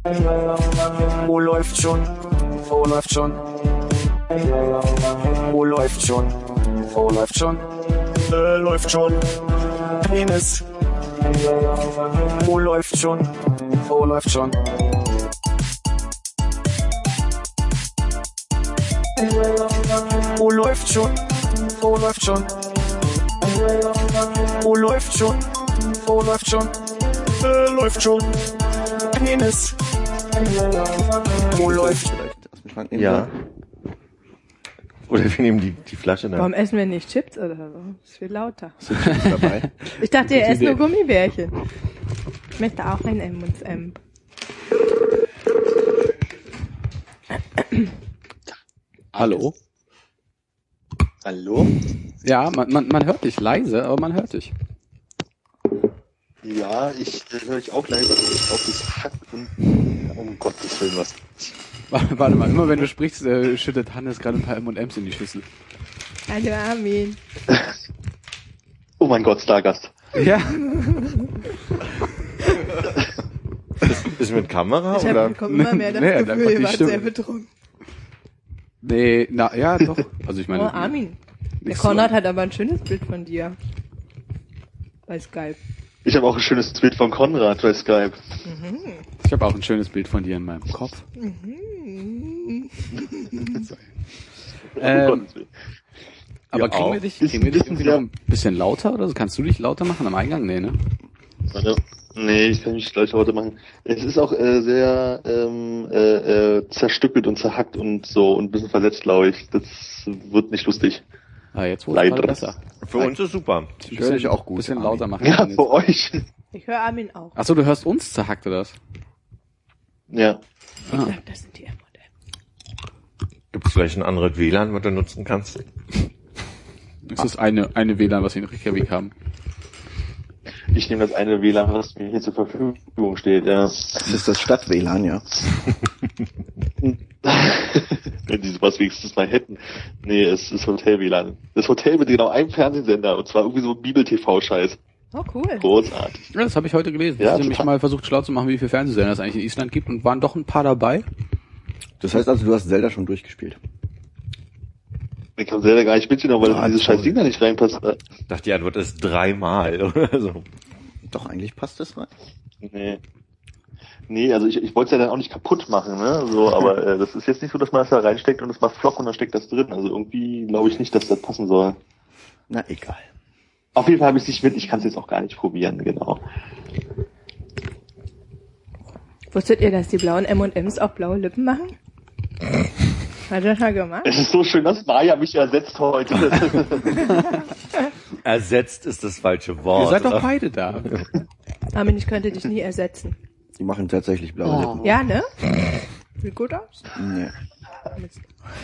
Wo läuft schon? Wo läuft schon? Wo läuft schon? Wo läuft schon? Läuft schon. Penis. Wo läuft schon? Wo läuft schon? Wo läuft schon? Wo läuft schon? Wo läuft schon? Wo läuft schon? Läuft schon. Penis. Wo läuft? Ja. Oder wir nehmen die Flasche dann. Warum essen wir nicht Chips oder so? Das wird lauter. Sind Chips dabei? Ich dachte, ihr esst nur Gummibärchen. Ich möchte auch ein M&M. Hallo? Hallo? Ja, man hört dich leise, aber man hört dich. Ja, ich höre dich auch leise, aber ich glaube, das hackt und um Gottes Willen was. Warte mal, immer wenn du sprichst, schüttet Hannes gerade ein paar M&M's in die Schüssel. Hallo Armin. Oh mein Gott, Stargast. Ja. Ist mit Kamera Ich oder? bekomme immer mehr das Nee, Gefühl, einfach die ihr wart Stimme. sehr betrunken. Nee, ja, doch. Also ich meine. Oh, Armin. Der nicht Konrad so. hat aber ein schönes Bild von dir. Bei Skype. Ich habe auch ein schönes Bild von Konrad bei Skype. Ich habe auch ein schönes Bild von dir in meinem Kopf. Gottes Willen. Aber Ja, kriegen auch. wir dich Wissen irgendwie wir- noch ein bisschen lauter oder so? Kannst du dich lauter machen am Eingang? Nee, ne? Warte. Nee, ich kann mich gleich heute machen. Es ist auch sehr zerstückelt und zerhackt und so und ein bisschen verletzt, glaube ich. Das wird nicht lustig. Ah, jetzt wurde Leider. es besser. Für uns ist super. Ich höre dich auch gut, Bisschen Armin. lauter machen. Ja, für euch. Ich höre Armin auch. Achso, du hörst uns zerhackt oder was? Ja. Ich glaube, das sind die M&M. Gibt es vielleicht ein anderes WLAN, was du nutzen kannst? Es ist eine WLAN, was wir in Reykjavik haben. Ich nehme das eine WLAN, was mir hier zur Verfügung steht, ja. Das ist das Stadt-WLAN, ja. Wenn die sowas wenigstens mal hätten. Nee, es ist Hotel-WLAN. Das Hotel mit genau einem Fernsehsender und zwar irgendwie so Bibel-TV-Scheiß. Oh, cool. Großartig. Ja, das habe ich heute gelesen. Ja, ich habe mich total. mal versucht schlau zu machen, wie viele Fernsehsender es eigentlich in Island gibt und waren doch ein paar dabei. Das heißt also, du hast Zelda schon durchgespielt. Ich kann selber gar nicht mitnehmen, weil Ah, dieses toll. scheiß Ding da nicht reinpasst. Ich dachte, die Antwort ist 3-mal oder so. Doch, eigentlich passt das rein. Nee. Nee, also ich wollte es ja dann auch nicht kaputt machen, ne? So, aber das ist jetzt nicht so, dass man das da reinsteckt und es macht Flock und dann steckt das drin. Also irgendwie glaube ich nicht, dass das passen soll. Na, egal. Auf jeden Fall habe ich es nicht mit, ich kann es jetzt auch gar nicht probieren, genau. Wusstet ihr, dass die blauen M&Ms auch blaue Lippen machen? Hat das mal gemacht? Es ist so schön, dass Maja mich ersetzt heute. Ersetzt ist das falsche Wort. Ihr seid doch oder? beide da. Armin, ich könnte dich nie ersetzen. Die machen tatsächlich blaue Lippen. Ja, ne? Sieht gut aus. Nee. Mist.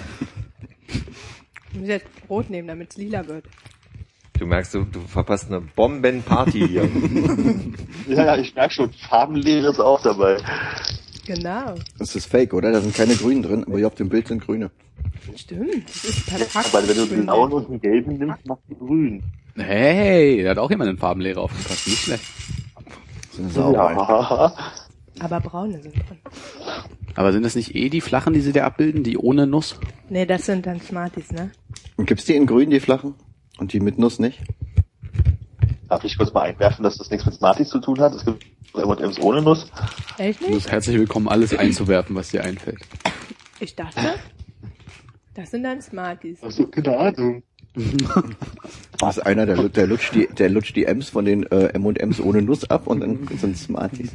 Ich muss jetzt rot nehmen, damit es lila wird. Du merkst, du verpasst eine Bombenparty hier. Ja, ich merke schon, Farbenlehre ist auch dabei. Genau. Das ist fake, oder? Da sind keine Grünen drin, aber hier auf dem Bild sind Grüne. Stimmt. Das ist perfekt. Aber wenn du den blauen und den gelben nimmst, machst du grün. Hey, da hat auch jemand einen Farbenlehrer aufgepasst. Nicht schlecht. Das ist eine Sauerei. Ja. Aber braune sind drin. Aber sind das nicht die flachen, die sie da abbilden, die ohne Nuss? Nee, das sind dann Smarties, ne? Und gibt's die in Grün, die flachen? Und die mit Nuss nicht? Darf ich kurz mal einwerfen, dass das nichts mit Smarties zu tun hat? Es gibt M&M's ohne Nuss. Echt Du nicht? bist herzlich willkommen, alles einzuwerfen, was dir einfällt. Ich dachte, das sind dann Smarties. Also, keine Ahnung. Das ist einer, der lutscht die M's von den M&M's ohne Nuss ab und dann sind Smarties.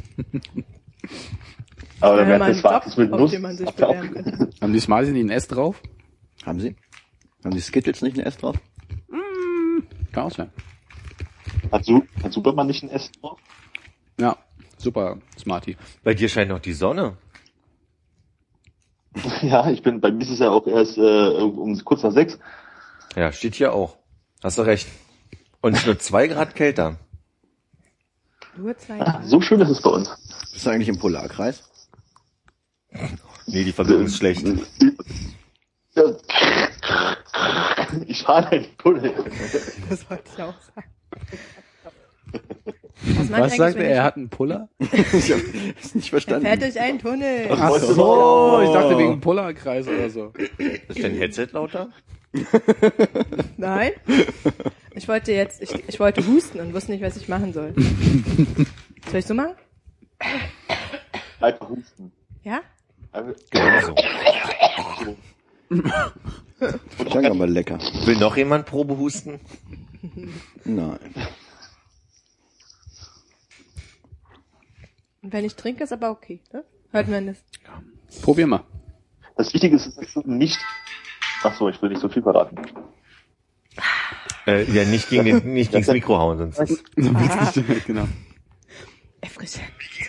Aber dann Ja, wäre mal das ein Smarties Job, mit auf Nuss. den man sich Habt ihr auch- bewerben könnte. Haben die Smarties nicht ein S drauf? Haben Sie? Haben die Skittles nicht ein S drauf? Kann auch sein. Hat Superman nicht ein S drauf? Ja, super Smartie. Bei dir scheint noch die Sonne. Ja, bei mir ist es ja auch erst kurz nach 6. Ja, steht hier auch. Hast du recht. Und es ist nur 2 Grad kälter. Nur 2 Ah, Grad. so schön ist es bei uns. Bist du eigentlich im Polarkreis? Nee, die Verbindung ist schlecht. Ja. Ich fahre in den Tunnel. Das wollte ich auch sagen. Was sagt er? Er hat einen Puller? Ich hab es nicht Er verstanden. fährt durch einen Tunnel. Ach so, ich dachte wegen Pullerkreis oder so. Ist dein Headset lauter? Nein. Ich wollte husten und wusste nicht, was ich machen soll. Soll ich so machen? Einfach husten. Ja? Genau so. Klang aber lecker. Will noch jemand Probe husten? Nein. Und wenn ich trinke, ist aber okay. Ne? Hört man das? Probier mal. Das Wichtige ist nicht... Ach so, ich will nicht so viel verraten. Ja, nicht gegens Mikro hauen, sonst. Genau. Erfrischend.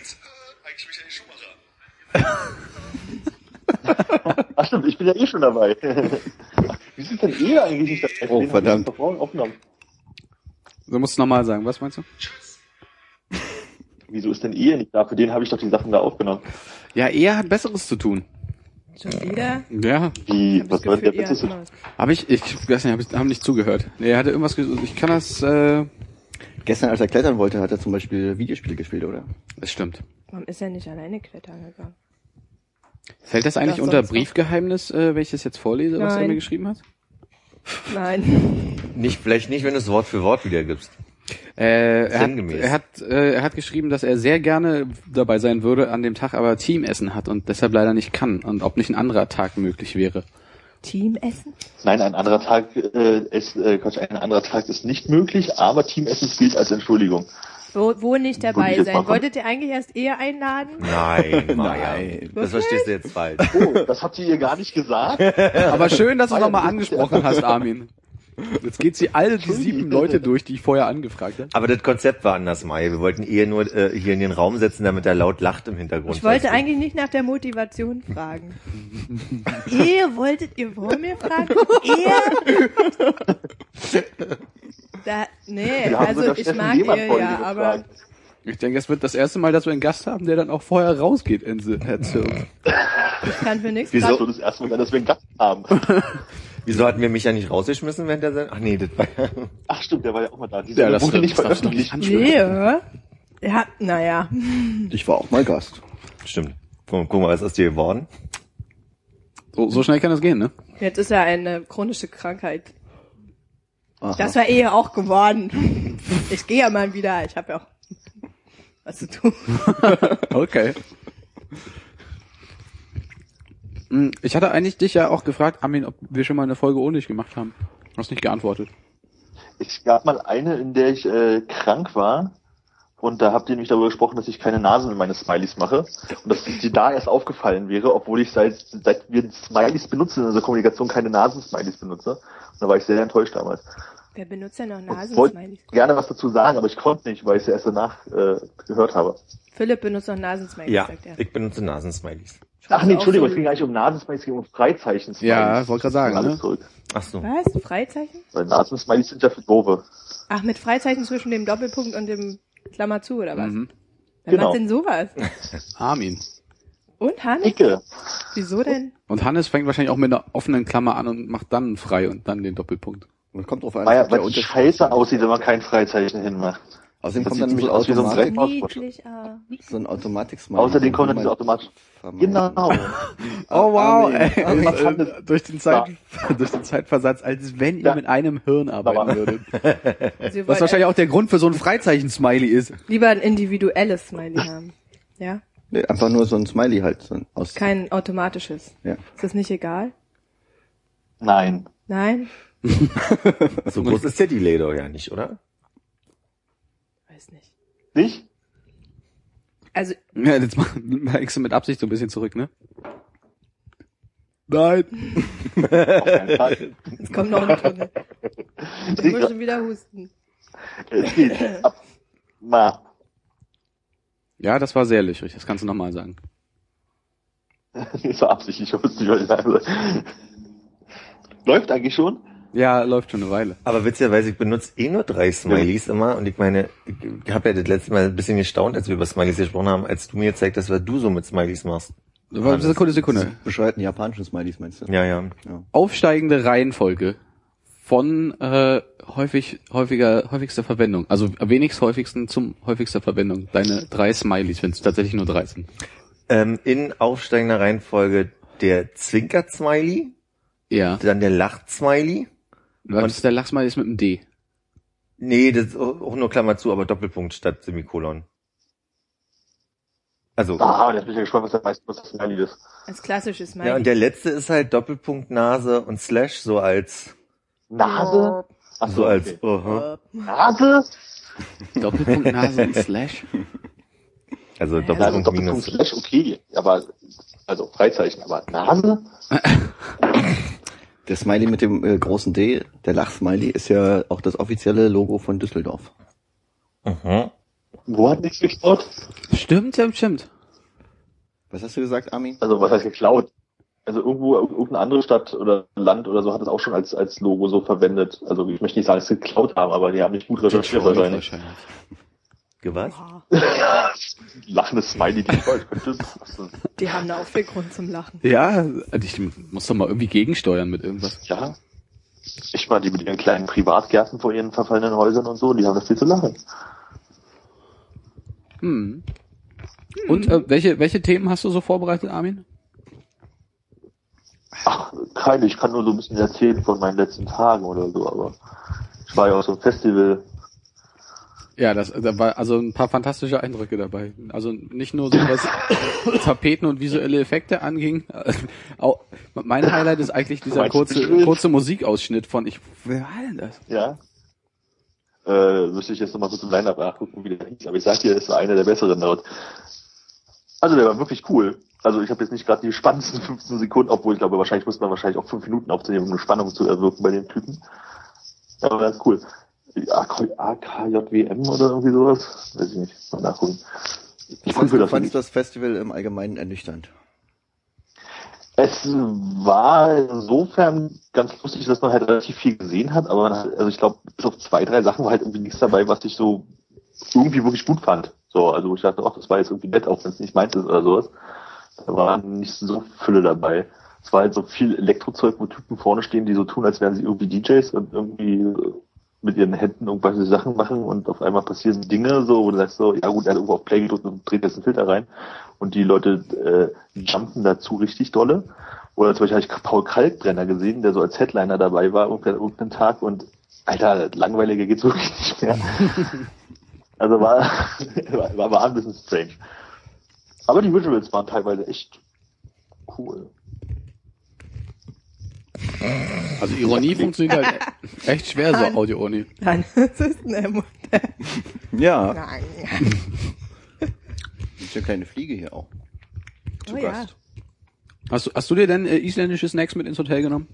Ach stimmt, ich bin ja eh schon dabei. Wie sind denn ihr eigentlich nicht dabei? Oh, verdammt. Aufgenommen. So musst du nochmal sagen. Was meinst du? Wieso ist denn ihr nicht da? Für den habe ich doch die Sachen da aufgenommen. Ja, er hat Besseres zu tun. Schon wieder? Ja. Wie, Hab was das soll der Gefühl, ihr Witz? habt was. Hab ich weiß nicht, haben nicht zugehört. Nee, er hatte irgendwas gesagt. Ich kann das, Gestern, als er klettern wollte, hat er zum Beispiel Videospiele gespielt, oder? das stimmt. Warum ist er nicht alleine klettern gegangen? Fällt das eigentlich Das unter sonst noch? Briefgeheimnis, wenn ich das jetzt vorlese, was er Nein. mir geschrieben hat? Nein. Vielleicht nicht, wenn du es Wort für Wort wiedergibst. Sinngemäß. Er hat geschrieben, dass er sehr gerne dabei sein würde, an dem Tag aber Teamessen hat und deshalb leider nicht kann und ob nicht ein anderer Tag möglich wäre. Teamessen? Nein, ein anderer Tag ist nicht möglich, aber Teamessen gilt als Entschuldigung. Wo nicht Würde ich dabei jetzt sein? machen. Wolltet ihr eigentlich erst eher einladen? Nein, Maja. Nein. Das verstehst du jetzt falsch. Oh, das habt ihr gar nicht gesagt? Aber schön, dass du es Bayern, nochmal das ist angesprochen hast, Armin. Jetzt geht sie alle die 7 Leute durch, die ich vorher angefragt habe. Aber das Konzept war anders, Maja. Wir wollten eher nur hier in den Raum setzen, damit er laut lacht im Hintergrund. Ich wollte Weißt du? eigentlich nicht nach der Motivation fragen. Ihr wollt mir fragen? Nee, Wir haben also sogar ich Steffen mag Lehmann ihr vorhin ja, aber gefragt. Ich denke, es wird das erste Mal, dass wir einen Gast haben, der dann auch vorher rausgeht, Herr Zirk. ich kann für nichts. Wieso? Das ist schon das erste Mal, dass wir einen Gast haben. Wieso hatten wir mich ja nicht rausgeschmissen während der Sendung? Ach nee, das war ja... Ach stimmt, der war ja auch mal da. Die Ja, Sendung das wurde nicht darfst du doch nicht veröffentlicht. ansprechen. Nee, ja, naja. Ich war auch mal Gast. Stimmt. Guck mal, was ist aus dir geworden? So schnell kann das gehen, ne? Jetzt ist er eine chronische Krankheit. Aha. Das war auch geworden. Ich gehe ja mal wieder. Ich habe ja auch was zu tun. Okay. Ich hatte eigentlich dich ja auch gefragt, Armin, ob wir schon mal eine Folge ohne dich gemacht haben. Du hast nicht geantwortet. Es gab mal eine, in der ich krank war. Und da habt ihr nämlich darüber gesprochen, dass ich keine Nasen in meine Smileys mache. Und dass dir da erst aufgefallen wäre, obwohl ich seit wir Smileys benutzen in unserer Kommunikation keine Nasen-Smileys benutze. Und da war ich sehr enttäuscht damals. Wer benutzt denn noch Ich wollte Nasensmileys? gerne was dazu sagen, aber ich konnte nicht, weil ich es erst danach gehört habe. Philipp benutzt noch Nasensmileys, Ja, sagt er. ich benutze Nasensmileys. Ach nee, auch Entschuldigung, so- es ging eigentlich um Nasensmileys, es ging um Freizeichen-Smileys. Ja, wollte gerade sagen, Alles ne? zurück. Ach so. Was? Freizeichen? Weil Nasensmileys sind ja für Doofe. Ach, mit Freizeichen zwischen dem Doppelpunkt und dem Klammer zu, oder was? Mhm. Wer Genau. macht denn sowas? Armin. Und Hannes? Icke. Wieso denn? Und Hannes fängt wahrscheinlich auch mit einer offenen Klammer an und macht dann frei und dann den Doppelpunkt. Das kommt drauf an. Weil der es Unterschied. scheiße aussieht, wenn man kein Freizeichen hinmacht. Außerdem Das kommt sieht dann nämlich so aus wie so ein Automatik, Dreck. Niedlich, ah. so ein Automatik-Smiley. Außerdem kommt dann diese automatisch. Genau. Genau. Oh wow, Armin, Armin. durch den Zeitversatz, als wenn ihr Ja. mit einem Hirn arbeiten würdet. Also ihr Was wollt wahrscheinlich auch der Grund für so ein Freizeichen-Smiley ist. lieber ein individuelles Smiley haben. Ja? Nee, einfach nur so ein Smiley halt. So ein aus, Kein automatisches. ja. Ist das nicht egal? Nein. Nein? So groß ist der Delay doch ja nicht, oder? Weiß nicht. Nicht? Also, Ja, jetzt legst du mit Absicht so ein bisschen zurück, ne? Nein. Auf keinen Fall. jetzt kommt noch ein Tunnel. Ich muss schon wieder husten. Es geht. Ab. Ma. Ja, das war sehr löchrig, das kannst du nochmal sagen. Das war absichtlich, ich wusste nicht, was ich sagen soll. Läuft eigentlich schon? Ja, läuft schon eine Weile. Aber witzigerweise, ich benutze nur 3 Smileys immer und ich meine, ich habe ja das letzte Mal ein bisschen gestaunt, als wir über Smileys gesprochen haben, als du mir gezeigt hast, was du so mit Smileys machst. Sekunde. Bescheuerten japanischen Smileys, meinst du? Ja, ja. Aufsteigende Reihenfolge von häufigster Verwendung. Also wenigst häufigsten zum häufigster Verwendung. Deine 3 Smileys, wenn es tatsächlich nur 3 sind. In aufsteigender Reihenfolge der Zwinker-Smiley, Ja. dann der Lach-Smiley. Was ist der Lachsmiley ist mit dem D? Nee, das ist auch nur Klammer zu, aber Doppelpunkt statt Semikolon. Also, Jetzt bin ich ja gespannt, was das Smiley ist. Als klassisches Smiley. ja, und der letzte ist halt Doppelpunkt Nase und Slash, so als, Nase? Ach so als, okay. Nase? Doppelpunkt Nase und Slash? also Also Doppelpunkt Doppelpunkt minus. Slash, okay, aber, also Freizeichen, aber Nase? Der Smiley mit dem großen D, der Lachsmiley, ist ja auch das offizielle Logo von Düsseldorf. Mhm. Wo hat nichts geklaut? Stimmt. Was hast du gesagt, Armin? Also, was heißt geklaut? Also irgendeine andere Stadt oder Land oder so hat es auch schon als Logo so verwendet. Also ich möchte nicht sagen, dass sie geklaut haben, aber die haben nicht gut recherchiert wahrscheinlich. Was? Lachendes Smiley, Detroit, könnte es passen. Die haben da auch viel Grund zum Lachen. Ja, ich muss doch mal irgendwie gegensteuern mit irgendwas. Ja. Ich war die mit ihren kleinen Privatgärten vor ihren verfallenen Häusern und so, die haben das viel zu lachen. Und welche Themen hast du so vorbereitet, Armin? Ach, keine, ich kann nur so ein bisschen erzählen von meinen letzten Tagen oder so, aber ich war ja auf so einem Festival. Ja, da war also ein paar fantastische Eindrücke dabei. Also nicht nur so, was Tapeten und visuelle Effekte anging. Auch, mein Highlight ist eigentlich dieser kurze Musikausschnitt von wer war denn das? Ja. Müsste ich jetzt nochmal kurz im Line-Up nachgucken, wie der hieß, aber ich sag dir, ist einer der besseren dort. Also der war wirklich cool. Also ich habe jetzt nicht gerade die spannendsten 15 Sekunden, obwohl ich glaube, wahrscheinlich muss man auch 5 Minuten aufzunehmen, um eine Spannung zu erwirken bei den Typen. Aber ganz cool. AKJWM oder irgendwie sowas? Weiß ich nicht. Mal nachgucken. Ich fand das Festival im Allgemeinen ernüchternd. Es war insofern ganz lustig, dass man halt relativ viel gesehen hat, aber also ich glaube, bis auf 2, 3 Sachen war halt irgendwie nichts dabei, was ich so irgendwie wirklich gut fand. So, also ich dachte, das war jetzt irgendwie nett, auch wenn es nicht meins ist oder sowas. Da war nicht so Fülle dabei. Es war halt so viel Elektrozeug, wo Typen vorne stehen, die so tun, als wären sie irgendwie DJs und irgendwie mit ihren Händen irgendwelche Sachen machen und auf einmal passieren Dinge so, wo du sagst so, ja gut, er hat irgendwo auf Play gedrückt und dreht jetzt einen Filter rein und die Leute jumpen dazu richtig dolle. Oder zum Beispiel habe ich Paul Kalkbrenner gesehen, der so als Headliner dabei war irgendeinen Tag und Alter, langweiliger geht's wirklich nicht mehr. Also war ein bisschen strange. Aber die Visuals waren teilweise echt cool. Also Ironie funktioniert halt echt schwer, so Audio-Ironie. Nein, das ist eine Mutter. Ja, Nein. das ist eine kleine Fliege hier auch. Zu Oh ja. Gast. Hast du dir denn isländische Snacks mit ins Hotel genommen?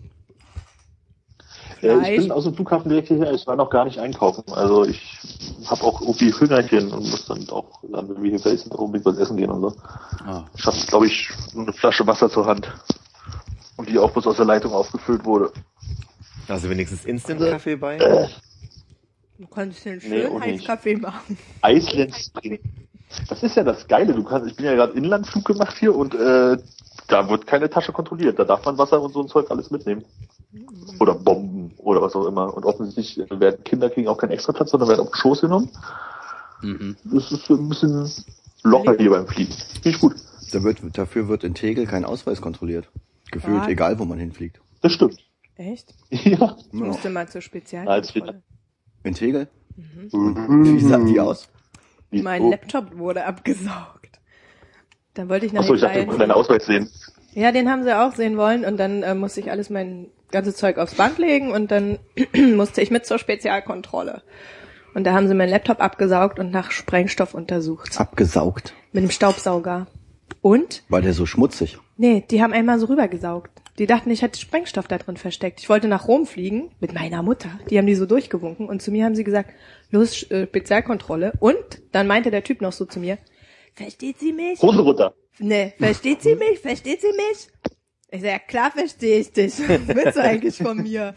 Ich bin aus dem Flughafen direkt hierher, ich war noch gar nicht einkaufen. Also ich habe auch irgendwie Hüngerchen und muss dann auch, wenn wir hier vielleicht unbedingt was essen gehen und so. Ich habe, glaube ich, nur eine Flasche Wasser zur Hand. Und die auch bloß aus der Leitung aufgefüllt wurde. Also wenigstens Instant-Kaffee bei? Du kannst den Nee, schönen auch nicht. Heißkaffee machen. Iceland Spring. Das ist ja das Geile. Ich bin ja gerade Inlandflug gemacht hier und da wird keine Tasche kontrolliert. Da darf man Wasser und so ein Zeug alles mitnehmen. Oder Bomben oder was auch immer. Und offensichtlich werden Kinder kriegen auch keinen Extraplatz, sondern werden auf den Schoß genommen. Das ist ein bisschen locker hier beim Fliegen. Finde ich gut. Dafür wird in Tegel kein Ausweis kontrolliert. Gefühlt, Was? egal wo man hinfliegt. Das stimmt. Echt? Ja. Ich musste mal zur Als Spezialkontrolle. In Tegel? Wie sahen die aus? Mein Laptop wurde abgesaugt. Dann wollte ich nach Achso, ich dachte, ich wollte deinen Ausweis sehen. Ja, den haben sie auch sehen wollen und dann musste ich alles mein ganzes Zeug aufs Band legen und dann musste ich mit zur Spezialkontrolle. Und da haben sie meinen Laptop abgesaugt und nach Sprengstoff untersucht. Abgesaugt. Mit dem Staubsauger. Und? War der so schmutzig? Nee, die haben einmal so rübergesaugt. Die dachten, ich hätte Sprengstoff da drin versteckt. Ich wollte nach Rom fliegen mit meiner Mutter. Die haben die so durchgewunken und zu mir haben sie gesagt, los, Spezialkontrolle. Und dann meinte der Typ noch so zu mir, versteht sie mich? Hose runter. Nee, versteht sie mich? Versteht sie mich? Ich sag, ja klar verstehe ich dich. Was willst du eigentlich von mir?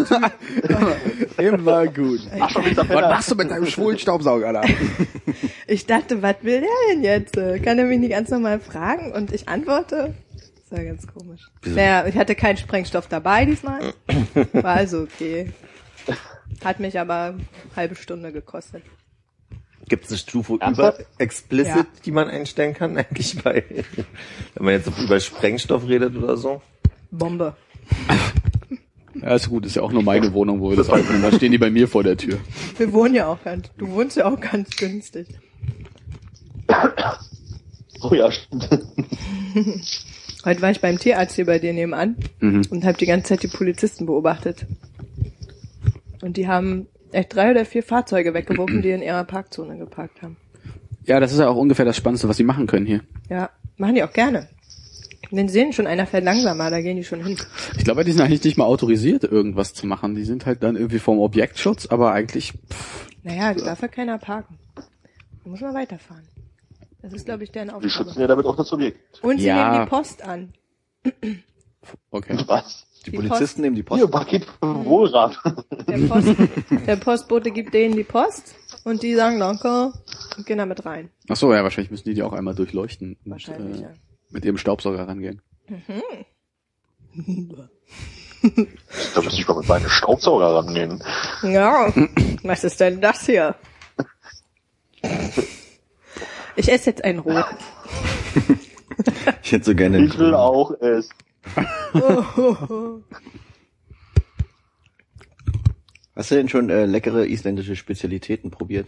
Immer gut. Was machst du mit deinem schwulen Staubsauger da? Ich dachte, was will der denn jetzt? Kann er mich nicht ganz normal fragen? Und ich antworte, Das war ganz komisch. Naja, ich hatte keinen Sprengstoff dabei diesmal. War also okay. Hat mich aber eine halbe Stunde gekostet. Gibt es eine Stufe Ernsthaft? über explicit, Ja. die man einstellen kann eigentlich bei, wenn man jetzt über Sprengstoff redet oder so? Bombe. Ja, ist gut, ist ja auch nur meine Wohnung, wo wir das aufnehmen. Da stehen die bei mir vor der Tür. Wir wohnen ja auch du wohnst ja auch ganz günstig. Oh ja, stimmt. Heute war ich beim Tierarzt hier bei dir nebenan und habe die ganze Zeit die Polizisten beobachtet. Und die haben echt 3 oder 4 Fahrzeuge weggeworfen, die in ihrer Parkzone geparkt haben. Ja, das ist ja auch ungefähr das Spannendste, was sie machen können hier. Ja, machen die auch gerne. Wenn sie sehen, schon einer fährt langsamer, da gehen die schon hin. Ich glaube, die sind eigentlich nicht mal autorisiert, irgendwas zu machen. Die sind halt dann irgendwie vom Objektschutz, aber eigentlich, Naja, darf ja keiner parken. Da muss man weiterfahren. Das ist, glaube ich, deren Die Aufgabe. schützen ja damit auch das Objekt. Und sie Ja. nehmen die Post an. okay. Was? Die Die Polizisten nehmen die Post. Hier, Paket für Wohlrat. Der Postbote gibt denen die Post und die sagen Danke und gehen damit rein. Ach so, ja, wahrscheinlich müssen die auch einmal durchleuchten und Wahrscheinlich, ja. mit ihrem Staubsauger rangehen. Da müsste ich mal mit meinem Staubsauger rangehen. Ja, was ist denn das hier? Ich esse jetzt einen Rot. Ich hätte so gerne einen Ich will grünen. auch es. Hast du denn schon leckere isländische Spezialitäten probiert?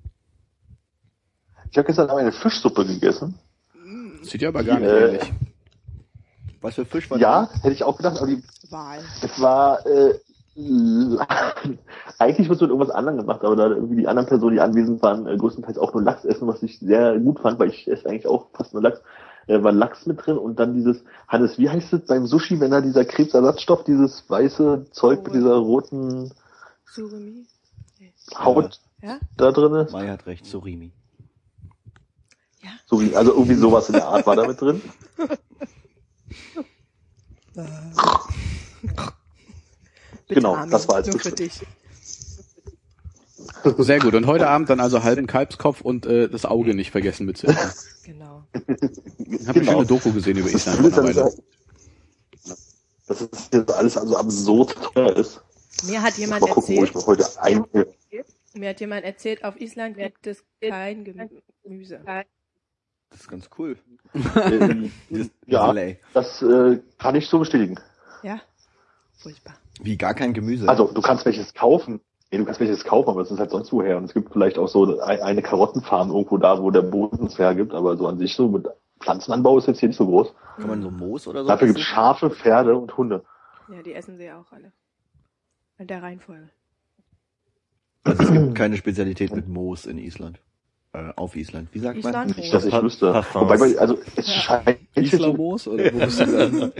Ich habe gestern eine Fischsuppe gegessen. Sieht ja aber gar nicht ähnlich. Was für Fisch war Ja, hätte ich auch gedacht, aber Wahl. es war eigentlich wird es mit irgendwas anderem gemacht, aber da irgendwie die anderen Personen, die anwesend waren, größtenteils auch nur Lachs essen, was ich sehr gut fand, weil ich esse eigentlich auch fast nur Lachs, war Lachs mit drin und dann dieses, Hannes, wie heißt es beim Sushi, wenn da dieser Krebsersatzstoff, dieses weiße Zeug mit dieser roten Surimi. Haut Ja? da drin ist? Mai hat recht, Surimi. So wie, also irgendwie sowas in der Art war da mit drin. Bitte, Genau, Armin, das war als nur für Fisch. dich. Sehr gut. Und heute Abend dann also halben Kalbskopf und das Auge nicht vergessen mitzuessen. Genau. Ich habe eine schöne Doku gesehen über Island vor einer Weile. Dass es jetzt alles also absurd teuer ist. Mir hat jemand Mal gucken, wo ich erzählt, mir heute mir hat jemand erzählt, auf Island gibt es kein Gemüse. Das ist ganz cool. ja, Delay. das kann ich so bestätigen. Ja? Furchtbar. Wie gar kein Gemüse. Also du kannst welches kaufen. Nee, du kannst welches kaufen, aber das ist halt sonst woher. Und es gibt vielleicht auch so eine Karottenfarm irgendwo da, wo der Boden es hergibt, aber so an sich so mit Pflanzenanbau ist jetzt hier nicht so groß. Kann man so Moos oder so? Dafür gibt es essen? Schafe, Pferde und Hunde. Ja, die essen sie ja auch alle. In der Reihenfolge. Also es gibt keine Spezialität mit Moos in Island. Auf Island. Wie sagt man? Island Nicht, dass ich Pa- wüsste. Parfums. Wobei, also es scheint Islamos oder wo bist du da?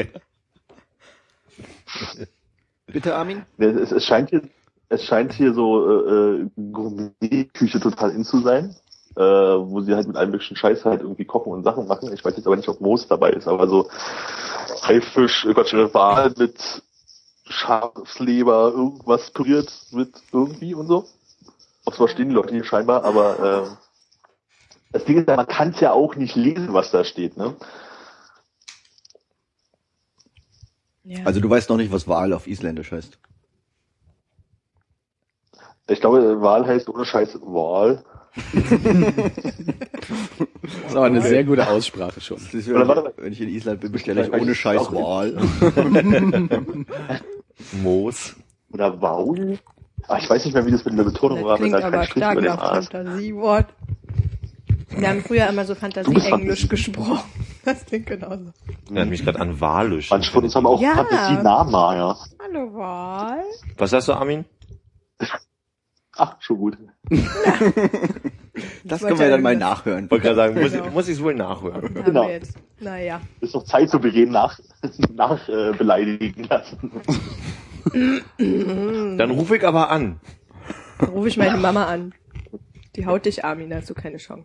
Bitte, Armin? es scheint hier so Gourmet-Küche total in zu sein, wo sie halt mit allem möglichen Scheiß halt irgendwie kochen und Sachen machen. Ich weiß jetzt aber nicht, ob Moos dabei ist, aber so Haifisch, Wal mit Schafsleber, irgendwas püriert mit irgendwie und so. Ob's verstehen die Leute hier scheinbar, aber das Ding ist ja, man kann es ja auch nicht lesen, was da steht, ne? Ja. Also du weißt noch nicht, was Wal auf Isländisch heißt. Ich glaube, Wal heißt ohne Scheiß Wal. Das ist aber eine sehr gute Aussprache schon. Das ist, Oder warte mal. wenn ich in Island bin, bestelle ich Vielleicht ohne weiß ich Scheiß auch nicht. Wal. Moos. Oder Waul? Ich weiß nicht mehr, wie das mit der Betonung Das war, wenn klingt da kein aber Strich stark über dem nach A ist. Fantasiewort. Wir haben früher immer so Du bist Fantasie-Englisch Fantasie. gesprochen. Das klingt genauso. Erinnert mich gerade an Walisch. Manche von uns haben auch Ja. Fantasie-Nama, ja. Hallo, Wahl. Was sagst du, Armin? Ach, schon gut. Das wollte können wir ja dann mal irgendwas- nachhören. Wollte gerade sagen, Genau. muss ich es wohl nachhören. Haben Genau. wir jetzt. Naja. Ist noch Zeit zu Beginn beleidigen lassen. Dann rufe ich aber an. Dann rufe ich meine Mama an. Die haut dich, Armin, da hast du keine Chance.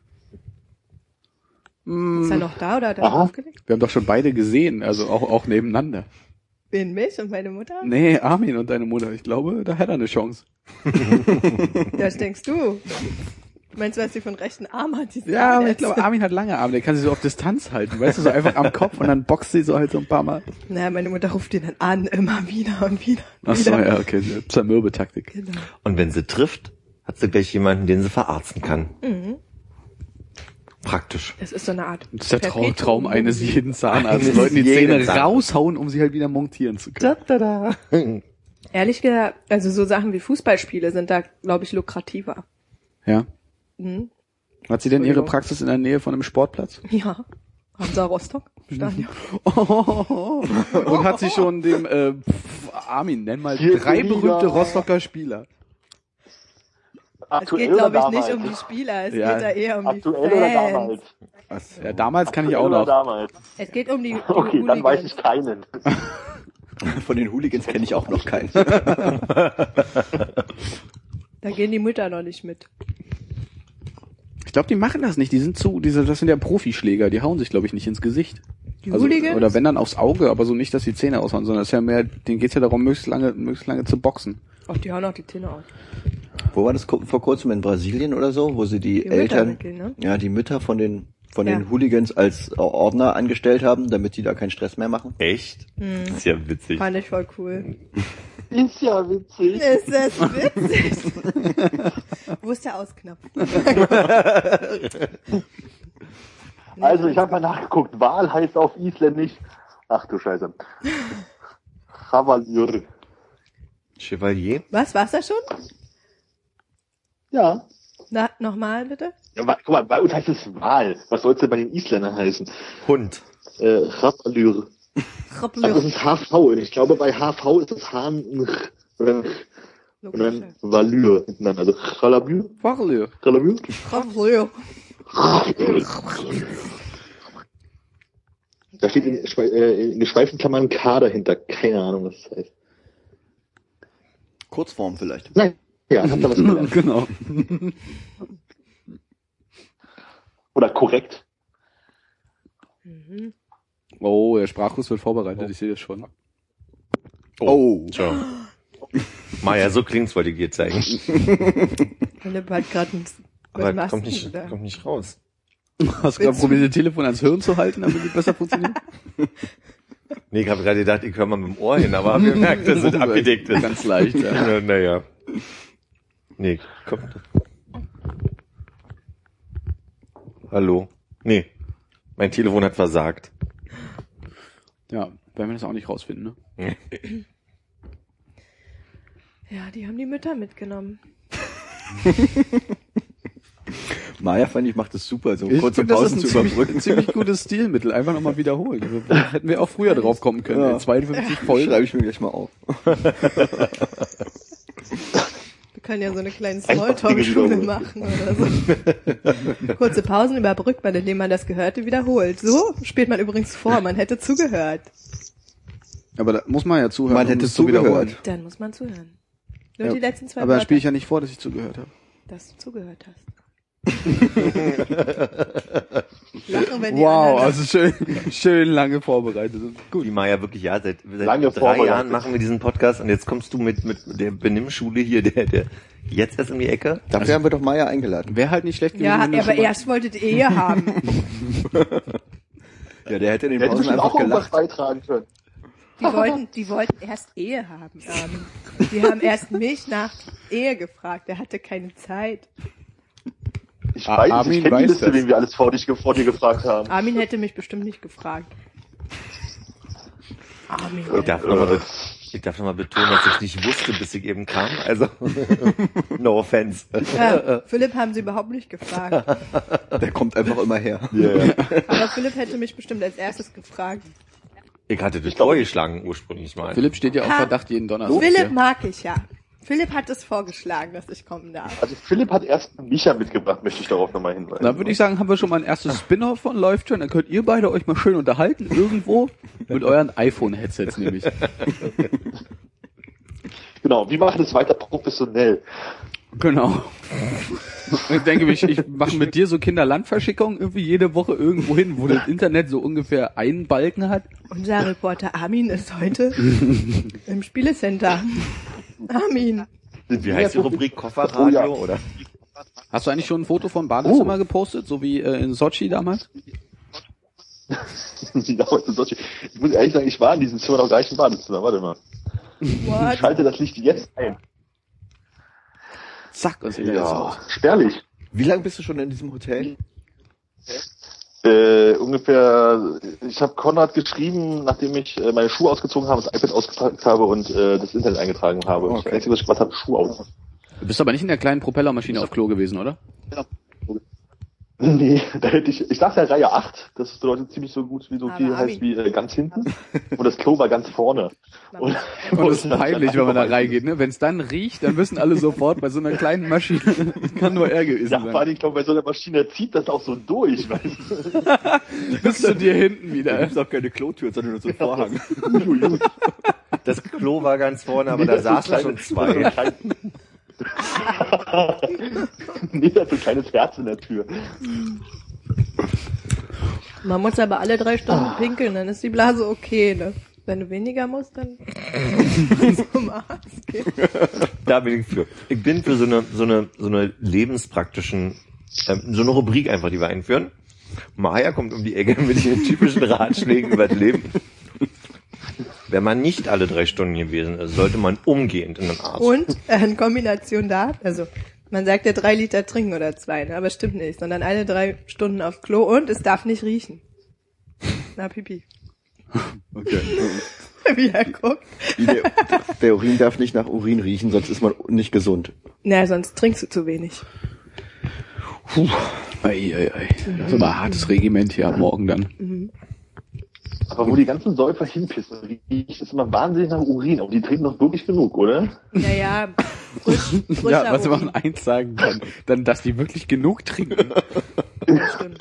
Ist er noch da oder hat er Aha. aufgelegt? Wir haben doch schon beide gesehen, also auch nebeneinander. Wen, mich und meine Mutter? Nee, Armin und deine Mutter. Ich glaube, da hat er eine Chance. Das denkst du. Meinst du, was sie für einen rechten Arm hat? Ja, aber ich glaube, Armin hat lange Arme, der kann sie so auf Distanz halten, weißt du, so einfach am Kopf und dann boxt sie so halt so ein paar Mal. Naja, meine Mutter ruft ihn dann an, immer wieder und wieder. Ach so, ja, okay, Zermürbetaktik. Genau. Und wenn sie trifft, hat sie gleich jemanden, den sie verarzten kann. Mhm. Praktisch. Das ist so eine Art. Das ist der Perpetuum Traum eines mobile. jeden Zahnarztes, Eines Leuten die jeden Zähne Zahnarzt. raushauen, um sie halt wieder montieren zu können. Tada. Ehrlich gesagt, also so Sachen wie Fußballspiele sind da, glaube ich, lukrativer. Ja. Mhm. Hat sie denn ihre Entschuldigung. Praxis in der Nähe von einem Sportplatz? Ja. Hansa Rostock. Stadion. Und hat sie schon dem Armin, nenn mal Vierte 3 Liga. berühmte Rostocker Spieler. Es Aktuell geht, oder glaube ich, damals? nicht um die Spieler, es Ja. geht da eher um Aktuell die oder Fans. damals? Ja, damals kann ich auch Aktuell oder noch. damals? Es geht um die Okay, dann weiß Hooligans. ich keinen. Von den Hooligans kenne ich auch noch keinen. Da gehen die Mütter noch nicht mit. Ich glaube, die machen das nicht. Das sind ja Profischläger. Die hauen sich, glaube ich, nicht ins Gesicht. Die Hooligans? Oder wenn dann aufs Auge, aber so nicht, dass die Zähne aushauen, sondern es ist ja mehr, denen geht's ja darum, möglichst lange zu boxen. Ach, die hauen auch die Zähne aus. Wo war das vor kurzem in Brasilien oder so, wo sie die Die Mütter Eltern, weggehen, ne? ja, die Mütter von den Ja. Hooligans als Ordner angestellt haben, damit die da keinen Stress mehr machen? Echt? Das ist ja witzig. Fand ich voll cool. Ist ja witzig. Ist das witzig? Wo ist der Ausknopf? Also, ich habe mal nachgeguckt. Wal heißt auf Isländisch. Ach du Scheiße. Chevalier. Chevalier? Was, war's das schon? Ja. Na, nochmal bitte? Ja, guck mal, bei uns heißt es Wal. Was soll es denn bei den Isländern heißen? Hund. Chevalier. Also das ist HV. Und ich glaube, bei HV ist das H ein Ch. Und dann Valür hintereinander. Also Chalabier. Warlö. Chalabier. Da steht in geschweiften Klammern K dahinter. Keine Ahnung, was das heißt. Kurzform vielleicht. Nein. Ja, habt ihr was gelernt. Genau. Oder korrekt. Oh, der Sprachkurs wird vorbereitet, ich sehe das schon. Oh. Ciao. Maja, so klingt's, wollte ich dir zeigen. Philipp hat gerade ein... Aber was kommt machst du da? nicht raus. Hast du gerade probiert, das Telefon ans Hirn zu halten, damit es besser funktioniert? Nee, ich habe gerade gedacht, ich höre mal mit dem Ohr hin, aber habe gemerkt, dass es abgedeckt ist. Ganz leicht, ja. Naja. Nee, kommt. Hallo? Nee. Mein Telefon hat versagt. Ja, werden wir das auch nicht rausfinden, ne? Ja, die haben die Mütter mitgenommen. Maja, fand ich, macht das super, so Ich kurze finde, das Pausen ist zu ein überbrücken. ziemlich gutes Stilmittel. Einfach nochmal wiederholen. Also, hätten wir auch früher drauf kommen können. Ja. In 52 Folgen. Schreibe ich mir gleich mal auf. Wir können ja so eine kleine Einfach Smalltalk-Schule Dinge machen oder so. Kurze Pausen überbrückt man, indem man das Gehörte wiederholt. So spielt man übrigens vor, man hätte zugehört. Aber da muss man ja zuhören. Man um hätte es zu wiederholen. zugehört. Dann muss man zuhören. Nur Ja, die letzten 2 aber da Wörter, spiele ich ja nicht vor, dass ich zugehört habe. dass du zugehört hast. Lachen, wenn die Wow, anderen... also schön lange vorbereitet. Gut. Die Maja wirklich, ja, seit Lange 3 vorbereitet. Jahren machen wir diesen Podcast und jetzt kommst du mit der Benimmschule hier, der jetzt erst um die Ecke. Dafür haben wir doch Maja eingeladen. Wäre halt nicht schlecht gewesen. Ja, wenn du aber schon mal- erst wolltet ihr Ehe haben. Ja, der hätte in den Der hätte Pausen bestimmt einfach auch irgendwas gelacht. beitragen können. Die wollten erst Ehe haben. Die haben erst mich nach Ehe gefragt. Der hatte keine Zeit. Ich weiß, Armin ich kenne die weiß Liste, das. wen wir alles vor dir gefragt haben. Armin hätte mich bestimmt nicht gefragt. Armin. Ich darf noch mal betonen, dass ich nicht wusste, bis ich eben kam. Also, no offense. Ja, Philipp haben sie überhaupt nicht gefragt. Der kommt einfach immer her. Aber Philipp hätte mich bestimmt als erstes gefragt. Ich hatte das vorgeschlagen ursprünglich mal. Philipp steht ja auf Ha. Verdacht jeden Donnerstag. Philipp mag ich ja. Philipp hat es vorgeschlagen, dass ich kommen darf. Also Philipp hat erst Micha mitgebracht, möchte ich darauf nochmal hinweisen. Da würde ich sagen, haben wir schon mal ein erstes Spin-off von Läuft schon. Dann könnt ihr beide euch mal schön unterhalten, irgendwo, mit euren iPhone-Headsets nämlich. Genau, wie machen es weiter professionell? Genau. Ich denke, ich mache mit dir so Kinderlandverschickungen irgendwie jede Woche irgendwo hin, wo das Internet so ungefähr einen Balken hat. Unser Reporter Armin ist heute im Spielecenter. Armin. Wie heißt die Rubrik? Oh, Kofferradio ja. oder? Hast du eigentlich schon ein Foto vom Badezimmer gepostet, so wie in Sochi damals? Ich muss ehrlich sagen, ich war in diesem Zimmer noch gar nicht im Badezimmer. Warte mal. What? Ich schalte das Licht jetzt ein. Zack, und sieht das aus. Spärlich. Wie lange bist du schon in diesem Hotel? Ungefähr, ich habe Konrad geschrieben, nachdem ich meine Schuhe ausgezogen habe, das iPad ausgepackt habe und das Internet eingetragen habe. Okay. Das Einzige, was ich gemacht habe, Schuhe aus. Du bist aber nicht in der kleinen Propellermaschine auf Klo gewesen, oder? Nee, da hätte ich saß ja in Reihe 8, das bedeutet ziemlich so gut wie so Aber viel Abi. heißt wie ganz hinten. Und das Klo war ganz vorne. Und das ist peinlich, wenn man da reingeht, ne? Wenn es dann riecht, dann müssen alle sofort bei so einer kleinen Maschine, kann nur er gewesen Ja, vor sein. allem, ich glaube, bei so einer Maschine zieht das auch so durch, weißt du. Bist du dir hinten Da wieder. gibt's auch keine Klotür, sondern nur so einen Vorhang. Das Klo war ganz vorne, aber da saßen schon zwei. Nee, da ist so ein kleines Herz in der Tür. Man muss aber alle 3 Stunden pinkeln, dann ist die Blase okay, ne? Wenn du weniger musst, dann zum Arzt gehen. Da bin ich für. Ich bin für so eine lebenspraktischen, so eine Rubrik einfach, die wir einführen. Maja kommt um die Ecke mit ihren typischen Ratschlägen über das Leben. Wenn man nicht alle 3 Stunden gewesen ist, sollte man umgehend in den Arzt. Und in Kombination da, also man sagt ja 3 Liter trinken oder 2, ne? Aber stimmt nicht, sondern alle 3 Stunden aufs Klo und es darf nicht riechen. Na, Pipi. Okay. Wie er guckt. Der Urin darf nicht nach Urin riechen, sonst ist man nicht gesund. Na, sonst trinkst du zu wenig. Ei. Das ist aber ein hartes Regiment hier ab morgen dann. Aber wo die ganzen Säufer hinpissen, riecht es immer wahnsinnig nach Urin. Aber die trinken doch wirklich genug, oder? Naja, frischer Ja, was Urin. man eins sagen kann, dann, dass die wirklich genug trinken. Stimmt.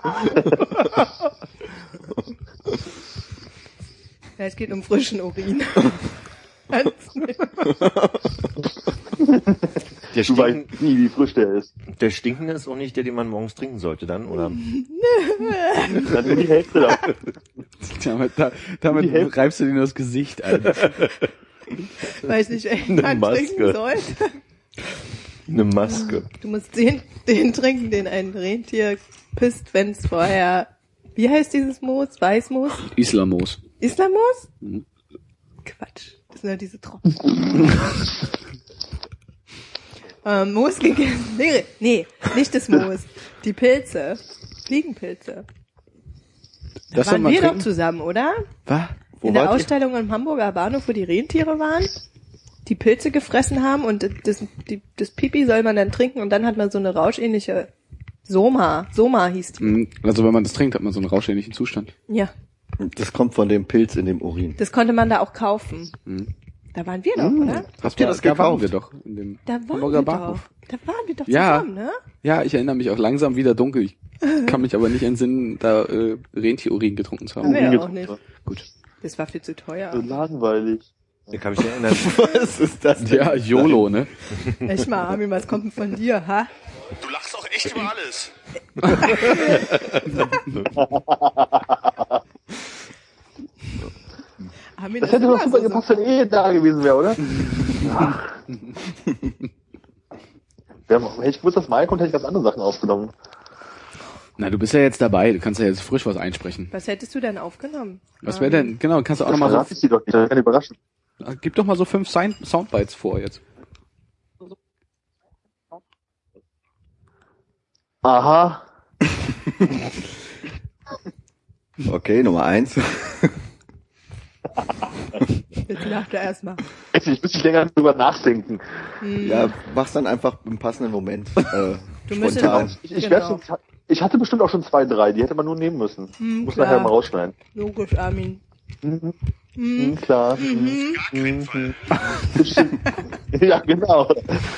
Ja, es geht um frischen Urin. Der Du weißt nie, wie frisch der ist. Der Stinkende ist auch nicht der, den man morgens trinken sollte dann, oder? Dann nur die Hälfte da. damit reibst du dir nur das Gesicht ein. Weiß nicht, wer ihn Eine dann Maske. trinken sollte. Eine Maske. Du musst den trinken, den ein Rentier pisst, wenn es vorher, wie heißt dieses Moos? Weißmoos? Islamos. Islamos? Mhm. Quatsch. Das sind ja diese Tropfen. Moos gegessen. Nee, nicht das Moos. Die Pilze. Fliegenpilze. Da Das soll waren man wir trinken? doch zusammen, oder? Was? In der Ausstellung im Hamburger Bahnhof, wo die Rentiere waren, die Pilze gefressen haben und das Pipi soll man dann trinken und dann hat man so eine rauschähnliche Soma hieß die. Also wenn man das trinkt, hat man so einen rauschähnlichen Zustand. Ja, Das kommt von dem Pilz in dem Urin. das konnte man da auch kaufen. Da waren wir doch, oder? Habt ihr das Da waren gekauft? wir doch. In dem Da waren Hamburger wir Bahnhof. doch. Da waren wir doch Ja. zusammen, ne? Ja, ich erinnere mich auch langsam wieder dunkel. Ich kann mich aber nicht entsinnen, da Rentierurin getrunken zu haben. Haben wir ja auch nicht. Gut. Das war viel zu teuer. So langweilig. Ich kann mich erinnern. Was ist das denn? Ja, YOLO, ne? Echt mal, Armin, was kommt denn von dir, ha? Du lachst doch echt über alles. Armin, Das hätte doch immer super so gepasst, wenn ihr da gewesen wäre, oder? Hätte ich gewusst, dass Mike kommt, hätte ich ganz andere Sachen aufgenommen. Na, du bist ja jetzt dabei. Du kannst ja jetzt frisch was einsprechen. Was hättest du denn aufgenommen? Was wäre denn? Genau, kannst du auch Das nochmal verrate ich dir doch nicht, das kann ich überraschen. so, gib doch mal so 5 Soundbites vor jetzt. Aha. Okay, Nummer 1. Jetzt lacht er erstmal. Ich muss nicht länger drüber nachdenken. Ja, mach's dann einfach im passenden Moment. Du müsstest Spontan. auch, Genau. Ich hatte bestimmt auch schon 2, 3, die hätte man nur nehmen müssen. Muss klar. nachher mal rausschneiden. Logisch, Armin. Klar. Ja, genau.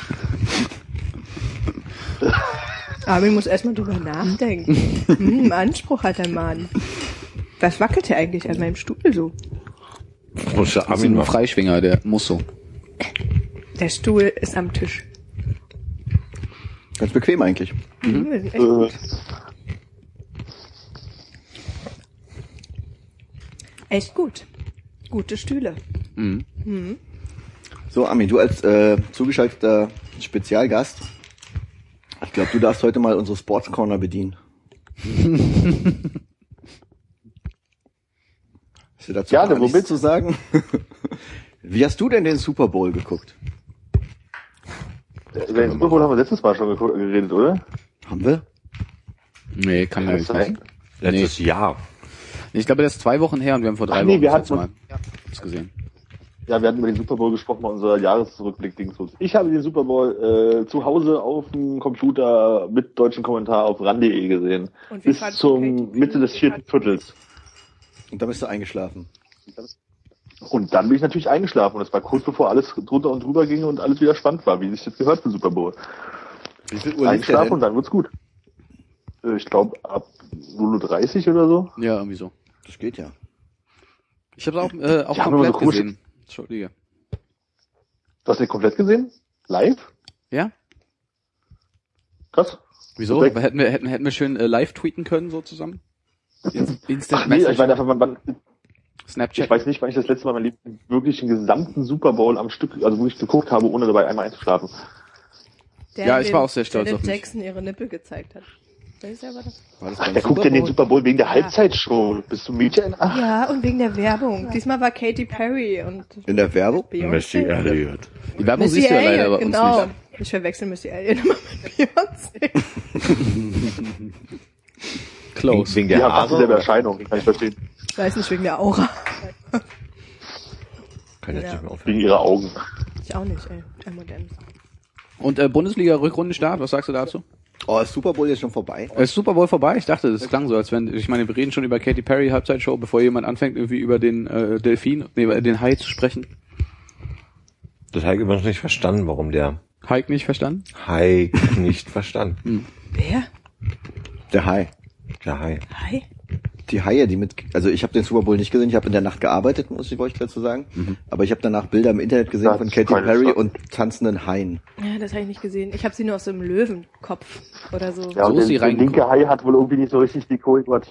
Armin muss erstmal drüber nachdenken. Anspruch hat der Mann. Was wackelt hier eigentlich an meinem Stuhl so? Muss der Das ist ein Freischwinger, der muss so. Der Stuhl ist am Tisch. Ganz bequem eigentlich. Ist echt gut. Echt gut. Gute Stühle. So, Armin, du als zugeschalteter Spezialgast Ich glaube, du darfst heute mal unsere Sports Corner bedienen. Hast du dazu Gerne, gar nichts womit? zu sagen? Wie hast du denn den Super Bowl geguckt? Über den Super Bowl haben wir letztes Mal schon geredet, oder? Haben wir? Nee, kann ja nicht sein. Letztes Jahr. Ich glaube, das ist 2 Wochen her und wir haben vor 3 Ach nee, Wochen wir das letzte hatten- Mal das gesehen. Ja, wir hatten über den Super Bowl gesprochen bei unserer Jahresrückblick-Dings. Ich habe den Super Bowl zu Hause auf dem Computer mit deutschem Kommentar auf ran.de gesehen. Und wie Bis fandst du zum Katy Perry? Mitte des 4. Viertels. Und da bist du eingeschlafen. Und dann bin ich natürlich eingeschlafen. Und es war kurz bevor alles drunter und drüber ging und alles wieder spannend war, wie sich das gehört für den Super Bowl. Wie viel Uhr lief der Eingeschlafen und denn? dann wird's gut. Ich glaube ab 0:30 oder so. Ja, irgendwie so. Das geht ja. Ich habe auch Ja, aber komplett so komisch- gesehen. Entschuldige. Du hast den komplett gesehen? Live? Ja? Krass. Wieso? Perfekt. Hätten wir schön live tweeten können so zusammen? Instant Ach nee, ich Message, meine einfach, Snapchat. ich weiß nicht, wann ich das letzte Mal mein Leben wirklich den gesamten Super Bowl am Stück, also wirklich geguckt habe, ohne dabei einmal einzuschlafen. Ja, ich war auch sehr stolz Janet auf mich. Jackson ihre Nippel gezeigt hat. Welcher war das? War das Ach, beim der guckt ja den Super Bowl wegen der Ja. Halbzeitshow. Bist du Mädchen? Ach, Ja, und wegen der Werbung. Diesmal war Katy Perry und In der Werbung? Missy Beyoncé. Elliott. Die Werbung Missy siehst du ja leider bei Elliott, uns genau. nicht. Ich verwechsel Missy Elliott immer mit Beyoncé. Close. Wegen die der haben fast dieselbe Haare? Erscheinung, kann ich verstehen. Ich weiß nicht, wegen der Aura. Kann jetzt Ja. nicht mehr aufhören. Wegen ihrer Augen. Ich auch nicht, ey. M&M's. Und Bundesliga-Rückrundenstart, was sagst du dazu? Oh, ist Super Bowl jetzt schon vorbei? Ist Super Bowl vorbei? Ich dachte, das klang so, als wenn, ich meine, wir reden schon über Katy Perry Halbzeitshow, bevor jemand anfängt, irgendwie über den den Hai zu sprechen. Das habe ich übrigens nicht verstanden, warum der Hike nicht verstanden? Hai nicht verstanden. Wer? Der Hai. Der Hai. Hi? Die Haie, die mit, also ich habe den Super Bowl nicht gesehen, ich habe in der Nacht gearbeitet, muss ich euch dazu sagen. Aber ich habe danach Bilder im Internet gesehen Das von ist Katy keine Perry Sache. und tanzenden Haien. Ja, das habe ich nicht gesehen. Ich habe sie nur aus so einem Löwenkopf oder so. Ja, So und ist sie der linke reingekommen. Hai hat wohl irgendwie nicht so richtig die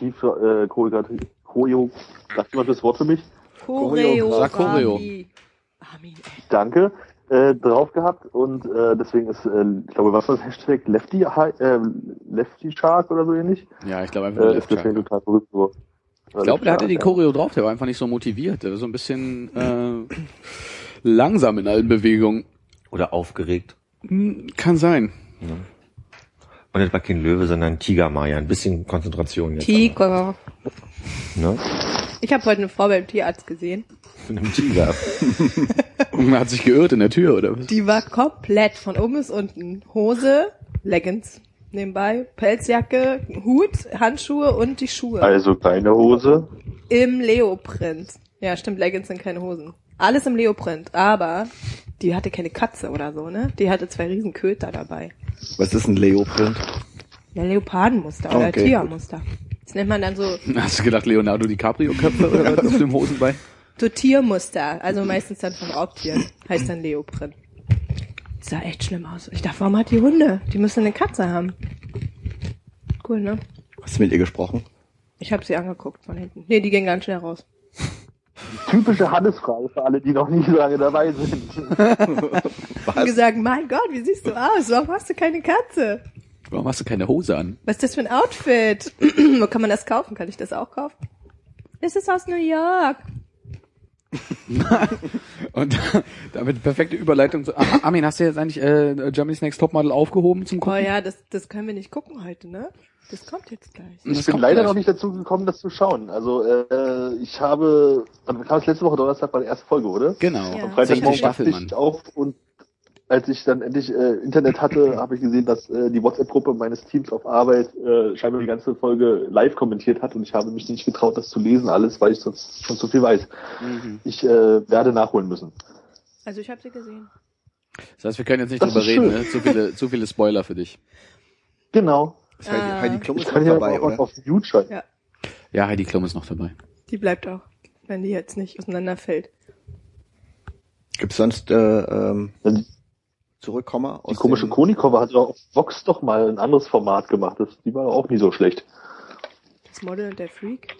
sagt jemand das Wort für mich? Choreo. Sag Choreo. Armin, ey. Danke. Drauf gehabt und deswegen ist, ich glaube, was war das Hashtag? Lefty Shark oder so ähnlich? Ja, ich glaube einfach nur Ist Left deswegen Shark. total verrückt geworden. Ich glaube, der hatte die Choreo drauf, der war einfach nicht so motiviert, der war so ein bisschen langsam in allen Bewegungen. Oder aufgeregt. Kann sein. Und das war kein Löwe, sondern ein Tiger, Maya. Ein bisschen Konzentration jetzt. Tiger. Aber, ne? Ich habe heute eine Frau beim Tierarzt gesehen. Von einem Tiger. Man hat sich geirrt in der Tür, oder was? Die war komplett von oben bis unten. Hose, Leggings nebenbei, Pelzjacke, Hut, Handschuhe und die Schuhe. Also keine Hose. Im Leoprint. Ja, stimmt, Leggings sind keine Hosen. Alles im Leoprint, aber die hatte keine Katze oder so, ne? Die hatte 2 riesen Köter dabei. Was ist ein Leoprint? Ja, Leopardenmuster oder Okay, Tigermuster. Das nennt man dann so Hast du gedacht, Leonardo DiCaprio-Köpfe oder was auf dem Hosenbein? so Tiermuster, also meistens dann von Raubtieren, heißt dann Leoprint. Das sah echt schlimm aus. Ich dachte, warum hat die Hunde? Die müssen eine Katze haben. Cool, ne? Hast du mit ihr gesprochen? Ich habe sie angeguckt von hinten. Nee, die ging ganz schnell raus. Typische Hannes-Frage für alle, die noch nie so lange dabei sind. Und gesagt, mein Gott, wie siehst du aus? Warum hast du keine Katze? Warum hast du keine Hose an? Was ist das für ein Outfit? Wo kann man das kaufen? Kann ich das auch kaufen? Es ist aus New York. Und damit perfekte Überleitung zu... Armin, hast du jetzt eigentlich Germany's Next Topmodel aufgehoben zum Oh Gucken? ja, das können wir nicht gucken heute, ne? Das kommt jetzt gleich. Das Ich bin kommt leider gleich. noch nicht dazu gekommen, das zu schauen. Also ich habe, wann kam es letzte Woche Donnerstag, war die erste Folge, oder? Genau. Ja. Am Freitagmorgen Staffel, wachte ich auf und als ich dann endlich Internet hatte, habe ich gesehen, dass die WhatsApp-Gruppe meines Teams auf Arbeit scheinbar die ganze Folge live kommentiert hat und ich habe mich nicht getraut, das zu lesen, alles, weil ich sonst schon zu viel weiß. Ich werde nachholen müssen. Also ich habe sie gesehen. Das heißt, wir können jetzt nicht Das drüber ist reden, schön. ne? Zu viele Spoiler für dich. Genau. Ist Heidi Klum Ich ist kann noch hier dabei, auch was oder? auf Mute schalten. Ja, Ja, Heidi Klum ist noch dabei. die bleibt auch, wenn die jetzt nicht auseinanderfällt. Gibt's sonst Die Zurückkommer aus komische dem- Konikova hat doch auf Vox doch mal ein anderes Format gemacht. Die war auch nie so schlecht. Das Model und der Freak.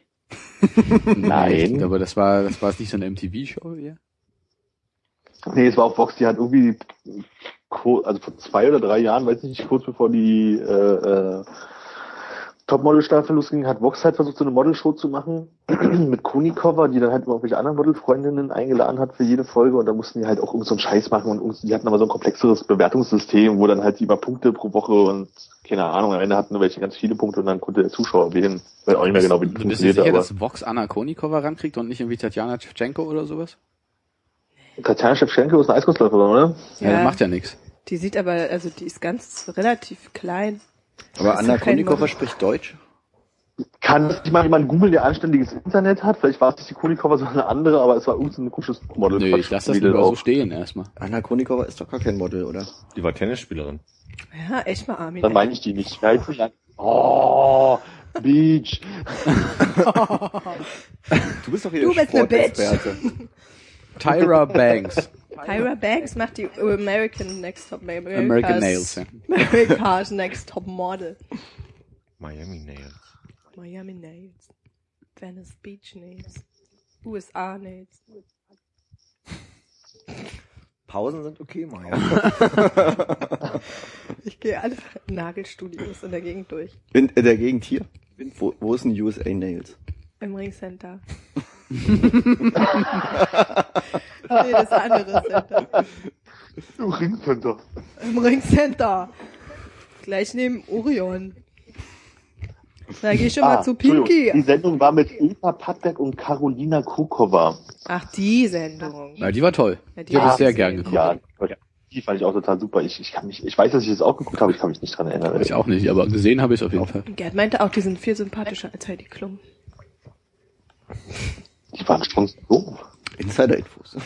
Nein. Aber das war nicht so eine MTV-Show hier? Nee, es war auf Vox, die hat irgendwie vor 2 oder 3 Jahren, weiß nicht, kurz bevor die Topmodel-Staffel losging, hat Vox halt versucht, so eine Modelshow zu machen mit Kunikova, die dann halt immer irgendwelche anderen Modelfreundinnen eingeladen hat für jede Folge und da mussten die halt auch irgend so einen Scheiß machen und die hatten aber so ein komplexeres Bewertungssystem, wo dann halt die immer Punkte pro Woche und keine Ahnung, am Ende hatten welche ganz viele Punkte und dann konnte der Zuschauer wählen. Ich weiß auch nicht mehr genau, wie die funktioniert. Bist du sicher, aber dass Vox Anna Konikova rankriegt und nicht irgendwie Tatjana Shevchenko oder sowas? Tatjana Shevchenko ist eine Eiskunstläuferin, oder? Ja, das macht ja nichts. Die sieht aber, also die ist ganz relativ klein. Aber Anna Konikova spricht Deutsch? Kann sich mal jemand googeln, der anständiges Internet hat? Vielleicht war es nicht die Konikova, sondern eine andere, aber es war irgendein komisches Model. Nö, ich lasse das lieber so stehen erstmal. Anna Konikova ist doch gar kein Model, oder? Die war Tennisspielerin. Ja, echt mal Armin. Dann meine ich die nicht. Oh, Beach. Du bist doch hier Du bist eine Sportexperte. Tyra Banks. Tyra Banks macht die American Next Top American Nails, ja. America's Next Top Model. Miami Nails. Miami Nails. Venice Beach Nails. USA Nails. Pausen sind okay, Maja. Ich gehe alle Nagelstudios in der Gegend durch. In der Gegend hier? Wo ist ein USA Nails? Im Ringcenter. Nee, das andere Center. Im Ringcenter. Im Ringcenter. Gleich neben Orion. Da geh ich schon mal zu Pinky. Die Sendung war mit Eva Pattberg und Carolina Krukova. Ach, die Sendung. Ja, die war toll. Ja, Die habe ich sehr gern geguckt. Ja, die fand ich auch total super. Ich weiß, dass ich das auch geguckt habe, ich kann mich nicht dran erinnern. Ich auch nicht, aber gesehen habe ich es auf jeden Fall. Gerd meinte auch, die sind viel sympathischer als Heidi Klum. Die waren schon so. Insider-Infos.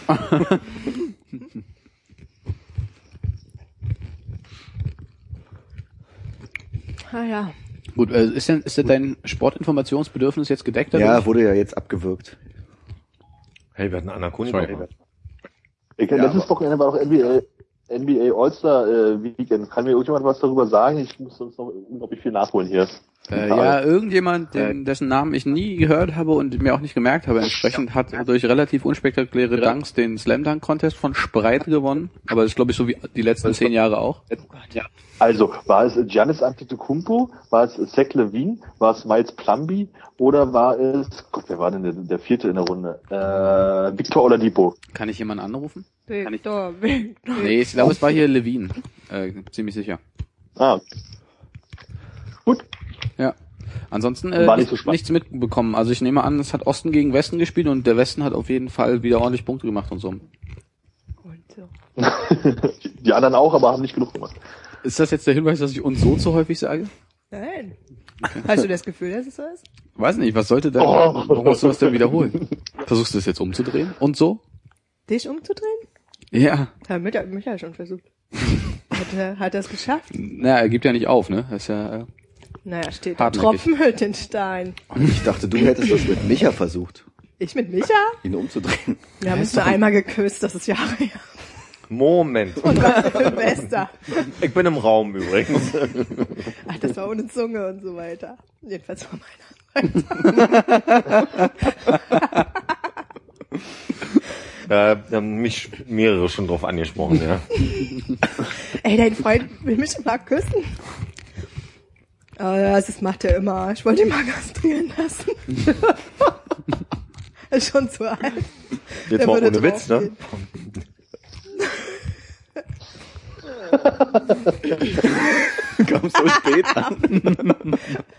Ah ja. Gut, ist denn dein Sportinformationsbedürfnis jetzt gedeckt? Oder Ja, nicht? wurde ja jetzt abgewürgt. Hey, wir hatten Anna Konikova. Letztes Wochenende war doch NBA All-Star Weekend. Kann mir irgendjemand was darüber sagen? Ich muss sonst noch unglaublich viel nachholen hier. Ja, irgendjemand, dessen Namen ich nie gehört habe und mir auch nicht gemerkt habe, entsprechend hat durch relativ unspektakuläre Dunks den Slam Dunk Contest von Spreit gewonnen. Aber das ist, glaube ich, so wie die letzten 10 Jahre auch. Also, war es Giannis Antetokounmpo, war es Zach LaVine, war es Miles Plumlee oder war es, Gott, wer war denn der vierte in der Runde? Victor Oladipo. Kann ich jemanden anrufen? Victor. Nee, ich glaube, es war hier Levine. Ziemlich sicher. Ah. Gut. Ja. Ansonsten nicht so spannend. nichts mitbekommen. Also ich nehme an, es hat Osten gegen Westen gespielt und der Westen hat auf jeden Fall wieder ordentlich Punkte gemacht und so. Und so. Die anderen auch, aber haben nicht genug gemacht. Ist das jetzt der Hinweis, dass ich uns so zu häufig sage? Nein. Hast du das Gefühl, dass es so ist? Weiß nicht, was sollte denn, warum musst du das denn wiederholen? Versuchst du das jetzt umzudrehen? Und so? Dich umzudrehen? Ja. Hat Michael schon versucht. Hat er es geschafft? Naja, er gibt ja nicht auf, ne? Das ist ja, Naja, steht da. Hartnäckig. Tropfen hüllt den Stein. Und ich dachte, du hättest das mit Micha versucht, Ich mit Micha? ihn umzudrehen. Wir haben uns nur einmal geküsst, das ist Jahre her. Moment. Und was für Silvester. Ich bin im Raum übrigens. Ach, das war ohne Zunge und so weiter. Jedenfalls von meiner Seite. Haben mich mehrere schon drauf angesprochen, ja. Ey, dein Freund will mich immer küssen. Oh, ja, das macht er immer. Ich wollte ihn mal kastrieren lassen. Ist schon zu alt. Jetzt Der mal würde ohne Witz, ne? Komm so spät an.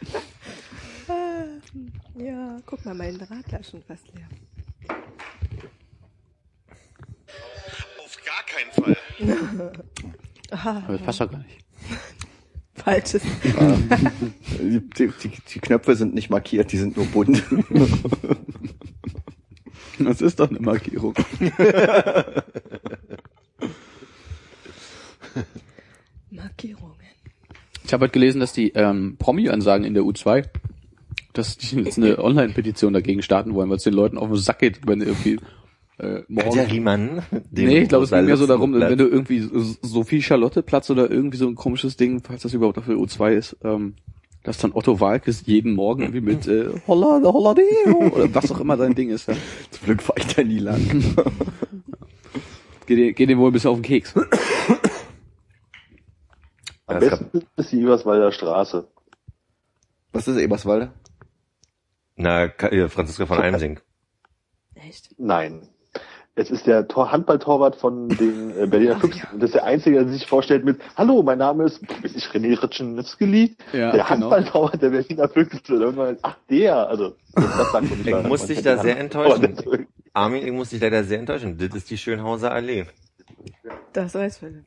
Ja, guck mal, mein Radler ist schon fast leer. Auf gar keinen Fall. aber das passt doch gar nicht. Falsches. Die Knöpfe sind nicht markiert, die sind nur bunt. Das ist doch eine Markierung. Markierungen. Ich habe halt gelesen, dass die Promi-Ansagen in der U2, dass die jetzt eine Online-Petition dagegen starten wollen, weil es den Leuten auf den Sack geht, wenn irgendwie morgen... Der Riemann. Nee, ich glaube, es geht mehr so darum, wenn du irgendwie Sophie Charlotte Platz oder irgendwie so ein komisches Ding, falls das überhaupt auf der U2 ist, dass dann Otto Waalkes jeden Morgen irgendwie mit Holla, Holla, oder was auch immer sein Ding ist. Ja. Zum Glück fahre ich da nie lang. Geht dir wohl ein bisschen auf den Keks. Am besten ist die Eberswalder Straße. Was ist Eberswalde? Franziska von Almsink. Echt? Nein. Es ist der Handballtorwart von den Berliner Füchsen. Und das ist der Einzige, der sich vorstellt mit, hallo, mein Name ist René Ritschenewski, Ja, der genau. Handballtorwart der Berliner Füchse. Und irgendwann, ach der, also, das sagt man nicht. Ich muss dich da sehr enttäuschen. Armin, ich muss dich leider sehr enttäuschen. Das ist die Schönhauser Allee. Das weiß Philipp.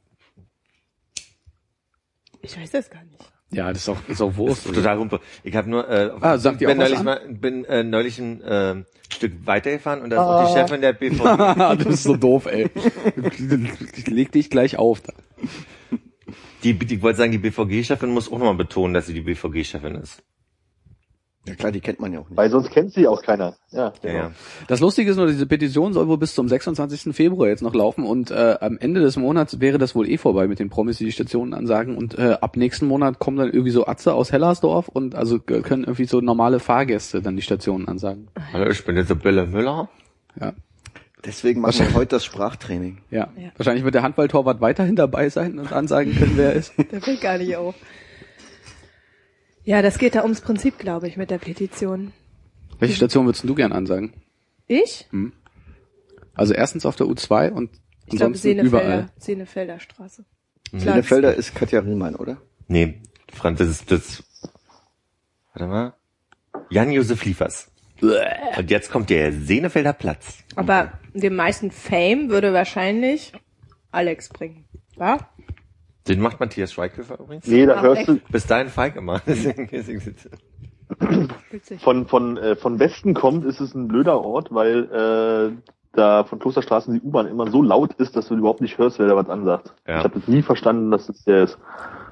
Ich weiß das gar nicht. Ja, das ist auch Wurst. Total rumpe. Ich habe nur sagt die auch was bin neulich ein Stück weitergefahren und da ist auch die Chefin der BVG. Das ist so doof, ey. Leg dich gleich auf. Ich wollte sagen, die BVG-Chefin muss auch nochmal betonen, dass sie die BVG-Chefin ist. Ja klar, die kennt man ja auch nicht. Weil sonst kennt sie auch keiner. Ja, genau. Ja. Das Lustige ist nur, diese Petition soll wohl bis zum 26. Februar jetzt noch laufen und am Ende des Monats wäre das wohl vorbei mit den Promis, die Stationen ansagen und ab nächsten Monat kommen dann irgendwie so Atze aus Hellersdorf und also können irgendwie so normale Fahrgäste dann die Stationen ansagen. Hallo, ich bin jetzt Sibylle Müller. Ja. Deswegen machen wir heute das Sprachtraining. Ja. Ja. Wahrscheinlich wird der Handballtorwart weiterhin dabei sein und ansagen können, wer er ist. Der fällt gar nicht auf. Ja, das geht da ums Prinzip, glaube ich, mit der Petition. Welche Station würdest du gern ansagen? Ich? Also erstens auf der U2 und Ich glaube ansonsten überall. Senefelder Straße. Senefelder ist Katja Riemann, oder? Nee, Franz, das ist das. Warte mal. Jan-Josef Liefers. Und jetzt kommt der Senefelder Platz. Aber den meisten Fame würde wahrscheinlich Alex bringen. Ja? Den macht Matthias Schweighöfer übrigens. Nee, da Ach, hörst du, Bis dahin Feig immer. Deswegen Witzig. von Westen kommt, ist es ein blöder Ort, weil da von Klosterstraßen die U-Bahn immer so laut ist, dass du überhaupt nicht hörst, wer da was ansagt. Ja. Ich habe das nie verstanden, dass das der ist.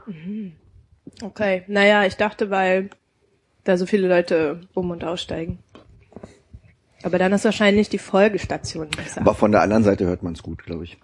Okay, naja, ich dachte, weil da so viele Leute um- und aussteigen. Aber dann ist wahrscheinlich die Folgestation besser. Aber von der anderen Seite hört man es gut, glaube ich.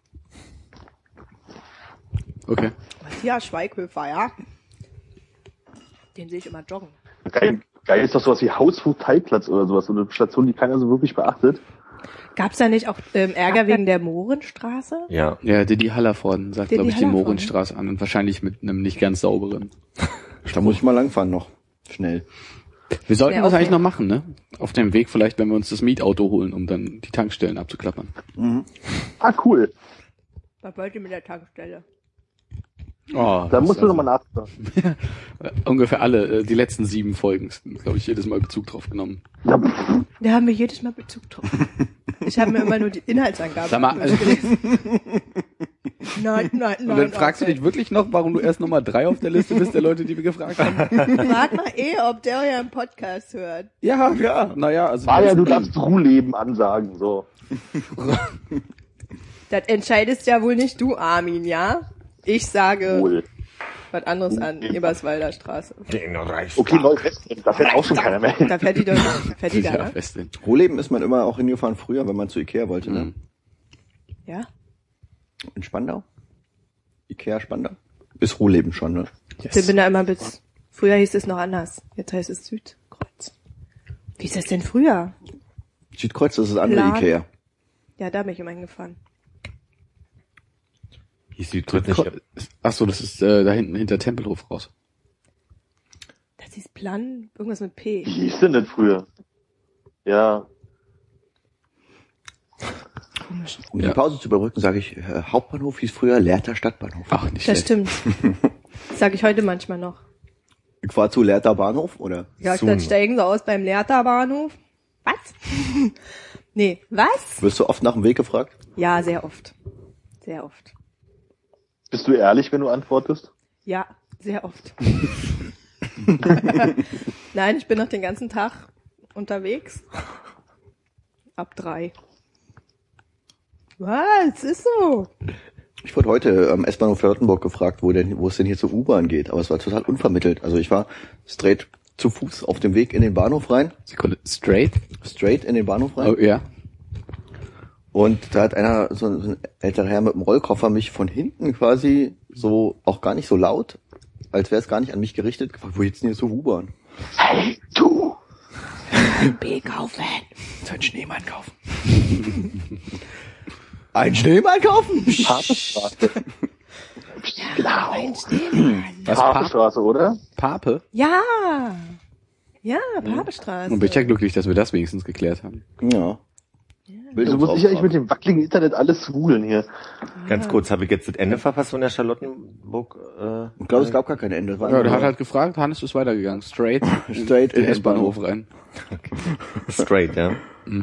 Okay. Matthias Schweighöfer, ja? Den sehe ich immer joggen. Geil ist doch sowas wie Hausvogteiplatz oder sowas, so eine Station, die keiner so wirklich beachtet. Gab's da nicht auch Ärger wegen der Mohrenstraße? Ja. Ja, Didi Hallervorden sagt, Didi glaube ich, die Hallervorden. Mohrenstraße an und wahrscheinlich mit einem nicht ganz sauberen. Da muss ich mal langfahren noch. Schnell. Wir sollten Ja, das okay. eigentlich noch machen, ne? Auf dem Weg vielleicht, wenn wir uns das Mietauto holen, um dann die Tankstellen abzuklappern. Ah, cool. Was wollt ihr mit der Tankstelle? Oh, Da musst du nochmal nachfragen. ungefähr alle, die letzten 7 Folgen, glaube ich, jedes Mal Bezug drauf genommen. Ja, Da haben wir jedes Mal Bezug drauf. Ich habe mir immer nur die Inhaltsangabe Sag mal, durchgelesen. Nein. Und dann fragst du dich wirklich noch, warum du erst Nummer 3 auf der Liste bist, der Leute, die wir gefragt haben? Frag mal ob der euren Podcast hört. Ja, naja, also. du darfst Ruhleben ansagen, so. Das entscheidest ja wohl nicht du, Armin, ja? Ich sage Wohl. was anderes an Eberswalder Straße. Den Okay, Neuwestend, da fährt auch schon keiner mehr hin. Da fährt die doch nicht. Fährt die da, ja, ne? fest hin. Rohleben ist man immer auch hingefahren früher, wenn man zu Ikea wollte, ne? Ja? In Spandau? Ikea Spandau? Bis Rohleben schon, ne? Ich bin da immer bis, früher hieß es noch anders. Jetzt heißt es Südkreuz. Wie ist das denn früher? Südkreuz, das ist das andere Plan. Ikea. Ja, da bin ich immer hingefahren. Hieß Südkreuz nicht. Ach so, das ist da hinten hinter Tempelhof raus. Das hieß Plan, irgendwas mit P. Wie hieß denn das früher? Ja, Komisch. Um die Ja. Pause zu überbrücken, sage ich, Hauptbahnhof hieß früher Lehrter Stadtbahnhof. Ach, nicht Das schlecht. stimmt. Das sage ich heute manchmal noch. Ich war zu Lehrter Bahnhof, oder? Ja, Zoom. dann steigen sie aus beim Lehrter Bahnhof. Was? Nee, was? Wirst du oft nach dem Weg gefragt? Ja, sehr oft. Sehr oft. bist du ehrlich, wenn du antwortest? Ja, sehr oft. Nein, ich bin noch den ganzen Tag unterwegs. Ab 3. Was? Ist so. Ich wurde heute am S-Bahnhof Charlottenburg gefragt, wo es denn hier zur U-Bahn geht, aber es war total unvermittelt. Also ich war straight zu Fuß auf dem Weg in den Bahnhof rein, Sekunde, straight? straight in den Bahnhof rein. Oh, ja. Und da hat einer, so ein älterer Herr mit dem Rollkoffer, mich von hinten quasi so, auch gar nicht so laut, als wäre es gar nicht an mich gerichtet, gefragt, wo geht's denn hier zur U-Bahn? Hey, du! B kaufen. So einen Schneemann kaufen. Einen Schneemann kaufen? Papenstraße. Genau. Ein Stehmann. Was, Papestraße, oder? Pape? Ja. Ja, Papestraße. Und bin ich ja glücklich, dass wir das wenigstens geklärt haben. Ja. Du musst dich eigentlich mit dem wackeligen Internet alles googeln hier. Ganz kurz, habe ich jetzt das Ende verpasst von der Charlottenburg? Ich glaube, es gab gar kein Ende. Es war Ja, der nur- hat halt gefragt, Hannes ist weitergegangen. Straight Straight in in den den S-Bahnhof rein. Straight, ja.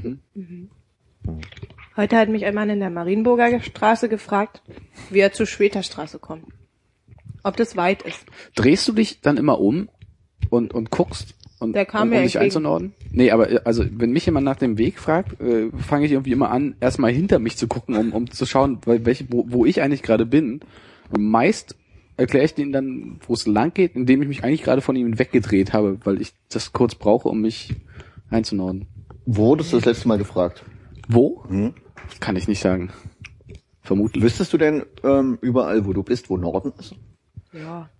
Heute hat mich ein Mann in der Marienburger Straße gefragt, wie er zur Schweter Straße kommt. Ob das weit ist. Drehst du dich dann immer um und guckst und Der kam um mir dich entgegen. einzunorden? Nee, aber also wenn mich jemand nach dem Weg fragt, fange ich irgendwie immer an, erstmal hinter mich zu gucken, um zu schauen, wo ich eigentlich gerade bin. Und meist erkläre ich denen dann, wo es lang geht, indem ich mich eigentlich gerade von ihnen weggedreht habe, weil ich das kurz brauche, um mich einzunorden. Wo wurdest du das letzte Mal gefragt? Wo? Kann ich nicht sagen. Vermutlich. Wüsstest du denn überall, wo du bist, wo Norden ist? Ja.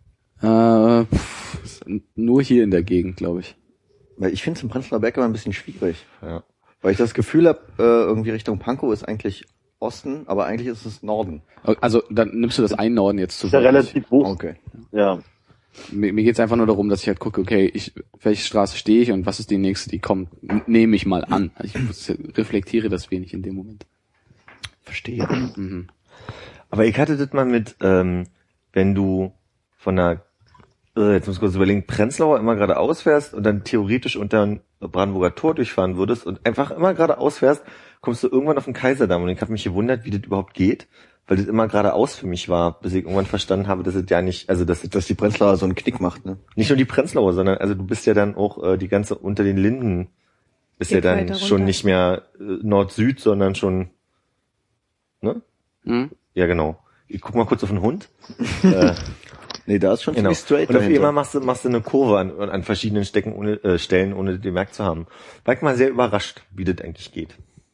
Nur hier in der Gegend, glaube ich. Weil ich finde es im Prenzlauer Berg immer ein bisschen schwierig. Ja. Weil ich das Gefühl habe, irgendwie Richtung Pankow ist eigentlich Osten, aber eigentlich ist es Norden. Also dann nimmst du das Einnorden jetzt zu Ist ja wörtlich. relativ hoch. Okay. Ja. Mir geht's einfach nur darum, dass ich halt gucke, okay, welche Straße stehe ich und was ist die nächste, die kommt, nehme ich mal an. Ich reflektiere das wenig in dem Moment. Verstehe. Aber ich hatte das mal mit, wenn du von der, jetzt muss ich kurz überlegen, Prenzlauer immer geradeaus fährst und dann theoretisch unter ein Brandenburger Tor durchfahren würdest und einfach immer geradeaus fährst, kommst du irgendwann auf den Kaiserdamm. Und ich habe mich gewundert, wie das überhaupt geht, weil das immer geradeaus für mich war, bis ich irgendwann verstanden habe, dass es ja nicht, also dass Dass die Prenzlauer so einen Knick macht, ne? nicht nur die Prenzlauer, sondern also du bist ja dann auch die ganze unter den Linden ist ja Geht dann weiter schon runter. nicht mehr Nord-Süd, sondern schon, ne? Hm? Ja, genau. Ich guck mal kurz auf den Hund. Nee, da ist schon Genau. ziemlich straight Und auf dahinter. einmal machst du eine Kurve an verschiedenen Stellen, ohne das gemerkt zu haben. War ich mal sehr überrascht, wie das eigentlich geht.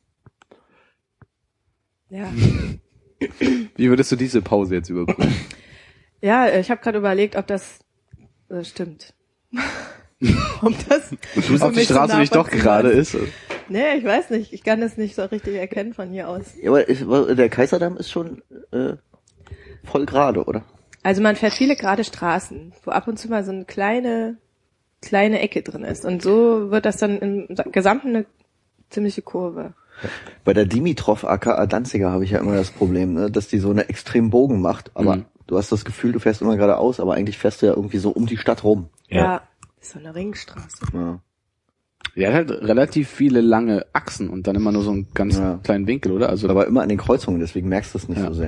Ja. Wie würdest du diese Pause jetzt überbrücken? Ja, ich habe gerade überlegt, ob das stimmt. Ob das Ob die Straße nicht doch gerade ist? Nee, ich weiß nicht. Ich kann das nicht so richtig erkennen von hier aus. Ja, aber der Kaiserdamm ist schon voll gerade, oder? Also man fährt viele gerade Straßen, wo ab und zu mal so eine kleine Ecke drin ist. Und so wird das dann im Gesamten eine ziemliche Kurve. Bei der Dimitrov aka Danziger habe ich ja immer das Problem, ne, dass die so eine extremen Bogen macht. Aber du hast das Gefühl, du fährst immer geradeaus, aber eigentlich fährst du ja irgendwie so um die Stadt rum. Ja. Ist so eine Ringstraße. Ja. Der hat halt relativ viele lange Achsen und dann immer nur so einen ganz Ja. kleinen Winkel, oder? Also Aber immer an den Kreuzungen, deswegen merkst du es nicht Ja. so sehr.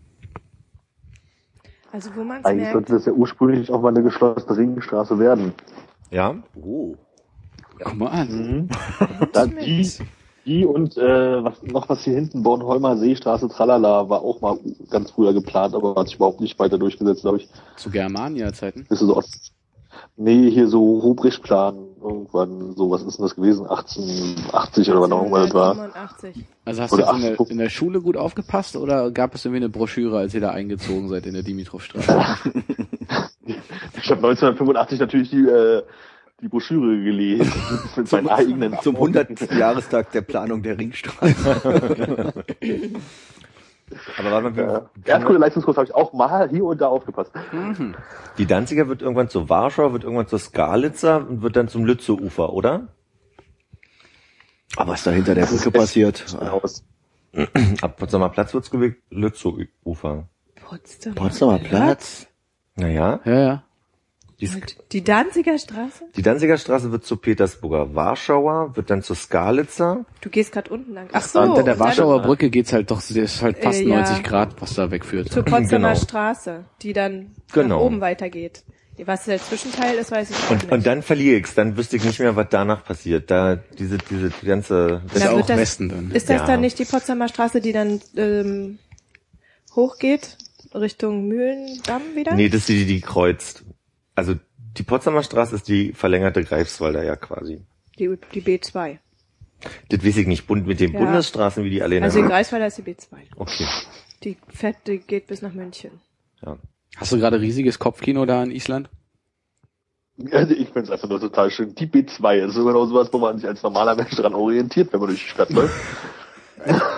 Also wo man es Eigentlich merkt. sollte das ja ursprünglich auch mal eine geschlossene Ringstraße werden. Ja? Oh. guck mal an. Da die und was hier hinten, Bornholmer Seestraße, tralala, war auch mal ganz früher geplant, aber hat sich überhaupt nicht weiter durchgesetzt, glaube ich. Zu Germania-Zeiten. Ist so Nee, hier so Rubrichplan, irgendwann, so, was ist denn das gewesen? 1880 oder wann auch immer das war. 85. Also hast du Oder jetzt in der Schule gut aufgepasst oder gab es irgendwie eine Broschüre, als ihr da eingezogen seid in der Dimitrovstraße? Ich habe 1985 natürlich die Broschüre gelesen mit meinen eigenen Zum 100. Jahrestag der Planung der Ringstraße. Aber warte mal, Erdkunde-Leistungskurs habe ich auch mal hier und da aufgepasst. die Danziger wird irgendwann zur Warschau, wird irgendwann zur Skalitzer und wird dann zum Lützowufer, oder? Aber was da hinter der Brücke passiert? Aus. Ab Potsdamer Platz wird's gewählt, Lützowufer. Potsdamer Platz? Naja, Ja. Die Danziger Straße? die Danziger Straße wird zur Petersburger Warschauer, wird dann zur Skalitzer. Du gehst gerade unten lang. Ach so. Unter der und dann Warschauer Brücke geht's halt doch, das ist halt fast Ja. 90 Grad, was da wegführt. Zur Potsdamer Genau. Straße, die dann Genau. nach oben weitergeht. Was der Zwischenteil ist, weiß ich auch nicht. Und dann verliere ich's, dann wüsste ich nicht mehr, was danach passiert. Da diese ganze Das ist Na, auch wird das- Westen dann. Ist das Ja. dann nicht die Potsdamer Straße, die dann hochgeht Richtung Mühlendamm wieder? Nee, das ist die kreuzt. Also die Potsdamer Straße ist die verlängerte Greifswalder ja quasi. Die B2. Das weiß ich nicht, bunt mit den Ja. Bundesstraßen, wie die alle Also die nennen. Greifswalder ist die B2. Okay, Die geht bis nach München. ja. Hast du gerade riesiges Kopfkino da in Island? Also ich finde es einfach nur total schön. Die B2 ist so genau sowas, wo man sich als normaler Mensch dran orientiert, wenn man durch die Stadt läuft.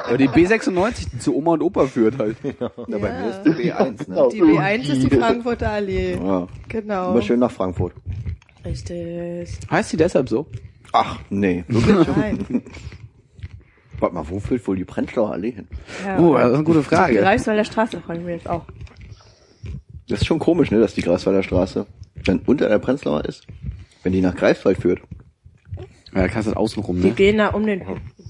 Aber die B96, die zu Oma und Opa führt halt. Ja, bei mir ist die B1, ne? Die B1 ist die Frankfurter Allee. Ja. Genau. Immer schön nach Frankfurt. Richtig. Heißt die deshalb so? Ach, nee. Nein. Warte mal, wo führt wohl die Prenzlauer Allee hin? Ja. Oh, das ist eine gute Die Frage. Greifswalder Straße fragen wir jetzt auch. Das ist schon komisch, ne, dass die Greifswalder Straße dann unter der Prenzlauer ist, wenn die nach Greifswald führt. Ja, da kannst du das außenrum, Die ne? gehen da um den,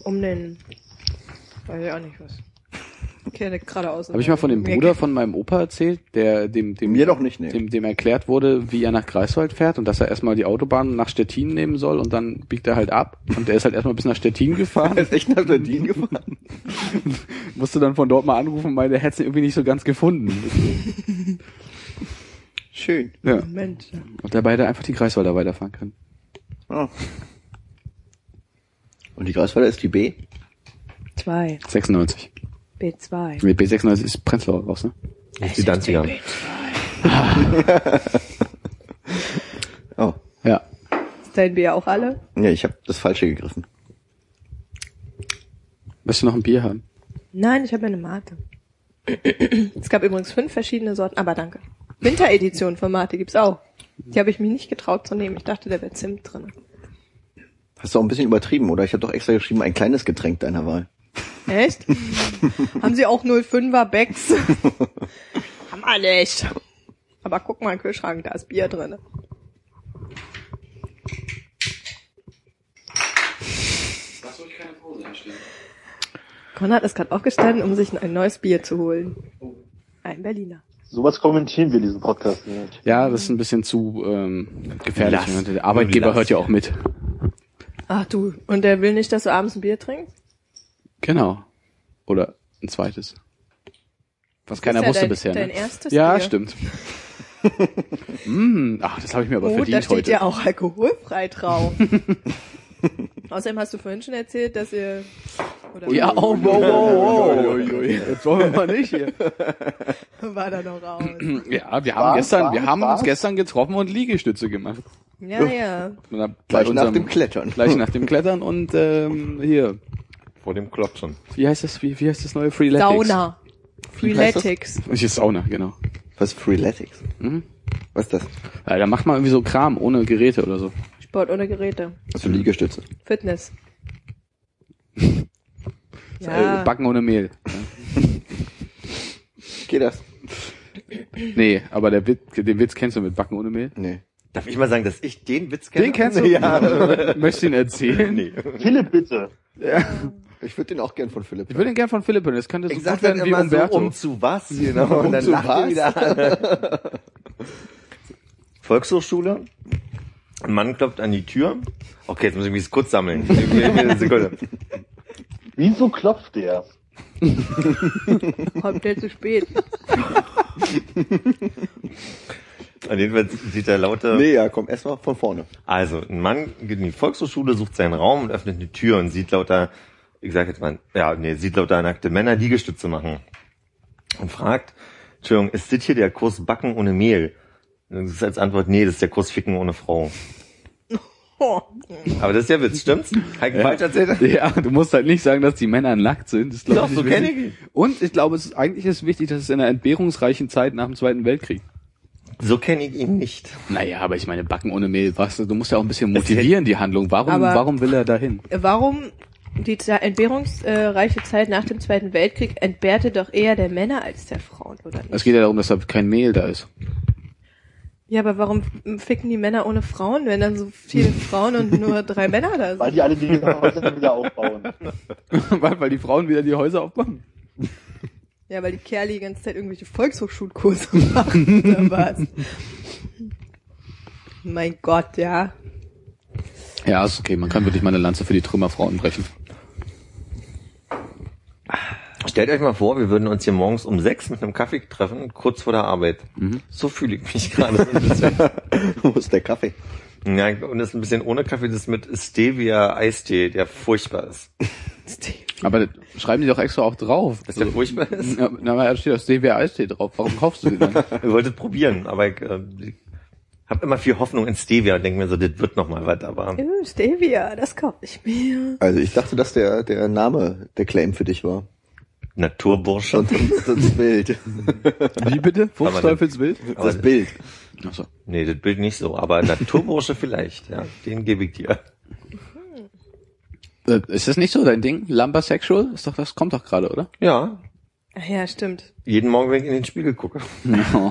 weiß ich auch nicht was. Okay, geradeaus. Habe ich mal von dem Bruder von meinem Opa erzählt, der dem Mir doch nicht, ne. dem erklärt wurde, wie er nach Greifswald fährt und dass er erstmal die Autobahn nach Stettin nehmen soll und dann biegt er halt ab und der ist halt erstmal bis nach Stettin gefahren. Er ist echt nach Berlin gefahren. Musste dann von dort mal anrufen, weil der hätte es irgendwie nicht so ganz gefunden. Schön. Ja. Mensch. Und dabei hätte er einfach die Greifswalder weiterfahren können. Ah. Und die Greifswalder ist die B? 2. 96. B2. Nee, B96 ist Prenzlauer raus, ne? Das ist die Danziger. Oh. Ja. Ist dein Bier auch alle? Ja, ich habe das Falsche gegriffen. Willst du noch ein Bier haben? Nein, ich habe eine Mate. Es gab übrigens 5 verschiedene Sorten, aber danke. Winteredition von Mate gibt's auch. Die habe ich mich nicht getraut zu nehmen. Ich dachte, da wäre Zimt drin. Hast du auch ein bisschen übertrieben, oder? Ich habe doch extra geschrieben, ein kleines Getränk deiner Wahl. Echt? Haben sie auch 05er Becks? Haben wir nicht. Aber guck mal im Kühlschrank, da ist Bier drin. Konrad ist gerade aufgestanden, um sich ein neues Bier zu holen. Ein Berliner. Sowas kommentieren wir diesen Podcast nicht. Ja, das ist ein bisschen zu gefährlich. Lass. Der Arbeitgeber Lass. hört ja auch mit. Ach du, und der will nicht, dass du abends ein Bier trinkst? Genau. Oder ein zweites. Was keiner ja wusste dein, bisher. dein Ne? erstes Ja, Bier. stimmt. Ach, das habe ich mir aber Oh, da verdient steht heute. ja auch alkoholfrei drauf. Außerdem hast du vorhin schon erzählt, dass ihr... Oder Ja, oh, wow. Jetzt wollen wir mal nicht hier. war da noch raus? Ja, wir haben uns gestern getroffen und Liegestütze gemacht. Ja. Bei Gleich nach unserem- dem Klettern. Gleich nach dem Klettern und hier, Vor dem Klopfen. wie heißt das neue Freeletics? Sauna. Freeletics. Ich ist Sauna, genau. Was ist Freeletics? Mhm. Was ist das? Ja, da macht man irgendwie so Kram ohne Geräte oder so. Sport ohne Geräte. Also Liegestütze. Fitness. Ja. Backen ohne Mehl. Geht das? Nee, aber den Witz kennst du mit Backen ohne Mehl? Nee. Darf ich mal sagen, dass ich den Witz kenne? Den kennst du? Ja. Möchtest du ihn erzählen? Nee. Philipp, bitte. Ich würde den auch gern von Philipp. Ich würde ihn gern von Philipp hören. Das könnte so Ich gut sag dann werden wie immer Umberto. so, um zu was, genau. Und dann zu lacht was? er wieder an. Volkshochschule. Ein Mann klopft an die Tür. Okay, jetzt muss ich mich kurz sammeln. Eine Sekunde. Wieso klopft der? Kommt der zu spät. Und jedenfalls sieht er lauter... Nee, ja, komm, erstmal von vorne. Also, ein Mann geht in die Volkshochschule, sucht seinen Raum und öffnet eine Tür und sieht lauter, sieht lauter nackte Männer Liegestütze machen. Und fragt, Entschuldigung, ist das hier der Kurs Backen ohne Mehl? Und das ist als Antwort, nee, das ist der Kurs Ficken ohne Frau. Aber das ist der Witz, stimmt's? Heike falsch erzählt? Ja, du musst halt nicht sagen, dass die Männer nackt sind. Das glaub Doch, ich so nicht kenn wichtig. ich ihn. Und ich glaube, eigentlich ist wichtig, dass es in einer entbehrungsreichen Zeit nach dem Zweiten Weltkrieg. So kenne ich ihn nicht. Naja, aber ich meine, Backen ohne Mehl, was? Du musst ja auch ein bisschen motivieren, die Handlung. Warum will er dahin? Warum die entbehrungsreiche Zeit nach dem Zweiten Weltkrieg entbehrte doch eher der Männer als der Frauen, oder nicht? Es geht ja darum, dass da kein Mehl da ist. Ja, aber warum ficken die Männer ohne Frauen, wenn dann so viele Frauen und nur 3 Männer da Weil sind? die alle die Häuser wieder aufbauen. Weil die Frauen wieder die Häuser aufmachen. Ja, weil die Kerle die ganze Zeit irgendwelche Volkshochschulkurse machen oder was? Mein Gott, ja. Ja, ist okay. Man kann wirklich mal eine Lanze für die Trümmerfrauen brechen. Stellt euch mal vor, wir würden uns hier morgens um 6 mit einem Kaffee treffen, kurz vor der Arbeit. So fühle ich mich gerade so ein bisschen. Wo ist der Kaffee? Ja, und das ist ein bisschen ohne Kaffee, das ist mit Stevia-Eistee, der furchtbar ist. Aber das schreiben die doch extra auch drauf. Dass der furchtbar ist? Ja, da steht doch Stevia Eistee drauf. Warum kaufst du den dann? Wir wollten probieren, aber Hab immer viel Hoffnung in Stevia und denke mir so, das wird noch mal was, aber Stevia, das kaufe ich mir. Also ich dachte, dass der Name der Claim für dich war. Naturbursche. Und das Bild. Wie bitte? Fuchsteufelswild? Das Bild. Achso. Nee, das Bild nicht so, aber Naturbursche vielleicht, ja. Den gebe ich dir. Ist das nicht so dein Ding? Lumbersexual? Das kommt doch gerade, oder? Ja. Ach ja, stimmt. Jeden Morgen, wenn ich in den Spiegel gucke. Du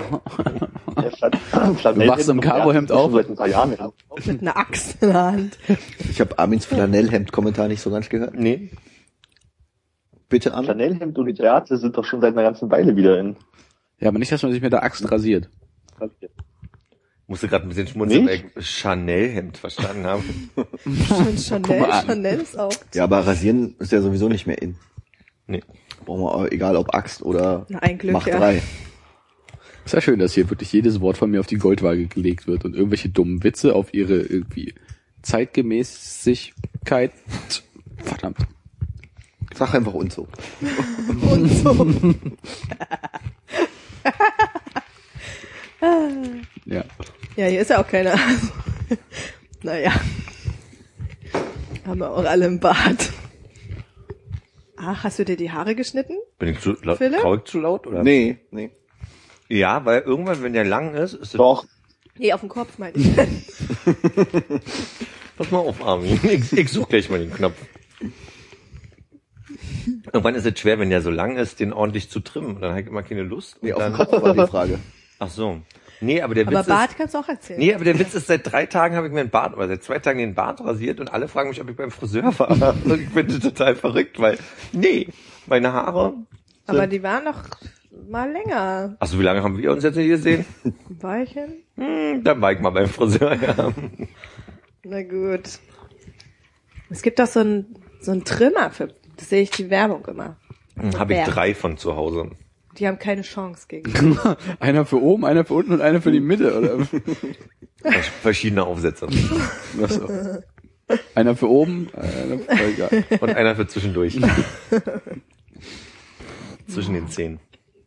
wachst im Cargohemd auf. Seit ein paar Jahren, ja. Mit einer Axt in der Hand. Ich habe Armins Flanellhemd-Kommentar nicht so ganz gehört. Nee. Bitte, Armin. Chanel-Hemd und Bärte sind doch schon seit einer ganzen Weile wieder in. Ja, aber nicht, dass man sich mit der Axt rasiert. Musste gerade ein bisschen schmunzeln, weil Nicht? ich Chanel-Hemd verstanden habe. Schon Guck mal an. Chanel ist auch. Ja, aber rasieren ist ja sowieso nicht mehr in. Nee. Brauchen wir, auch, egal ob Axt oder Na, ein Glück, Macht ja. 3. Ist ja schön, dass hier wirklich jedes Wort von mir auf die Goldwaage gelegt wird und irgendwelche dummen Witze auf ihre irgendwie Zeitgemäßigkeit. Verdammt. Sag einfach und so. Und so. Ja. Ja, hier ist ja auch keiner. Naja. Haben wir auch alle im Bad. Ach, hast du dir die Haare geschnitten? Bin ich zu laut? Philipp? Traurig zu laut, oder? Nee. Ja, weil irgendwann, wenn der lang ist es... Doch. Nee, auf dem Kopf meine ich. Pass mal auf, Armin. Ich such gleich mal den Knopf. Irgendwann ist es schwer, wenn der so lang ist, den ordentlich zu trimmen. Dann habe ich immer keine Lust. Nee, Und auf dem dann, Kopf war die Frage. ach so. Nee, aber der Aber Witz Bart ist... kannst du auch erzählen. Nee, aber der Witz ist, seit 3 Tagen habe ich mir den Bart, oder seit 2 Tagen den Bart rasiert und alle fragen mich, ob ich beim Friseur war. Und ich bin total verrückt, weil, nee, meine Haare... Aber die waren doch mal länger. Achso, wie lange haben wir uns jetzt nicht gesehen? Ein Weilchen? Dann war ich mal beim Friseur, ja. Na gut. Es gibt doch so ein Trimmer für, das sehe ich die Werbung immer. Habe ich 3 von zu Hause. Die haben keine Chance gegen. Einer für oben, einer für unten und einer für die Mitte, oder? Verschiedene Aufsätze. Achso. Einer für oben, einer für, egal. Und einer für zwischendurch. Zwischen den Zähnen.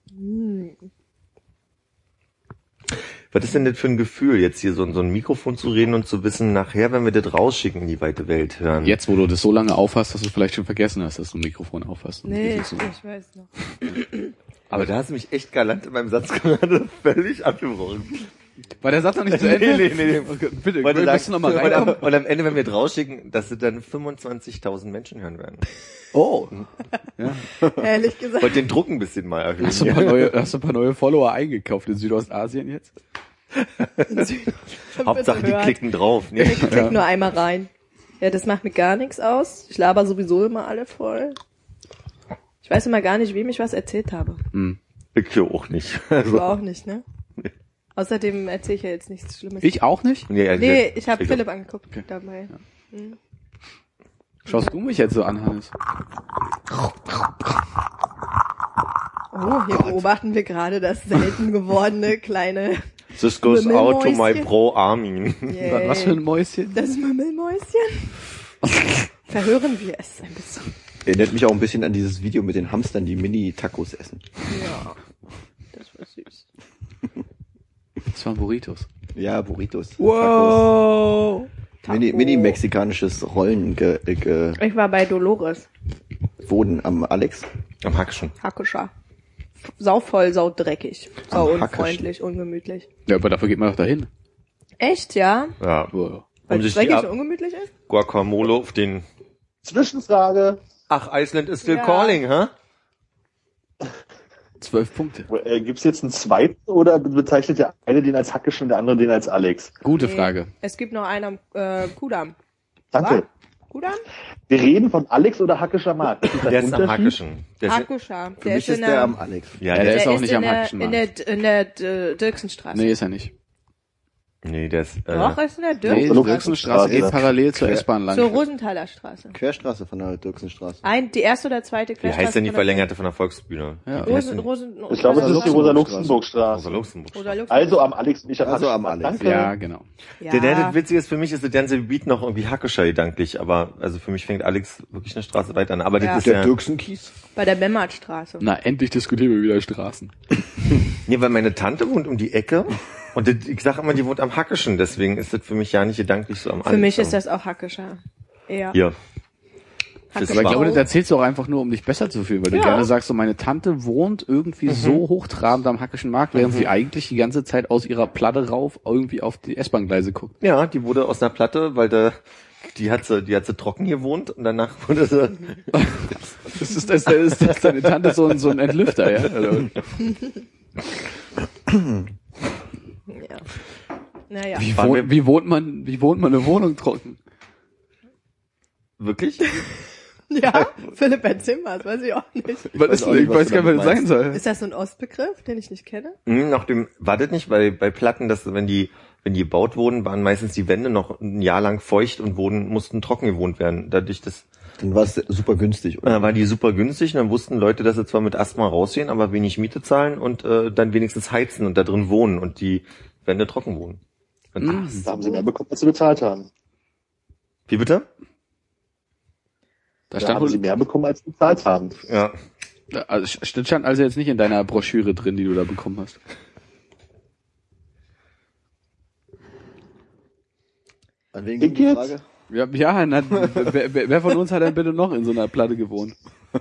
Was ist denn das für ein Gefühl, jetzt hier so ein Mikrofon zu reden und zu wissen, nachher, wenn wir das rausschicken in die weite Welt hören? Jetzt, wo du das so lange aufhast, dass du vielleicht schon vergessen hast, dass du ein Mikrofon aufhast. Nee, ich weiß noch. Aber da hast du mich echt galant in meinem Satz gerade völlig abgebrochen. War der Satz noch nicht zu Ende? Nee. Okay, bitte, Wollte möchtest du noch mal reinkommen? und am Ende, wenn wir das rausschicken, dass es dann 25.000 Menschen hören werden. Oh. Ehrlich gesagt. Wollte den Druck ein bisschen mal erhöhen. Hast du ein paar neue Follower eingekauft in Südostasien jetzt? Hauptsache, die klicken drauf. Nee. Ich klick nur einmal rein. Ja, das macht mir gar nichts aus. Ich laber sowieso immer alle voll. Ich weiß immer gar nicht, wem ich was erzählt habe. Ich auch nicht. Du auch nicht, ne? Außerdem erzähle ich ja jetzt nichts Schlimmes. Ich auch nicht? Nee, ich habe Philipp angeguckt dabei. Schaust du mich jetzt so an, Hannes? Oh, hier beobachten wir gerade das selten gewordene kleine This goes out to my Mümmelmäuschen. Bro Armin. Yay. Was für ein Mäuschen? Das Mümmelmäuschen. Verhören wir es ein bisschen. Erinnert mich auch ein bisschen an dieses Video mit den Hamstern, die Mini-Tacos essen. Ja, das war süß. Das waren Burritos. Ja, Burritos. Wow. Tacos. Mini-mexikanisches Rollen Ich war bei Dolores. Wohnen am Alex. Am Hackschen. Hackescher. Sauvoll, saudreckig. Sau Am unfreundlich, ungemütlich. Ja, aber dafür geht man doch dahin. Echt, ja? Ja. Wow. Weil Um es sich die dreckig und ungemütlich ist? Guacamole auf den... Zwischenfrage. Ach, Iceland is still Ja. calling, hä? 12 Punkte. Gibt's jetzt einen zweiten oder bezeichnet der eine den als Hackisch und der andere den als Alex? Gute Nee. Frage. Es gibt noch einen am Kudamm. Danke. Kudamm? Wir reden von Alex oder Hackischer Markt. Das ist ein Der ist am Unterschied. Hackischen. Der ist, Hakuscher. Für mich ist der am Alex. ja, Ja, der ist auch ist nicht in am der, Hackischen in Markt. der Dirksenstraße. Nee, ist er nicht. nee, der ist, Doch, ist in der Nee, Dirksenstraße. die Dirksenstraße geht parallel zur S-Bahn lang. Zur Rosenthaler Straße. Querstraße von der Dirksenstraße. Die erste oder zweite wie Querstraße. heißt denn die von der- Verlängerte von der Volksbühne? Ja. Wie heißt denn- Ich glaube, das ist die Rosa-Luxemburg-Straße. Rosa Luxemburg. Rosa Luxemburg. Also am Alex, nicht am Also am Hackischen Alex. Markt. Danke. Ja, genau. Ja. Der Witzige ist, für mich ist das ganze Gebiet noch irgendwie hackischer gedanklich, aber also für mich fängt Alex wirklich eine Straße weiter an. Aber Ja. das ist Der ja, Dirksenkies. Bei der Memmertstraße. Na, endlich diskutieren wir wieder Straßen. nee, weil meine Tante wohnt um die Ecke Und ich sag immer, die wohnt am Hackischen, deswegen ist das für mich ja nicht gedanklich so am Für mich ist das auch Hackischer. Ja. Ja. Hackisch Das Aber ich war- glaube, das erzählst du auch einfach nur, um dich besser zu fühlen, weil du Ja. gerne sagst, so meine Tante wohnt irgendwie so hochtrabend am Hackischen Markt, während sie eigentlich die ganze Zeit aus ihrer Platte rauf irgendwie auf die S-Bahn-Gleise guckt. Ja, die wurde aus einer Platte, weil die hat sie trocken gewohnt und danach wurde sie, Ist deine Tante so ein Entlüfter, ja? Also, Ja. Naja. wie wohnt man eine Wohnung trocken? wirklich? Ja, Philipp, erzähl mal, das weiß ich auch nicht. Was ist, auch nicht, ich was weiß du gar nicht, was damit das sein soll. Ist das so ein Ostbegriff, den ich nicht kenne? War das nicht bei Platten, dass wenn die gebaut wurden, waren meistens die Wände noch ein Jahr lang feucht und mussten trocken gewohnt werden. Dadurch, Dann war es super günstig. Oder? war die super günstig und dann wussten Leute, dass sie zwar mit Asthma rausgehen, aber wenig Miete zahlen und dann wenigstens heizen und da drin wohnen und die Wände trocken wohnen. Und Da haben sie mehr bekommen, als sie bezahlt haben. Wie bitte? Da Da stand haben sie wohl, mehr bekommen, als sie bezahlt haben. Ja. also stand also jetzt nicht in deiner Broschüre drin, die du da bekommen hast. An wen Ich ging die jetzt? Frage? Ja, na, wer von uns hat denn bitte noch in so einer Platte gewohnt?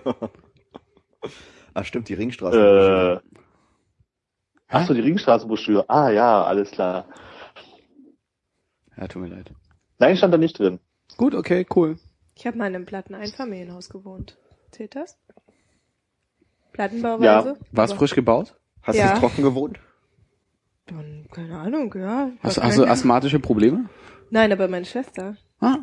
Ach stimmt, die Ringstraße. Ach so, die Ringstraßenbroschüre. Ah ja, alles klar. Ja, tut mir leid. Nein, stand da nicht drin. Gut, okay, cool. Ich habe mal in einem Platteneinfamilienhaus gewohnt. Zählt das? Plattenbauweise? War es frisch gebaut? Hast Ja. du trocken gewohnt? Dann, keine Ahnung, ja. Hast du asthmatische Probleme? Nein, aber meine Schwester. Ah,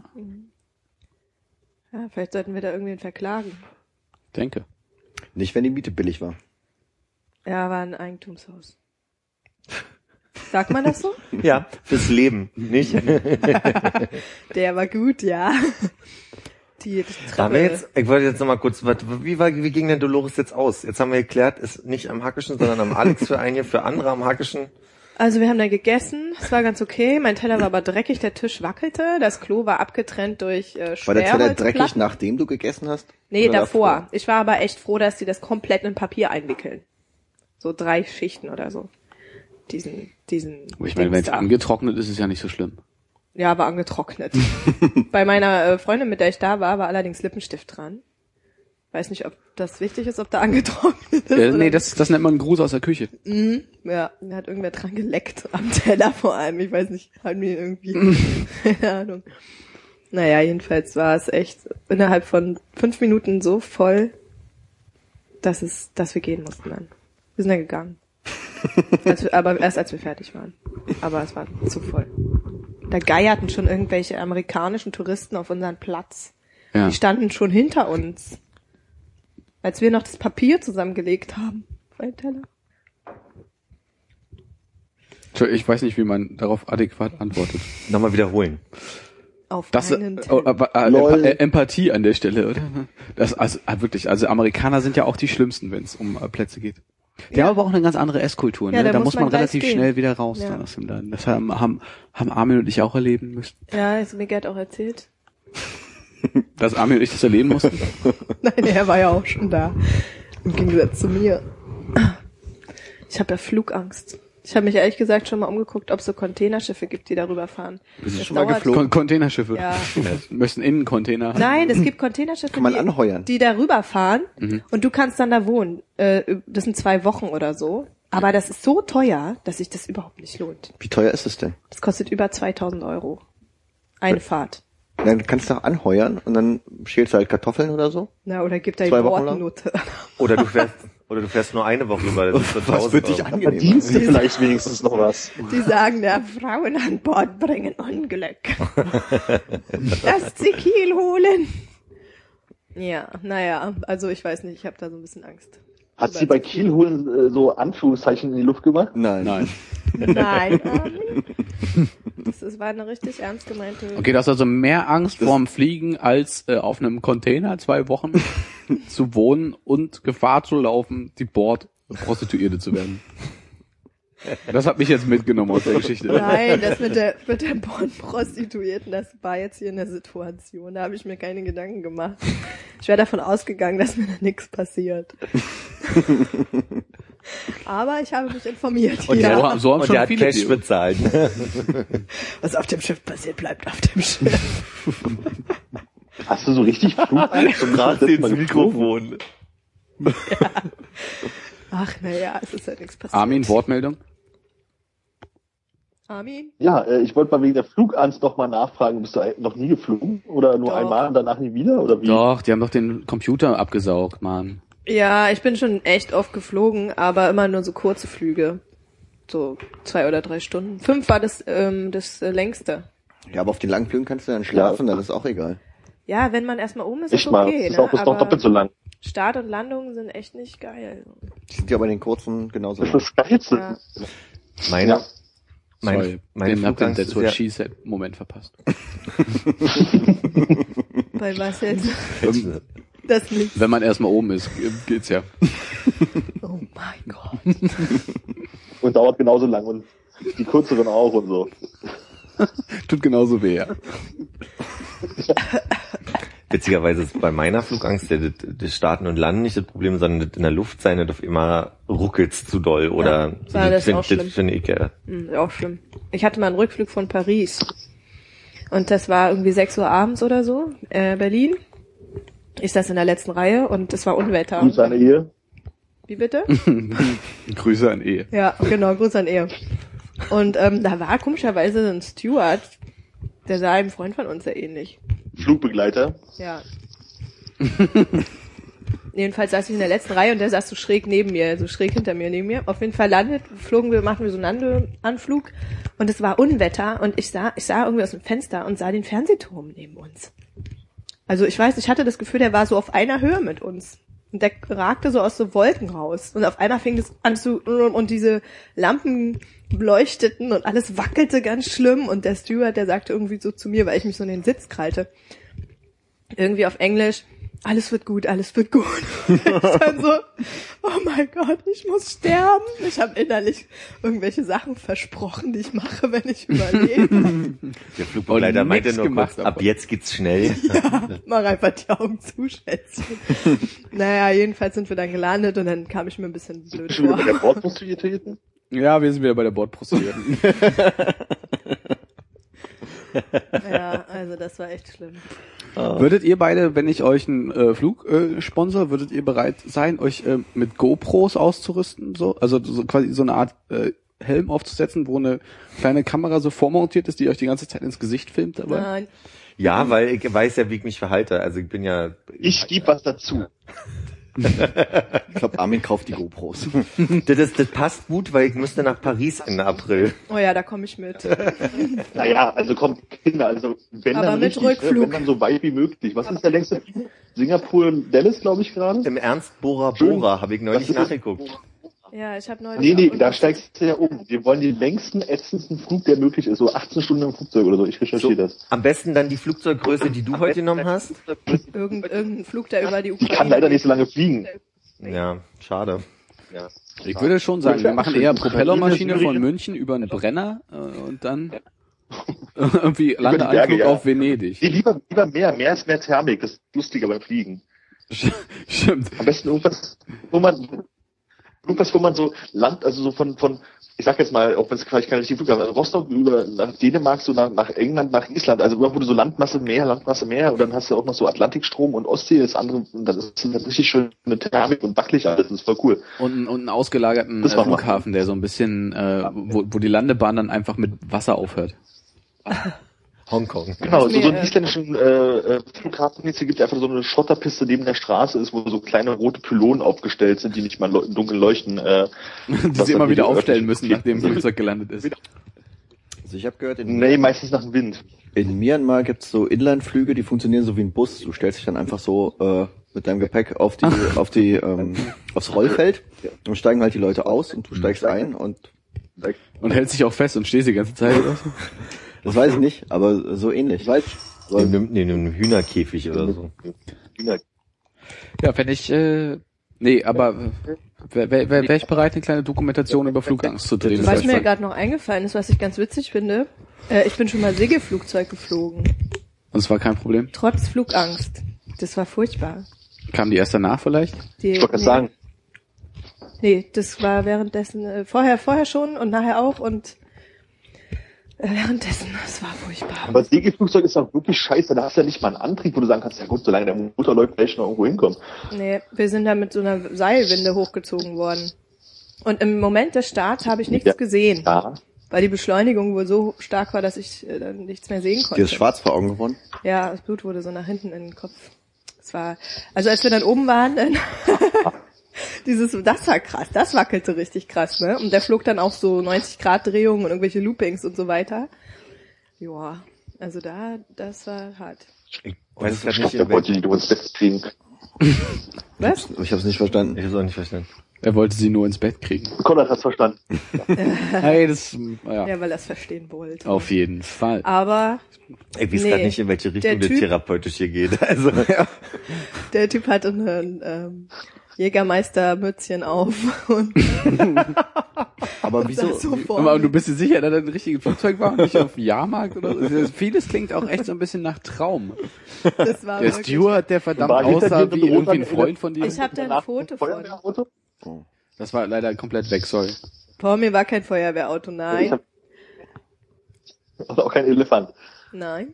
Ja, vielleicht sollten wir da irgendwen verklagen. denke. Nicht, wenn die Miete billig war. Ja, war ein Eigentumshaus. Sagt man das so? Ja, fürs Leben, nicht? Der war gut, ja. Die Da haben wir Treppe. jetzt, ich wollte jetzt nochmal kurz, wie ging denn Dolores jetzt aus? Jetzt haben wir geklärt, ist nicht am Hackischen, sondern am Alex für einige, für andere am Hackischen. Also wir haben da gegessen, es war ganz okay. Mein Teller war aber dreckig, der Tisch wackelte, das Klo war abgetrennt durch War der Teller Schwerholzplatten. dreckig, nachdem du gegessen hast? Nee, Oder davor. Ich war aber echt froh, dass die das komplett in Papier einwickeln. So 3 Schichten oder so. Diesen Aber ich meine, wenn es Dings da. angetrocknet ist, ist es ja nicht so schlimm. Ja, war angetrocknet. Bei meiner Freundin, mit der ich da war allerdings Lippenstift dran. Weiß nicht, ob das wichtig ist, ob da angetrocknet ist. Nee, oder das nennt man einen Gruß aus der Küche. Ja, da hat irgendwer dran geleckt. Am Teller vor allem. Ich weiß nicht, hat mir irgendwie, keine Ahnung. Naja, jedenfalls war es echt innerhalb von 5 Minuten so voll, dass wir gehen mussten dann. Wir sind dann gegangen. Aber erst als wir fertig waren. Aber es war zu voll. Da geierten schon irgendwelche amerikanischen Touristen auf unseren Platz. Ja. Die standen schon hinter uns. Als wir noch das Papier zusammengelegt haben. Bei den Teller. Ich weiß nicht, wie man darauf adäquat antwortet. Nochmal wiederholen. Auf Das, einen Teller. Empathie an der Stelle, oder? Das, also wirklich, also Amerikaner sind ja auch die Schlimmsten, wenn es um Plätze geht. Die haben aber auch eine ganz andere Esskultur, ne? Ja, da Da muss muss man man gleich relativ gehen. schnell wieder raus Ja. dann aus dem Laden. Das haben Armin und ich auch erleben müssen. Ja, ist mir Gerd auch erzählt. Dass Armin und ich das erleben mussten. Nein, er war ja auch schon da. Im Gegensatz zu mir. Ich habe ja Flugangst. Ich habe mich ehrlich gesagt schon mal umgeguckt, ob es so Containerschiffe gibt, die darüber fahren. Bist du Das schon mal dauert- geflogen? Containerschiffe. Ja. Müssen Innencontainer. Nein, es gibt Containerschiffe, Kann man anheuern. die darüber fahren und du kannst dann da wohnen. Das sind 2 Wochen oder so. Aber das ist so teuer, dass sich das überhaupt nicht lohnt. Wie teuer ist es denn? Das kostet über 2.000 Euro. Eine Fahrt. Dann kannst du auch anheuern und dann schälst du halt Kartoffeln oder so. Na, oder gibt da die 2 Wochen lang? Wortnote. Oder du fährst nur eine Woche über, das ist für 1000 wird dich Euro. angenehm? Verdienst du vielleicht wenigstens noch was? Die sagen, der Frauen an Bord bringen Unglück. Lasst sie Kiel holen. Ja, naja, also ich weiß nicht, ich habe da so ein bisschen Angst. Hat sie bei Kiel holen so Anführungszeichen in die Luft gemacht? Nein. Nein. Nein, Armin. Das war eine richtig ernst gemeinte... Okay, du hast also mehr Angst vorm Fliegen, als auf einem Container 2 Wochen zu wohnen und Gefahr zu laufen, die Bordprostituierte zu werden. Das hat mich jetzt mitgenommen aus der Geschichte. Nein, das mit der Pornprostituierten, das war jetzt hier eine Situation. Da habe ich mir keine Gedanken gemacht. Ich wäre davon ausgegangen, dass mir da nichts passiert. Aber ich habe mich informiert. Und ja. der, So haben und schon der hat viele Cash Theorien. bezahlt. Was auf dem Schiff passiert, bleibt auf dem Schiff. Hast du so richtig Flugangst? Du gerade ins Mikrofon. Ach, naja, es ist ja nichts passiert. Armin, Wortmeldung? Armin? Ja, ich wollte mal wegen der Flugangst noch mal nachfragen. Bist du noch nie geflogen? Oder nur Doch. einmal und danach nie wieder? Oder wie? Doch, die haben doch den Computer abgesaugt, Mann. Ja, ich bin schon echt oft geflogen, aber immer nur so kurze Flüge. So 2 oder 3 Stunden. 5 war das längste. Ja, aber auf den langen Flügen kannst du dann schlafen, dann ist auch egal. Ja, wenn man erstmal oben ist, Echt ist mal. okay. Das ist Ne? auch ist noch Aber doppelt so lang. Start und Landungen sind echt nicht geil. Die sind ja bei den kurzen genauso Das lang. ist das Geilste. Ja. Meine Sorry, meine den habt ihr Flugangst That's ist What ja, She Said Moment verpasst. Bei was jetzt? Das nicht. Wenn man erstmal oben ist, geht's ja. Oh mein Gott. Und dauert genauso lang und die kürzeren auch und so. Tut genauso weh, ja. witzigerweise ist bei meiner Flugangst das Starten und Landen nicht das Problem, sondern das in der Luft sein, das auf immer ruckelt's zu doll oder Ja, das ist auch schlimm. das finde ich ja. Auch schlimm. Ich hatte mal einen Rückflug von Paris. Und das war irgendwie 6 Uhr abends oder so, Berlin. Ich saß in der letzten Reihe und es war Unwetter. Grüße an Ehe. Wie bitte? Grüße an Ehe. Ja, genau, Gruß an Ehe. Und da war komischerweise ein Steward, der sah einem Freund von uns sehr ähnlich. Flugbegleiter. Ja. Jedenfalls saß ich in der letzten Reihe und der saß so schräg neben mir, so schräg hinter mir, neben mir. Auf jeden Fall machten wir so einen Landeanflug und es war Unwetter und ich sah irgendwie aus dem Fenster und sah den Fernsehturm neben uns. Also ich weiß, ich hatte das Gefühl, der war so auf einer Höhe mit uns. Und der ragte so aus so Wolken raus. Und auf einmal fing das an und diese Lampen leuchteten und alles wackelte ganz schlimm. Und der Steward, der sagte irgendwie so zu mir, weil ich mich so in den Sitz krallte, irgendwie auf Englisch, alles wird gut, alles wird gut. Und ich dann so, oh mein Gott, ich muss sterben. Ich habe innerlich irgendwelche Sachen versprochen, die ich mache, wenn ich überlebe. Der Flugbegleiter Und meinte nix nur gemacht, kurz, ab aber. jetzt geht's schnell. Ja, mach einfach die Augen zu, Schätzchen. Naja, jedenfalls sind wir dann gelandet und dann kam ich mir ein bisschen blöd Bist du wieder bei der vor. Bordprostituierten? Ja, wir sind wieder bei der Bordprostituierten. Ja, also das war echt schlimm. Würdet ihr beide, wenn ich euch einen Flug sponsor, würdet ihr bereit sein, euch mit GoPros auszurüsten? So? Also so quasi so eine Art Helm aufzusetzen, wo eine kleine Kamera so vormontiert ist, die euch die ganze Zeit ins Gesicht filmt dabei? Nein. Ja, weil ich weiß ja, wie ich mich verhalte. Also ich bin ja... Ich gebe was dazu. Ich glaube, Armin kauft die GoPros. Das passt gut, weil ich müsste nach Paris Ende April. Oh ja, da komme ich mit. Naja, also kommt Kinder, also wenn Aber dann mit richtig, Rückflug. wenn dann so weit wie möglich. Was ist der längste? Singapur, Dallas, glaube ich gerade. Im Ernst, Bora Bora, habe ich neulich Was ist das? nachgeguckt. Ja, ich habe neulich... Nee, auch da steigst du ja um. Wir wollen den längsten, ätzendsten Flug, der möglich ist. So 18 Stunden im Flugzeug oder so. Ich recherchiere das. Am besten dann die Flugzeuggröße, die du heute genommen hast. irgendein Flug, der über die Ich Ukraine... kann leider nicht so lange fliegen. Ja, schade. Ich würde schon sagen, wir machen eher Propellermaschine von München über einen Brenner und dann irgendwie Landeanflug Berge, ja. auf Venedig. Nee, lieber mehr. Mehr ist mehr Thermik. Das ist lustiger beim Fliegen. Stimmt. Am besten irgendwas, wo man so Land, also so von, ich sag jetzt mal, auch wenn es vielleicht kein richtiger Flug ist, Rostock über nach Dänemark, so nach England, nach Island, also irgendwo so Landmasse mehr, und dann hast du auch noch so Atlantikstrom und Ostsee, das andere, und das ist halt richtig schön eine Thermik und wackelig alles, das ist voll cool. Und einen ausgelagerten Das machen wir. Flughafen, der so ein bisschen, wo die Landebahn dann einfach mit Wasser aufhört. Hongkong. Genau, so einen mir, isländischen Flughafen jetzt, hier gibt einfach so eine Schotterpiste neben der Straße ist, wo so kleine rote Pylonen aufgestellt sind, die nicht mal dunkel leuchten. Die sie immer wieder aufstellen müssen, nachdem ein Flugzeug gelandet ist. Also ich habe gehört, Nee, meistens nach dem Wind. in Myanmar gibt's so Inlandflüge, die funktionieren so wie ein Bus. Du stellst dich dann einfach so mit deinem Gepäck aufs Rollfeld und steigen halt die Leute aus und du steigst ein und Und hält sich auch fest und stehst die ganze Zeit. Oder so. das weiß ich nicht, aber so ähnlich. In einem Hühnerkäfig oder so. Ja, wenn ich, aber wäre ich bereit, eine kleine Dokumentation über Flugangst zu drehen? Was mir gerade noch eingefallen ist, was ich ganz witzig finde, ich bin schon mal Segelflugzeug geflogen. Und es war kein Problem? Trotz Flugangst. Das war furchtbar. Kam die erst danach vielleicht? Ich wollte gerade sagen, Nee, das war währenddessen, vorher schon und nachher auch und währenddessen, das war furchtbar. Aber Segelflugzeug ist auch wirklich scheiße, da hast du ja nicht mal einen Antrieb, wo du sagen kannst, ja gut, solange der Motor läuft, werde ich noch irgendwo hinkommen. Nee, wir sind da mit so einer Seilwinde hochgezogen worden. Und im Moment des Starts habe ich nichts gesehen, weil die Beschleunigung wohl so stark war, dass ich dann nichts mehr sehen konnte. Dir ist schwarz vor Augen geworden? Ja, das Blut wurde so nach hinten in den Kopf. Es war, also als wir dann oben waren, dann das war krass, das wackelte richtig krass, ne? Und der flog dann auch so 90 Grad Drehungen und irgendwelche Loopings und so weiter. Ja, also das war hart. Ich weiß grad nicht, Der wollte die du ins Bett kriegen. Was? Ich habe es nicht verstanden. Ich hab's auch nicht verstanden. Er wollte sie nur ins Bett kriegen. Konrad hat's verstanden. Hey, ja. Ja, weil er es verstehen wollte. Auf jeden Fall. Aber Ich weiß grad nicht, in welche Richtung der therapeutisch hier geht. Also der Typ hatte ein Jägermeister-Mützchen auf und Aber wieso? Aber du bist dir sicher, dass er ein richtiges Flugzeug war und nicht auf dem Jahrmarkt oder so? Vieles klingt auch echt so ein bisschen nach Traum. Das war Der wirklich, Steward, der verdammt War hinter aussah dir wie so irgendwie ein rosa- Freund von dir. ich habe da ein Foto von. Feuerwehrauto? Das war leider komplett weg, sorry. Vor mir war kein Feuerwehrauto, nein. Und auch kein Elefant. Nein.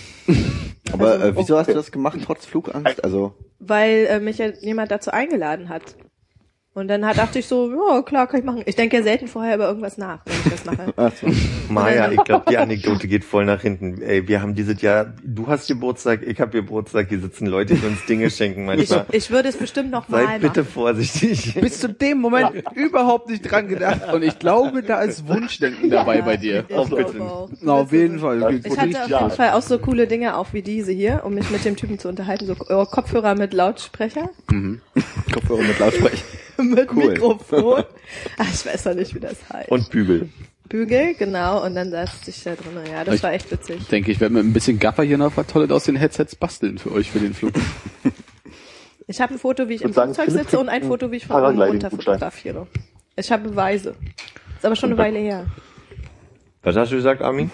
Aber wieso hast du das gemacht, trotz Flugangst? Also, Weil mich ja jemand dazu eingeladen hat. Und dann dachte ich so, ja klar, kann ich machen. Ich denke ja selten vorher über irgendwas nach, wenn ich das mache. ach so. Maja, ich glaube, die Anekdote geht voll nach hinten. Ey, wir haben dieses Jahr, du hast Geburtstag, ich habe Geburtstag, hier sitzen Leute, die uns Dinge schenken manchmal. Ich würde es bestimmt noch mal Seid bitte machen. vorsichtig. Bis zu dem Moment überhaupt nicht dran gedacht. Und ich glaube, da ist Wunschdenken dabei bei dir. Ich glaube auch. Na, auf jeden Fall. Ich hatte auf jeden Fall auch so coole Dinge, auch wie diese hier, um mich mit dem Typen zu unterhalten. So Kopfhörer mit Lautsprecher, Kopfhörer mit Lautsprecher. mit Cool. Mikrofon. Ach, ich weiß noch nicht, wie das heißt. Und Bügel. Bügel, genau. Und dann saß ich da drin. Ja, das war echt witzig. Ich denke, ich werde mit ein bisschen Gaffer hier noch was Tolles aus den Headsets basteln für euch für den Flug. Ich habe ein Foto, wie ich im würde sagen, Flugzeug Philipp sitze und ein kriegt Foto, wie ich von einen oben runter Paragliding-Gutschein. fotografiere. Ich habe Beweise. Ist aber schon eine Weile her. Was hast du gesagt, Armin?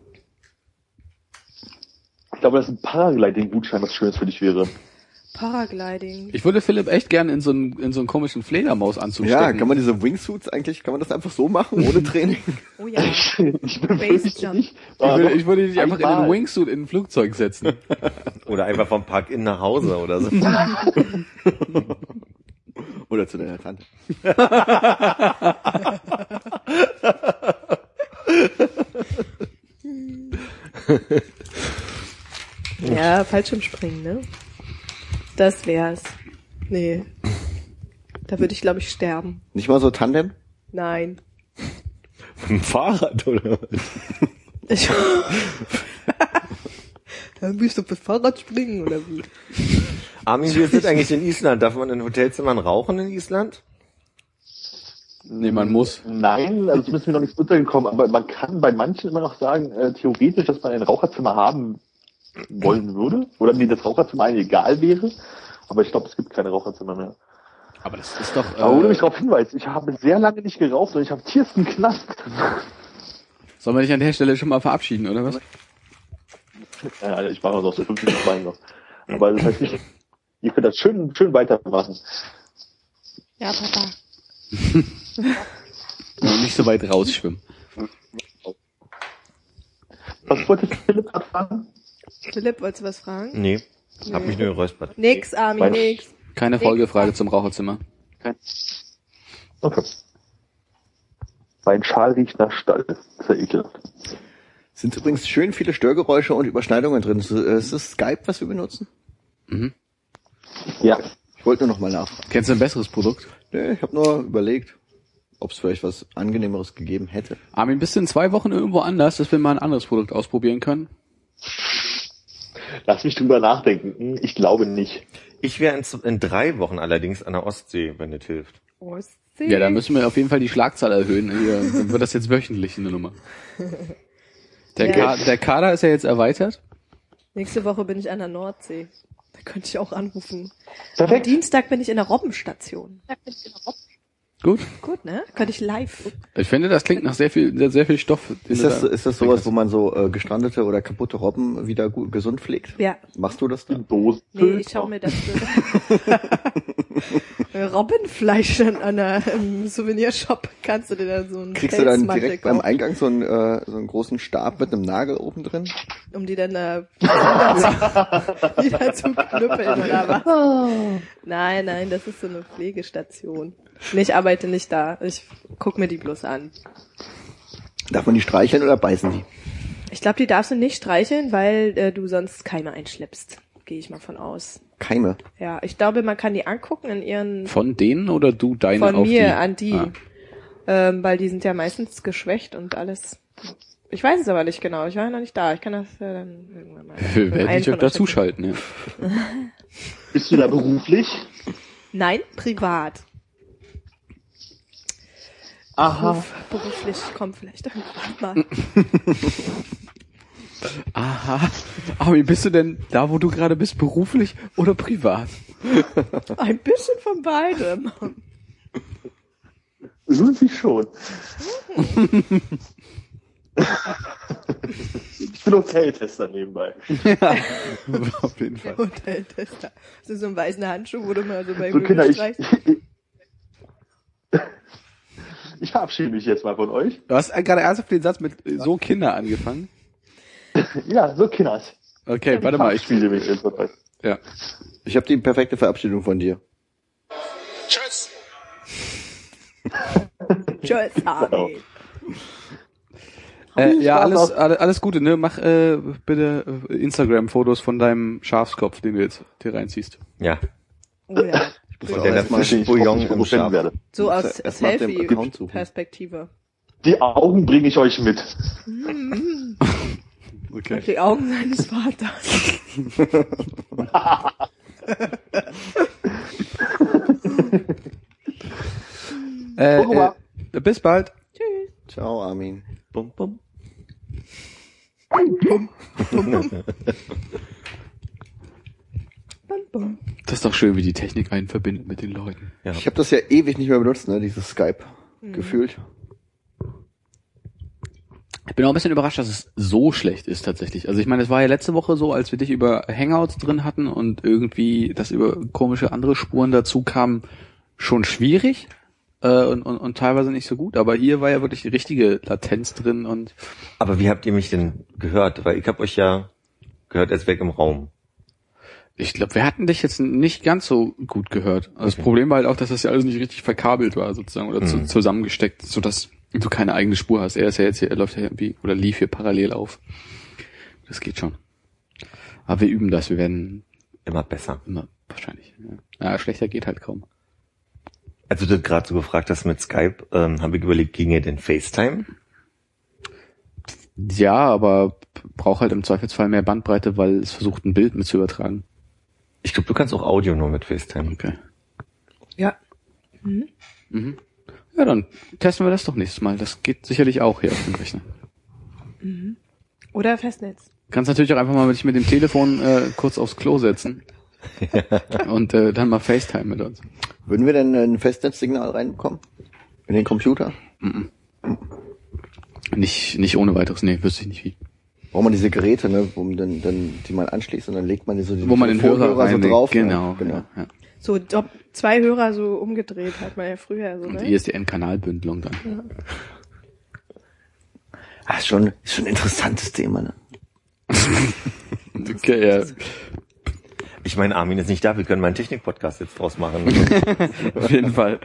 Ich glaube, das ist ein Paragliding-Gutschein, was Schönes für dich wäre. Paragliding. Ich würde Philipp echt gerne in so einen komischen Fledermausanzug Ja, stecken. kann man diese Wingsuits eigentlich, kann man das einfach so machen, ohne Training? Oh ja. Ich bin Basejump. nicht. Ich würde dich einfach in Einmal. den Wingsuit in ein Flugzeug setzen. Oder einfach vom Park-In nach Hause oder so. Oder zu deiner Tante. Ja, Fallschirmspringen, ne? Das wär's. Nee. Da würde ich, glaube ich, sterben. Nicht mal so Tandem? Nein. Mit dem Fahrrad oder was? Ich Dann willst du auf das Fahrrad springen, oder wie? Armin, wie ist das eigentlich in Island? Darf man in Hotelzimmern rauchen in Island? Nee, man muss. Nein, also zumindest mir noch nichts untergekommen, aber man kann bei manchen immer noch sagen, theoretisch, dass man ein Raucherzimmer haben wollen würde, oder mir das Raucherzimmer eigentlich egal wäre, aber ich glaube, es gibt keine Raucherzimmer mehr. Aber das ist doch... Aber wo du mich darauf hinweist, ich habe sehr lange nicht geraucht und ich habe tiersten Knast. Sollen wir dich an der Stelle schon mal verabschieden, oder was? Ja, ich mache noch so 5 Minuten noch. Aber das heißt nicht, ihr könnt das schön weitermachen. Ja, Papa. Und nicht so weit rausschwimmen. Was wollte Philipp gerade fragen? Philipp, wolltest du was fragen? Nee, hab mich nur geräuspert. Nix, Armin, Mein- nix. Keine Folgefrage zum Raucherzimmer. Okay. Mein Schal riecht nach Stall. Sehr ekelhaft. Sind übrigens schön viele Störgeräusche und Überschneidungen drin. Ist das Skype, was wir benutzen? Ja. Ich wollte nur noch mal nachfragen. Kennst du ein besseres Produkt? Nee, ich habe nur überlegt, ob es vielleicht was Angenehmeres gegeben hätte. Armin, bist du in 2 Wochen irgendwo anders, dass wir mal ein anderes Produkt ausprobieren können? Lass mich drüber nachdenken. Ich glaube nicht. Ich wäre in 3 Wochen allerdings an der Ostsee, wenn das hilft. Ostsee. Ja, da müssen wir auf jeden Fall die Schlagzahl erhöhen. Hier, dann wird das jetzt wöchentlich eine Nummer. Der Kader ist ja jetzt erweitert. Nächste Woche bin ich an der Nordsee. Da könnte ich auch anrufen. Am Perfekt. Dienstag bin ich in der Robbenstation. Gut. Gut, ne? Könnte ich live. Ich finde, das klingt nach sehr viel Stoff. Ist das sowas, wo man so gestrandete oder kaputte Robben wieder gesund pflegt? Ja. Machst du das dann? In Dosen. Nee, ich schau mir das Robbenfleisch an einer Souvenirshop. Kannst du dir da so einen Kriegst du dann Pelzmantel direkt beim kaufen, Eingang so einen großen Stab mit einem Nagel oben drin? um die dann wieder zu knüppeln oder was? Nein, das ist so eine Pflegestation. Ich arbeite nicht da. Ich guck mir die bloß an. Darf man die streicheln oder beißen die? Ich glaube, die darfst du nicht streicheln, weil du sonst Keime einschleppst. Gehe ich mal von aus. Keime. Ja, ich glaube, man kann die angucken in ihren... Von denen oder du deine Von auf mir die? an die. Weil die sind ja meistens geschwächt und alles. Ich weiß es aber nicht genau. Ich war ja noch nicht da. Ich kann das ja dann irgendwann mal... Wir werden dich dazu schalten, ja. Bist du da beruflich? Nein, privat. Aha. Beruflich kommt vielleicht irgendwann mal. Aha. Aber wie bist du denn da, wo du gerade bist, beruflich oder privat? Ein bisschen von beidem. Irgendwie schon. Ich bin Hoteltester nebenbei. Ja, auf jeden Fall. Hoteltester. Das ist so ein weißer Handschuh, wo du mal so bei So, Kinder, Möbel ich streichst. verabschiede mich jetzt mal von euch. Du hast gerade ernsthaft den Satz mit so Kinder angefangen. Ja, so Kinders. Okay, warte mal, ich spiele mich jetzt dabei. ja. Ich habe die perfekte Verabschiedung von dir. Tschüss. Tschüss, Armin. Ja, alles Gute, ne? Mach bitte Instagram-Fotos von deinem Schafskopf, den du jetzt hier reinziehst. Ja. Oh ja. Und der erst mal frische Ich Bouillon nicht im Schaf. werde. So aus Erst mal auf dem Account suchen. Selfie-Perspektive. Die Augen bringe ich euch mit. Okay. Die Augen seines Vaters. Bis bald. Ciao, Armin. Bum, bum. Bum. Das ist doch schön, wie die Technik einen verbindet mit den Leuten. Ja. Ich habe das ja ewig nicht mehr benutzt, ne, dieses Skype. Gefühlt. Ich bin auch ein bisschen überrascht, dass es so schlecht ist tatsächlich. Also ich meine, es war ja letzte Woche so, als wir dich über Hangouts drin hatten und irgendwie, dass über komische andere Spuren dazu kamen, schon schwierig und teilweise nicht so gut. Aber hier war ja wirklich die richtige Latenz drin und Aber wie habt ihr mich denn gehört? Weil ich habe euch ja gehört als weg im Raum. ich glaube, wir hatten dich jetzt nicht ganz so gut gehört. Also das Problem war halt auch, dass das ja alles nicht richtig verkabelt war sozusagen oder zusammengesteckt, sodass du keine eigene Spur hast. Er ist ja jetzt hier, er läuft ja irgendwie oder lief hier parallel auf. Das geht schon. Aber wir üben das, wir werden Immer besser. immer wahrscheinlich. Ja, schlechter geht halt kaum. Als du das gerade so gefragt hast mit Skype, habe ich überlegt, ging ihr denn FaceTime? Ja, aber braucht halt im Zweifelsfall mehr Bandbreite, weil es versucht, ein Bild mit zu übertragen. Ich glaube, du kannst auch Audio nur mit FaceTime. Okay. Ja. Ja, dann testen wir das doch nächstes Mal. Das geht sicherlich auch hier auf dem Rechner. Oder Festnetz. Kannst natürlich auch einfach mal mit dem Telefon kurz aufs Klo setzen und dann mal FaceTime mit uns. Würden wir denn ein Festnetzsignal reinbekommen? In den Computer? Nicht ohne weiteres, nee, wüsste ich nicht wie. Braucht man diese Geräte, ne, wo man dann die man anschließt und dann legt man die so Wo man den Hörer so reinlegt. drauf. Genau, ne? Genau. Ja. So zwei Hörer so umgedreht hat man ja früher so, Und ne? hier ist die N-Kanalbündelung dann. Ah, ist schon ein interessantes Thema, ne? Okay, ja. Ich meine, Armin ist nicht da, wir können mal einen Technik-Podcast jetzt draus machen. Auf jeden Fall.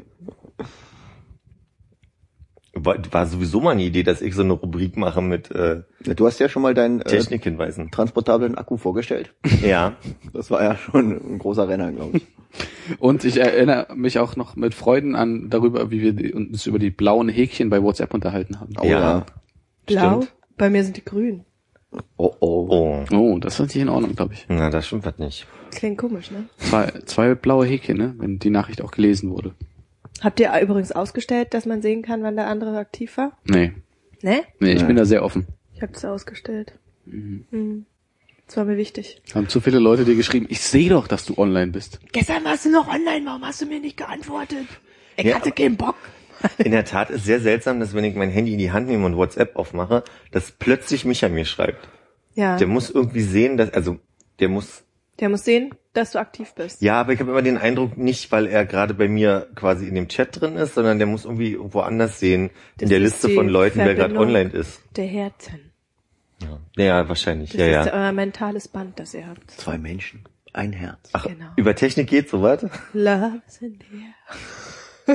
War sowieso mal eine Idee, dass ich so eine Rubrik mache mit Du hast ja schon mal deinen Technikhinweisen. transportablen Akku vorgestellt. Ja. Das war ja schon ein großer Renner, glaube ich. Und ich erinnere mich auch noch mit Freuden an darüber, wie wir uns über die blauen Häkchen bei WhatsApp unterhalten haben. Oh, Ja. Blau? Stimmt. Bei mir sind die grün. Oh. Oh. Oh, das ist nicht in Ordnung, glaube ich. Na, das stimmt was nicht. Klingt komisch, ne? Zwei blaue Häkchen, ne? Wenn die Nachricht auch gelesen wurde. Habt ihr übrigens ausgestellt, dass man sehen kann, wann der andere aktiv war? Nee. Ne? Nee, ich bin da sehr offen. Ich habe das ausgestellt. Das war mir wichtig. Haben zu viele Leute dir geschrieben, ich sehe doch, dass du online bist. Gestern warst du noch online, warum hast du mir nicht geantwortet? Ich Ja, hatte keinen Bock. In der Tat ist sehr seltsam, dass wenn ich mein Handy in die Hand nehme und WhatsApp aufmache, dass plötzlich Micha mir schreibt. Ja. Der muss irgendwie sehen, der muss sehen, dass du aktiv bist. ja, aber ich habe immer den Eindruck, nicht weil er gerade bei mir quasi in dem Chat drin ist, sondern der muss irgendwie woanders sehen, Das in der ist Liste die von Leuten, wer gerade Verbindung online ist. Der Herzen. Ja, wahrscheinlich, Das ja. ist euer mentales Band, das ihr habt. 2 Menschen, ein Herz. Ach, Genau. über Technik geht sowas? Love is in the air.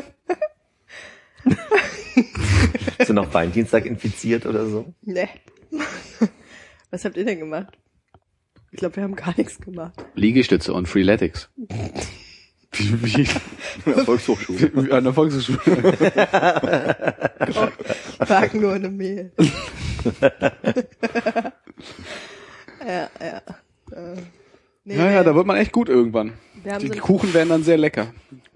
Bist du noch Valentinstag infiziert oder so? Nee. Was habt ihr denn gemacht? Ich glaube, wir haben gar nichts gemacht. Liegestütze und Freeletics. Wie? Volkshochschule. An der Volkshochschule. Backen nur eine Mehl. Ja. Nee, Ja, da wird man echt gut irgendwann. Wir haben Die so einen- Kuchen werden dann sehr lecker.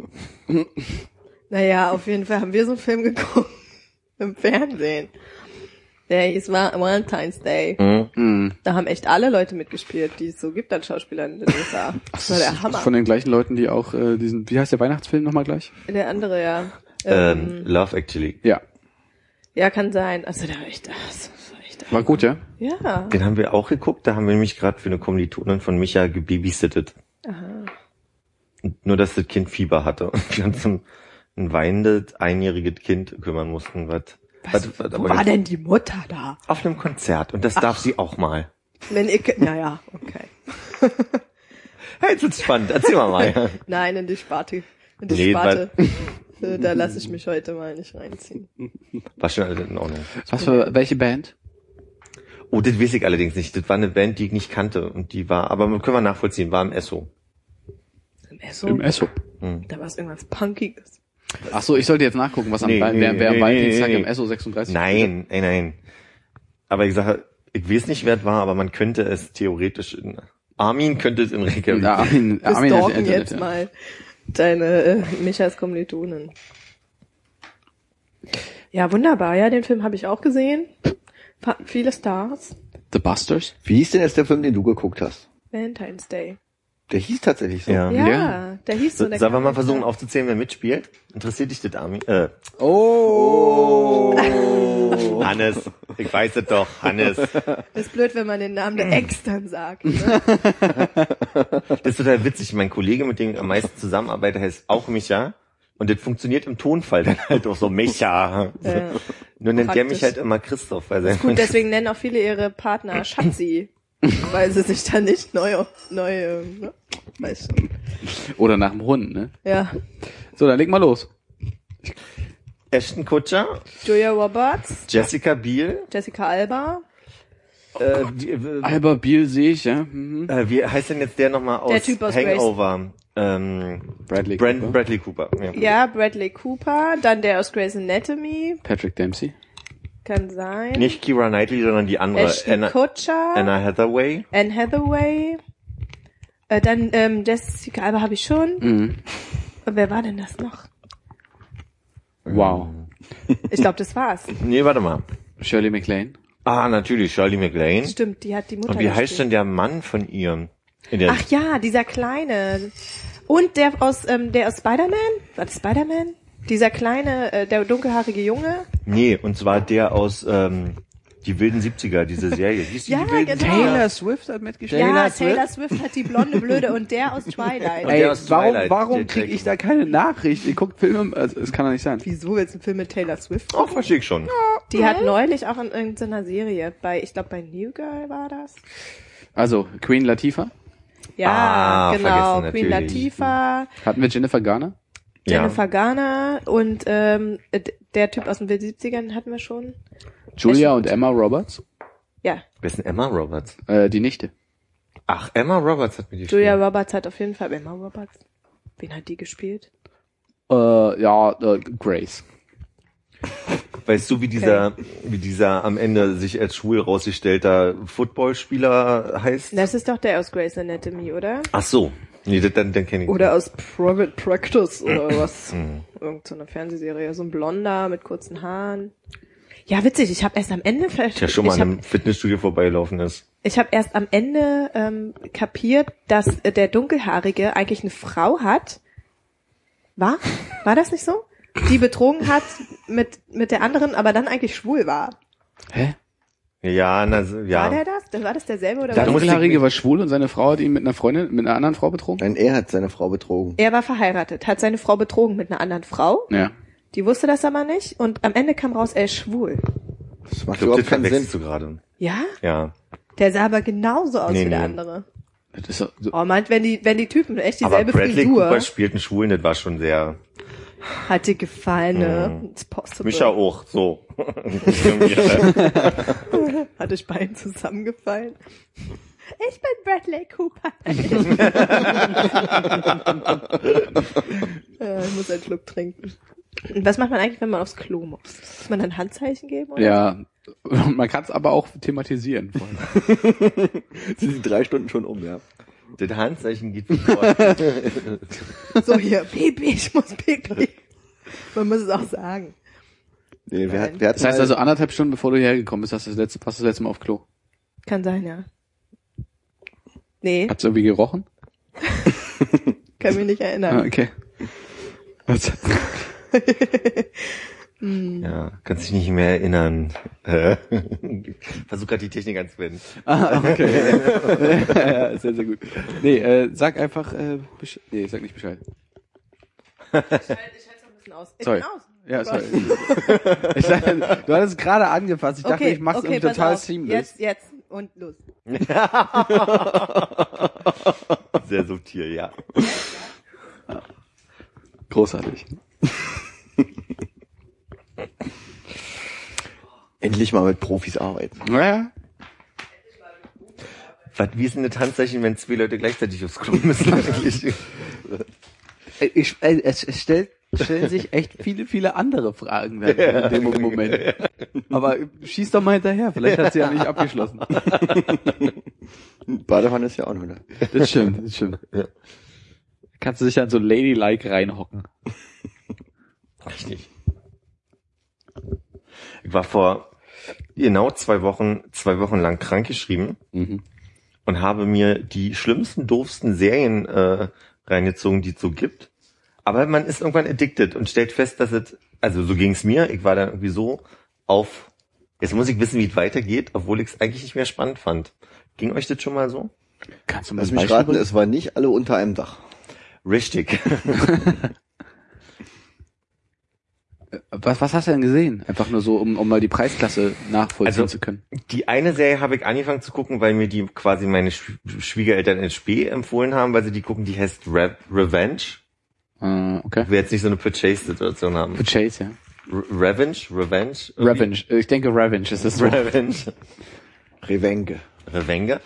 Naja, auf jeden Fall haben wir so einen Film geguckt. Im Fernsehen. Der hieß Valentine's Day. Da haben echt alle Leute mitgespielt, die es so gibt an Schauspielern in den USA. Das war der Hammer. Von den gleichen Leuten, die auch diesen, wie heißt der Weihnachtsfilm nochmal gleich? Der andere, ja. Love Actually. Ja. Ja, kann sein. Also da war echt das. War echt War gut, ja? Ja. Den haben wir auch geguckt, da haben wir nämlich gerade für eine Kommilitonin von Micha gebabysittet. Aha. Und nur, dass das Kind Fieber hatte und wir uns um ein weinendes, einjähriges Kind kümmern mussten. Wo war denn die Mutter da? Auf einem Konzert und das darf sie auch mal. Naja, okay. Hey, jetzt wird's spannend, erzähl mal. Nein, in die Sparte. In die Nee, Sparte. Da lasse ich mich heute mal nicht reinziehen. War schon alles in Ordnung. Welche Band? Oh, das weiß ich allerdings nicht. Das war eine Band, die ich nicht kannte und die war, aber können wir nachvollziehen, war im Esso. Im Esso? Im Esso. Da war es irgendwas Punkiges. Ach so, ich sollte jetzt nachgucken, was Nee, wer am Valentinstag nee. im Esso 36 Nein. Aber ich sage, ich weiß nicht, wer es war, aber man könnte es theoretisch Armin könnte es in Reykjavik. Ja, Armin Wir ist stalken Internet, jetzt ja. mal deine Michas Kommilitonen. Ja, wunderbar. Ja, den Film habe ich auch gesehen. Viele Stars. The Busters? Wie hieß denn jetzt der Film, den du geguckt hast? Valentine's Day. Der hieß tatsächlich so. Ja. Ja, der hieß so. So, der sollen wir kam mal jetzt versuchen da. aufzuzählen, wer mitspielt? Interessiert dich das, Armin? Oh! Hannes. Ich weiß es doch, Hannes. Das ist blöd, wenn man den Namen der Ex dann sagt. Ne? Das ist total witzig. Mein Kollege, mit dem ich am meisten zusammenarbeite, heißt auch Micha. Und das funktioniert im Tonfall dann halt auch so Micha. Ja. Nur nennt der Praktisch. mich halt immer Christoph. Weil Gut, deswegen nennen auch viele ihre Partner Schatzi. Weil sie sich dann nicht neu, ne? Weißt du. Oder nach dem Hund, ne? Ja. So, dann leg mal los. Ashton Kutcher, Julia Roberts, Jessica Biel, Jessica Alba, Alba Biel sehe ich, ja. Mhm. wie heißt denn jetzt der nochmal aus Der Typ aus Hangover? Bradley Cooper. Bradley Cooper. Ja. ja, Bradley Cooper, dann der aus Grey's Anatomy, Patrick Dempsey. kann sein. Nicht Keira Knightley, sondern die andere. Ashton Kutcher, Anna Hathaway. Anne Hathaway, dann Jessica Alba habe ich schon. Mhm. Und wer war denn das noch? Wow. Ich glaube, das war's. Nee, warte mal. Shirley MacLaine. Ah, natürlich, Shirley MacLaine. Stimmt, die hat die Mutter Und wie heißt gespielt. denn der Mann von ihr? In der Ach ja, dieser Kleine. Und der aus Spider-Man? War das Spider-Man? Dieser kleine, der dunkelhaarige Junge? Nee, und zwar der aus die wilden 70er, diese Serie. Hieß die Ja, die wilden genau. 70er? Taylor Swift hat mitgespielt. Ja, Taylor Swift hat die blonde Blöde und der aus Twilight. Und Ey, der aus Twilight, warum der kriege trägt- ich da keine Nachricht? Ihr guckt Filme, also es kann doch nicht sein. Wieso willst du einen Film mit Taylor Swift? Oh, verstehe ich schon. Die hat neulich auch in irgendeiner Serie, ich glaube bei New Girl war das. Also, Queen Latifah. Ja, genau. vergessen Queen natürlich. Latifah, Hatten wir Jennifer Garner? Jennifer Garner und der Typ aus den 70ern hatten wir schon. Julia und Emma Roberts. Ja, Wer ist denn Emma Roberts? Die Nichte. Ach, Emma Roberts hat mir die Julia Roberts hat auf jeden Fall Emma Roberts. Wen hat die gespielt? Grace. Weißt du, wie dieser am Ende sich als schwul rausgestellter Footballspieler heißt? Das ist doch der aus Grey's Anatomy, oder? Ach so. Nee, dann kenne ich. Oder aus Private Practice oder was. Irgend so eine Fernsehserie. So ein Blonder mit kurzen Haaren. Ja, witzig. Ich habe erst am Ende Der schon mal an einem Fitnessstudio vorbeigelaufen ist. Ich habe erst am Ende kapiert, dass der Dunkelhaarige eigentlich eine Frau hat. War das nicht so? die betrogen hat mit der anderen, aber dann eigentlich schwul war. Hä? Ja, ja. War der das? War das derselbe oder Der was? Dunkelhaarige war schwul und seine Frau hat ihn mit einer anderen Frau betrogen? Nein, er hat seine Frau betrogen. Er war verheiratet, hat seine Frau betrogen mit einer anderen Frau. Ja. Die wusste das aber nicht und am Ende kam raus, er ist schwul. Das macht Ich glaube, überhaupt das keinen Sinn. verwechselst du gerade. Ja? Ja. Der sah aber genauso aus Nee, wie der nee. andere. Das ist so, Oh, meint, wenn die Typen echt Aber dieselbe Bradley Frisur, Cooper spielt einen Schwulen, das war schon sehr... hat dir gefallen, ne? It's possible. Micha auch, so. Hat euch beiden zusammengefallen? Ich bin Bradley Cooper. Ich muss einen Schluck trinken. Und was macht man eigentlich, wenn man aufs Klo muss? Muss man dann Handzeichen geben? Oder? ja. Man kann es aber auch thematisieren. Sie sind 3 Stunden schon um, ja. Das Handzeichen geht vor. So hier, Pipi, ich muss Pipi. Man muss es auch sagen. Nee, wir hatten Das heißt also 1,5 Stunden bevor du hierher gekommen bist, warst du das letzte Mal auf Klo. Kann sein, ja. Nee, Hat's irgendwie gerochen? kann mich nicht erinnern. Okay. Ja, kannst dich nicht mehr erinnern. Versuch gerade die Technik anzuwenden. Okay. Ja, sehr, sehr gut. Nee, sag einfach, nee, sag nicht Bescheid. Ich halte es noch ein bisschen aus. Ich Sorry. bin aus. Ja, sorry. Du hattest gerade angefasst. Ich dachte, ich mach's irgendwie pass total auf. seamless. Jetzt und los. Sehr subtil, ja. Großartig. endlich mal mit Profis arbeiten. Ja. Wie ist denn das Handzeichen, wenn 2 Leute gleichzeitig aufs Klo müssen eigentlich? Es stellen sich echt viele andere Fragen in dem Moment. Aber schieß doch mal hinterher, vielleicht hat sie ja nicht abgeschlossen. Badewanne ist ja auch noch da. Das stimmt. Ja. Kannst du dich dann so ladylike reinhocken. Richtig. Ich war vor genau 2 Wochen lang krankgeschrieben und habe mir die schlimmsten, doofsten Serien reingezogen, die es so gibt. Aber man ist irgendwann addicted und stellt fest, dass es, also so ging es mir, ich war dann irgendwie so auf, jetzt muss ich wissen, wie es weitergeht, obwohl ich es eigentlich nicht mehr spannend fand. Ging euch das schon mal so? Kannst du mal Lass ein mich Beispiel raten, bringen? es war nicht alle unter einem Dach. Richtig. Was hast du denn gesehen? Einfach nur so, um mal die Preisklasse nachvollziehen Also, zu können. Die eine Serie habe ich angefangen zu gucken, weil mir die quasi meine Schwiegereltern in Spee empfohlen haben, weil sie die gucken, die heißt Revenge. Okay. Ich will jetzt nicht so eine Purchase-Situation haben. Purchase, ja. Revenge? Revenge. Ich denke Revenge ist das so. Revenge. Revenge.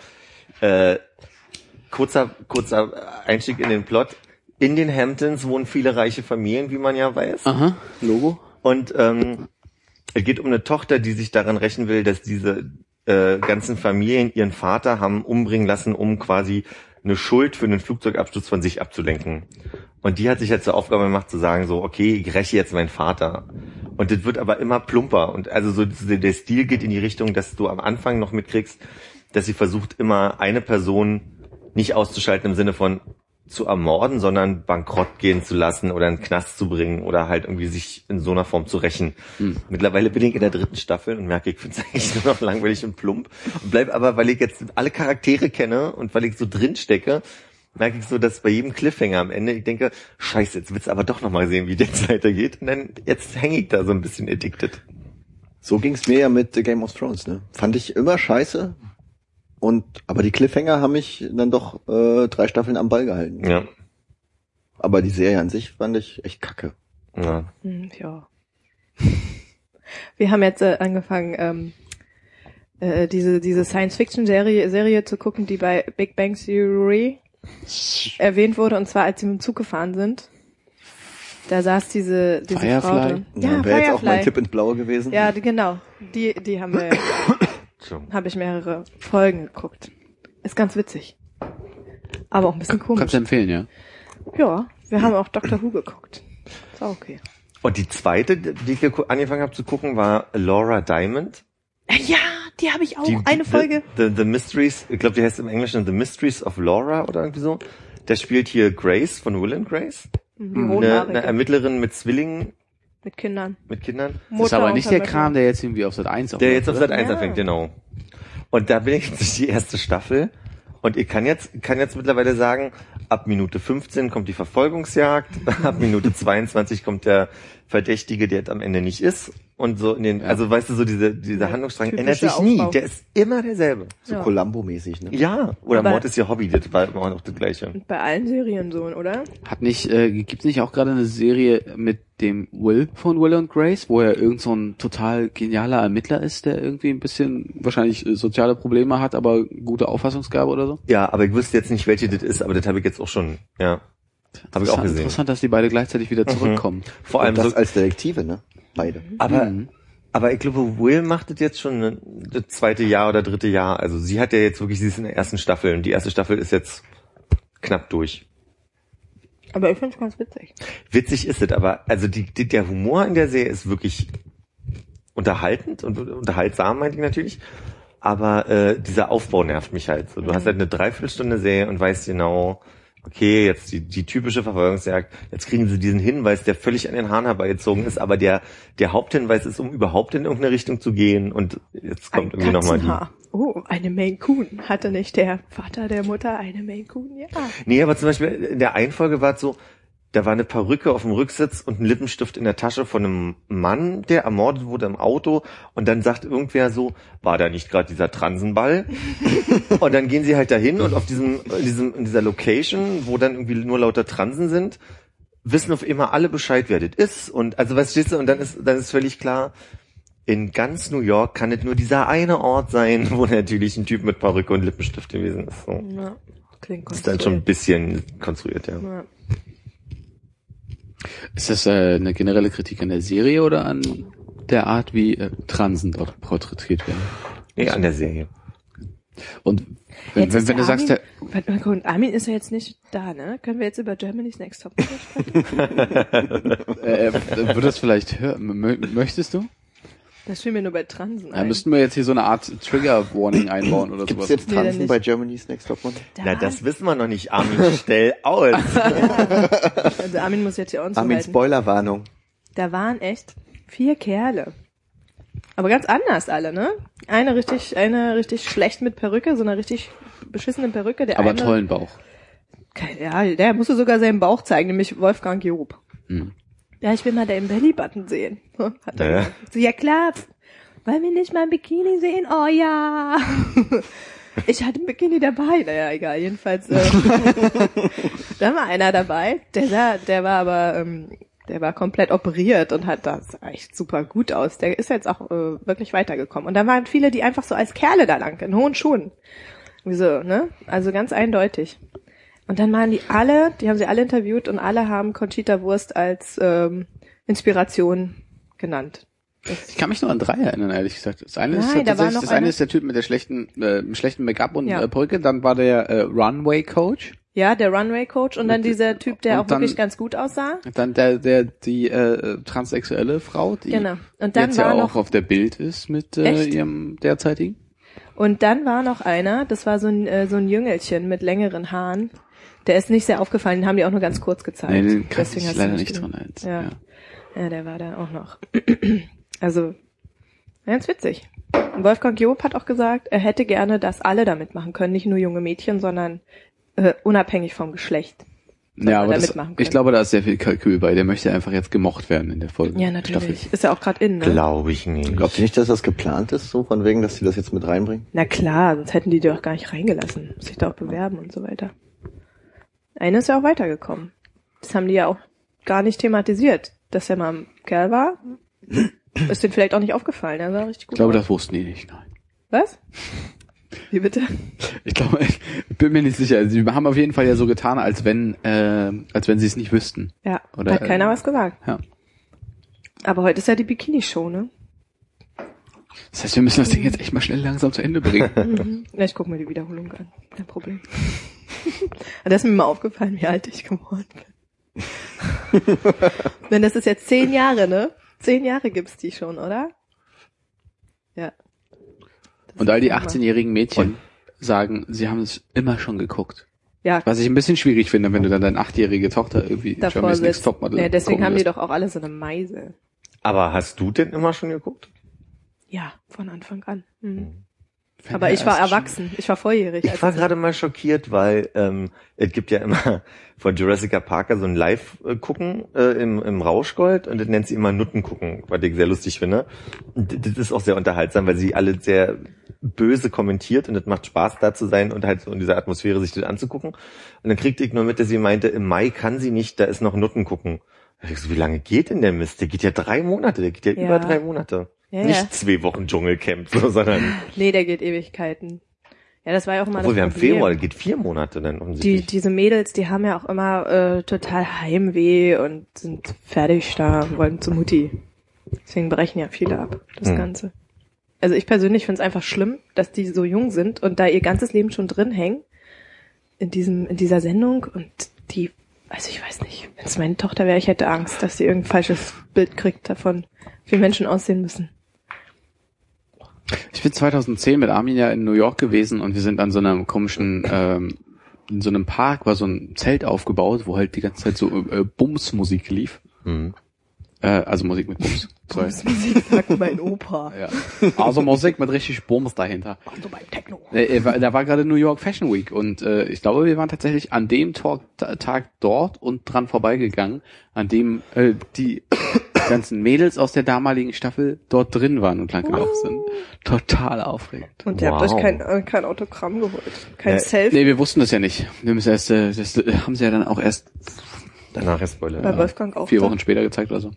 Kurzer Einstieg in den Plot. In den Hamptons wohnen viele reiche Familien, wie man ja weiß. Aha, Logo. Und es geht um eine Tochter, die sich daran rächen will, dass diese ganzen Familien ihren Vater haben umbringen lassen, um quasi eine Schuld für einen Flugzeugabsturz von sich abzulenken. Und die hat sich jetzt zur Aufgabe gemacht zu sagen, so, okay, ich räche jetzt meinen Vater. Und das wird aber immer plumper. Und also so der Stil geht in die Richtung, dass du am Anfang noch mitkriegst, dass sie versucht, immer eine Person nicht auszuschalten im Sinne von zu ermorden, sondern bankrott gehen zu lassen oder in den Knast zu bringen oder halt irgendwie sich in so einer Form zu rächen. Mittlerweile bin ich in der 3. Staffel und merke, ich finde es eigentlich nur noch langweilig und plump. Und bleib aber, weil ich jetzt alle Charaktere kenne und weil ich so drin stecke, merke ich so, dass bei jedem Cliffhanger am Ende ich denke, scheiße, jetzt willst du aber doch nochmal sehen, wie das weitergeht. Und dann, jetzt hänge ich da so ein bisschen addicted. So ging's mir ja mit Game of Thrones, ne? Fand ich immer scheiße. Aber die Cliffhanger haben mich dann doch 3 Staffeln am Ball gehalten. Ja. Aber die Serie an sich fand ich echt kacke. Ja. Ja. Wir haben jetzt angefangen, diese Science-Fiction-Serie zu gucken, die bei Big Bang Theory erwähnt wurde, und zwar als sie mit dem Zug gefahren sind. Da saß diese Firefly? Frau drin. Ja, Wäre jetzt auch mein Firefly. Tipp ins Blaue gewesen. Ja, genau. Die haben wir, habe ich mehrere Folgen geguckt. Ist ganz witzig. Aber auch ein bisschen komisch. Kannst du empfehlen, ja? Ja, wir haben auch Doctor Who geguckt. Ist auch okay. Und die zweite, die ich angefangen habe zu gucken, war Laura Diamond. Ja, die habe ich auch. Eine Folge. The Mysteries, ich glaube, die heißt im Englischen The Mysteries of Laura oder irgendwie so. Der spielt hier Grace von Will and Grace. Die Eine Rothaarige. Ermittlerin mit Zwillingen, Mit Kindern. Mit Kindern. Das ist aber nicht der Mutter- Kram, der jetzt irgendwie auf Sat 1 Der jetzt auf Sat 1 Ja. anfängt, genau. Und da bin ich jetzt durch die erste Staffel und ich kann jetzt mittlerweile sagen, ab Minute 15 kommt die Verfolgungsjagd, ab Minute 22 kommt der Verdächtige, der am Ende nicht ist und so also weißt du, so dieser Handlungsstrang ändert typischer sich nie, Aufbau. der ist immer derselbe. So Ja. Columbo-mäßig, ne? Ja, oder Aber- Mord ist ihr Hobby, das war immer noch das Gleiche. Und bei allen Serien so, oder? Gibt's nicht auch gerade eine Serie mit dem Will von Will und Grace, wo er irgend so ein total genialer Ermittler ist, der irgendwie ein bisschen wahrscheinlich soziale Probleme hat, aber gute Auffassungsgabe oder so? Ja, aber ich wüsste jetzt nicht, welche das ist, aber das habe ich jetzt auch schon, ja. Habe ich auch gesehen. Interessant, dass die beide gleichzeitig wieder zurückkommen. Vor allem Und das so, als Detektive, ne? Beide. aber ich glaube, Will macht das jetzt schon das zweite Jahr oder dritte Jahr. Also sie hat ja jetzt wirklich, sie ist in der ersten Staffel und die erste Staffel ist jetzt knapp durch. Aber ich find's ganz witzig. Witzig ist es, aber also der Humor in der Serie ist wirklich unterhaltend und unterhaltsam, meinte ich natürlich. Aber dieser Aufbau nervt mich halt. So, du hast halt eine Dreiviertelstunde Serie und weißt genau, okay, jetzt die typische Verfolgungsjagd, jetzt kriegen sie diesen Hinweis, der völlig an den Haaren herbeigezogen ist, aber der Haupthinweis ist, um überhaupt in irgendeine Richtung zu gehen und jetzt kommt Ein irgendwie nochmal die... Katzenhaar. Oh, eine Maine Coon. Hatte nicht der Vater der Mutter eine Maine Coon? Ja. Nee, aber zum Beispiel in der einen Folge war es so, da war eine Perücke auf dem Rücksitz und ein Lippenstift in der Tasche von einem Mann, der ermordet wurde im Auto. Und dann sagt irgendwer so, war da nicht gerade dieser Transenball? Und dann gehen sie halt dahin und auf in dieser Location, wo dann irgendwie nur lauter Transen sind, wissen auf immer alle Bescheid, wer das ist. Und also weißt du, und dann ist völlig klar, in ganz New York kann es nur dieser eine Ort sein, wo natürlich ein Typ mit Perücke und Lippenstift gewesen ist. So. Ja. Klingt Das ist dann schon ein bisschen konstruiert, ja. Ja. Ist das eine generelle Kritik an der Serie oder an der Art, wie Transen dort porträtiert werden? Nee, an der Serie. Und wenn Jetzt ist du der sagst, Armin, warte mal kurz, Armin ist ja jetzt nicht da, ne? Können wir jetzt über Germany's Next Top Model sprechen? würde das vielleicht hören, möchtest du? Das fiel mir nur bei Transen Ja, ein. müssten wir jetzt hier so eine Art Trigger-Warning einbauen oder Gibt's sowas. jetzt Nee, dann Tanzen nicht. bei Germany's Next Topmodel? Na, das wissen wir noch nicht. Armin, stell aus. Also Armin muss jetzt hier uns Armin, halten. Spoilerwarnung. Da waren echt 4 Kerle. Aber ganz anders alle, ne? Eine richtig schlecht mit Perücke, so eine richtig beschissene Perücke. Der Aber eine, tollen Bauch. Ja, der musste sogar seinen Bauch zeigen, nämlich Wolfgang Job. Hm. Ja, ich will mal deinen Bellybutton sehen. Hat er Ja. gesagt. So, ja klar, wollen wir nicht mal ein Bikini sehen? Oh ja. Ich hatte ein Bikini dabei. Naja, egal, jedenfalls. Da war einer dabei, der war komplett operiert und hat das echt super gut aus. Der ist jetzt auch wirklich weitergekommen. Und da waren viele, die einfach so als Kerle da lang, in hohen Schuhen. Wieso, ne? Also ganz eindeutig. Und dann waren die haben sie alle interviewt und alle haben Conchita Wurst als Inspiration genannt. Ich kann mich nur an 3 erinnern, ehrlich gesagt. Das eine ist Nein, da war noch das eine einer. ist der Typ mit der schlechten Make-up und Ja. Perücke, dann war der Runway-Coach, Ja, der Runway-Coach und dann dieser Typ, der und auch wirklich dann- ganz gut aussah. dann die transsexuelle Frau, die Genau. Und dann jetzt war ja noch auch auf der Bild ist mit Echt? ihrem derzeitigen. Und dann war noch einer, das war so ein Jüngelchen mit längeren Haaren. Der ist nicht sehr aufgefallen, den haben die auch nur ganz kurz gezeigt. Nee, den kann Deswegen ich hast du leider nicht gesehen. dran erinnern. Ja. Ja. Ja, der war da auch noch. Also, ganz witzig. Und Wolfgang Job hat auch gesagt, er hätte gerne, dass alle da mitmachen können, nicht nur junge Mädchen, sondern unabhängig vom Geschlecht. Ja, aber da das, mitmachen können. ich glaube, da ist sehr viel Kalkül bei. Der möchte einfach jetzt gemocht werden in der Folge. Ja, natürlich. Staffel. Ist ja auch gerade in, ne? Glaube ich nicht. Glaubt ihr nicht, dass das geplant ist, so von wegen, dass sie das jetzt mit reinbringen? Na klar, sonst hätten die doch gar nicht reingelassen. Muss sich da auch bewerben und so weiter. Eine ist ja auch weitergekommen. Das haben die ja auch gar nicht thematisiert, dass er mal ein Kerl war. Ist denen vielleicht auch nicht aufgefallen, er sah richtig gut Ich glaube, aus. das wussten die nicht. Nein. Was? Wie bitte? Ich glaube, ich bin mir nicht sicher. Sie haben auf jeden Fall ja so getan, als wenn sie es nicht wüssten. Ja, Oder, hat keiner was gesagt. Ja. Aber heute ist ja die Bikini-Show, ne? Das heißt, wir müssen das Ding jetzt echt mal schnell langsam zu Ende bringen. Ja, ich gucke mir die Wiederholung an. Kein Problem. Da ist mir mal aufgefallen, wie alt ich geworden bin. Denn das ist jetzt 10 Jahre, ne? 10 Jahre gibt's die schon, oder? Ja. Das Und all die ist immer- 18-jährigen Mädchen sagen, sie haben es immer schon geguckt. Ja, Was ich ein bisschen schwierig finde, wenn du dann deine 8-jährige Tochter irgendwie davor Germany's Next sitzt. Topmodel Ja, deswegen gucken haben die lässt. doch auch alle so eine Meise. Aber hast du denn immer schon geguckt? Ja, von Anfang an. Aber ich war erwachsen, ich war volljährig. Ich war gerade mal schockiert, weil es gibt ja immer von Jurassic Parker so ein Live-Gucken im Rauschgold und das nennt sie immer Nutten-Gucken, was ich sehr lustig finde. Und das ist auch sehr unterhaltsam, weil sie alle sehr böse kommentiert und es macht Spaß da zu sein und halt so in dieser Atmosphäre sich das anzugucken. Und dann kriegte ich nur mit, dass sie meinte, im Mai kann sie nicht, da ist noch Nutten-Gucken. Ich so, wie lange geht denn der Mist? Der geht ja 3 Monate, der geht ja über 3 Monate. Ja, nicht 2 Wochen Dschungelcamp, so, sondern... Nee, der geht Ewigkeiten. Ja, das war ja auch immer Obwohl, das wir haben Problem. Februar, der geht 4 Monate dann offensichtlich. Diese Mädels, die haben ja auch immer total Heimweh und sind fertig da, wollen zu Mutti. Deswegen brechen ja viele ab, das Ganze. Also ich persönlich finde es einfach schlimm, dass die so jung sind und da ihr ganzes Leben schon drin hängen in dieser Sendung und die, also ich weiß nicht, wenn es meine Tochter wäre, ich hätte Angst, dass sie irgendein falsches Bild kriegt davon, wie Menschen aussehen müssen. Ich bin 2010 mit Armin ja in New York gewesen und wir sind an so einem komischen, in so einem Park war so ein Zelt aufgebaut, wo halt die ganze Zeit so Bumsmusik lief. Also Musik mit Bums. Bumsmusik, sagt mein Opa. Ja. Also Musik mit richtig Bums dahinter. Also beim Techno. Da war gerade New York Fashion Week und ich glaube, wir waren tatsächlich an dem Tag dort und dran vorbeigegangen, an dem die ganzen Mädels aus der damaligen Staffel dort drin waren und langgelaufen sind. Total aufregend. Und ihr habt euch kein Autogramm geholt, kein Selfie. Nee, wir wussten das ja nicht. Wir müssen erst, das haben sie ja dann auch erst danach ist Spoiler. Bei Wolfgang auch. 4 Wochen später gezeigt oder so.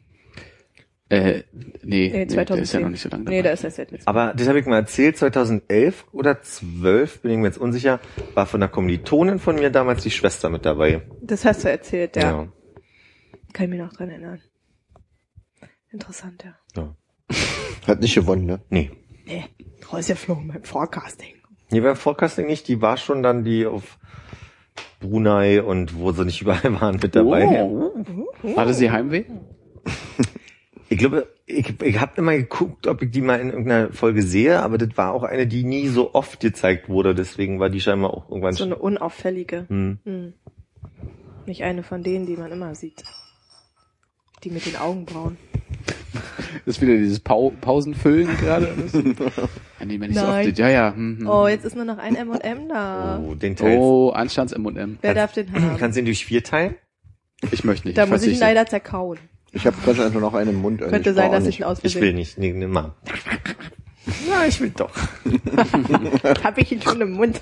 Nee, 2010. der ist ja noch nicht so lange dabei. Nee, der ist erst seit letztem Aber das habe ich mal erzählt, 2011 oder 12, bin ich mir jetzt unsicher, war von einer Kommilitonin von mir damals die Schwester mit dabei. Das hast du erzählt, ja. Ja. Kann ich mich noch dran erinnern. Interessant, ja. Ja. Hat nicht gewonnen, ne? Nee. Nee, rausgeflogen beim Forecasting. Nee, beim Forecasting nicht, die war schon dann die auf Brunei und wo sie nicht überall waren mit dabei. Hatte sie Heimweh? Ich glaube, ich habe immer geguckt, ob ich die mal in irgendeiner Folge sehe, aber das war auch eine, die nie so oft gezeigt wurde, deswegen war die scheinbar auch irgendwann... So eine unauffällige. Nicht eine von denen, die man immer sieht. Die mit den Augenbrauen. Das ist wieder dieses Pausenfüllen gerade. Nee, wenn ich so oft, ja. Oh, jetzt ist nur noch ein M&M da. Oh, den Teil. Oh, Anstands M&M. Wer darf den haben? Kannst du ihn durch 4 teilen? Ich möchte nicht. Da muss ich ihn leider zerkauen. Ich habe gerade einfach noch einen im Mund. Also Könnte sein, dass ich ihn Ich ausversehen. will nicht, nee, nimm mal. Na, ich will doch. Hab ich ihn schon im Mund.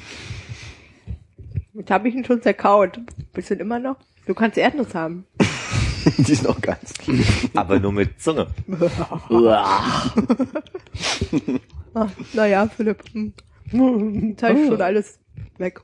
Jetzt habe ich ihn schon zerkaut. Willst du ihn immer noch? Du kannst Erdnuss haben. Die ist noch ganz. Aber nur mit Zunge. Naja, Philipp. Jetzt habe ich schon alles weg.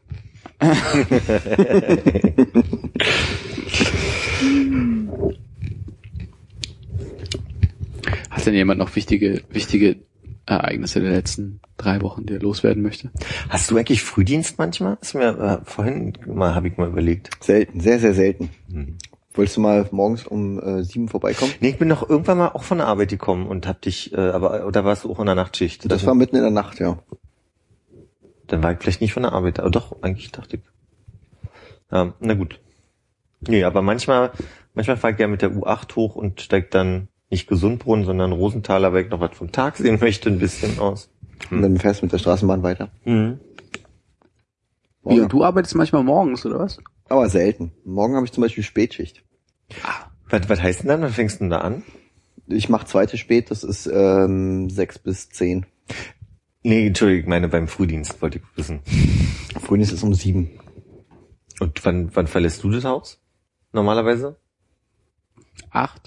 Hat denn jemand noch wichtige Ereignisse der letzten 3 Wochen, die er loswerden möchte? Hast du eigentlich Frühdienst manchmal? Ist mir vorhin mal, habe ich mal überlegt. Selten, sehr, sehr selten. Wolltest du mal morgens um 7 vorbeikommen? Nee, ich bin noch irgendwann mal auch von der Arbeit gekommen und hab dich, oder warst du auch in der Nachtschicht? Das war mitten in der Nacht, ja. Dann war ich vielleicht nicht von der Arbeit, aber doch, eigentlich dachte ich. Ja, na gut. Nee, aber manchmal fahre ich ja mit der U8 hoch und steig dann nicht Gesundbrunnen, sondern Rosenthaler, weil ich noch was vom Tag sehen möchte, ein bisschen aus. Und dann fährst du mit der Straßenbahn weiter. Mhm. Wie, und du arbeitest manchmal morgens, oder was? Aber selten. Morgen habe ich zum Beispiel Spätschicht. Was heißt denn dann? Wann fängst du denn da an? Ich mache zweite Spät, das ist 6 bis 10. Nee, Entschuldigung, ich meine beim Frühdienst wollte ich wissen. Frühdienst ist um 7. Und wann verlässt du das Haus? Normalerweise? 8.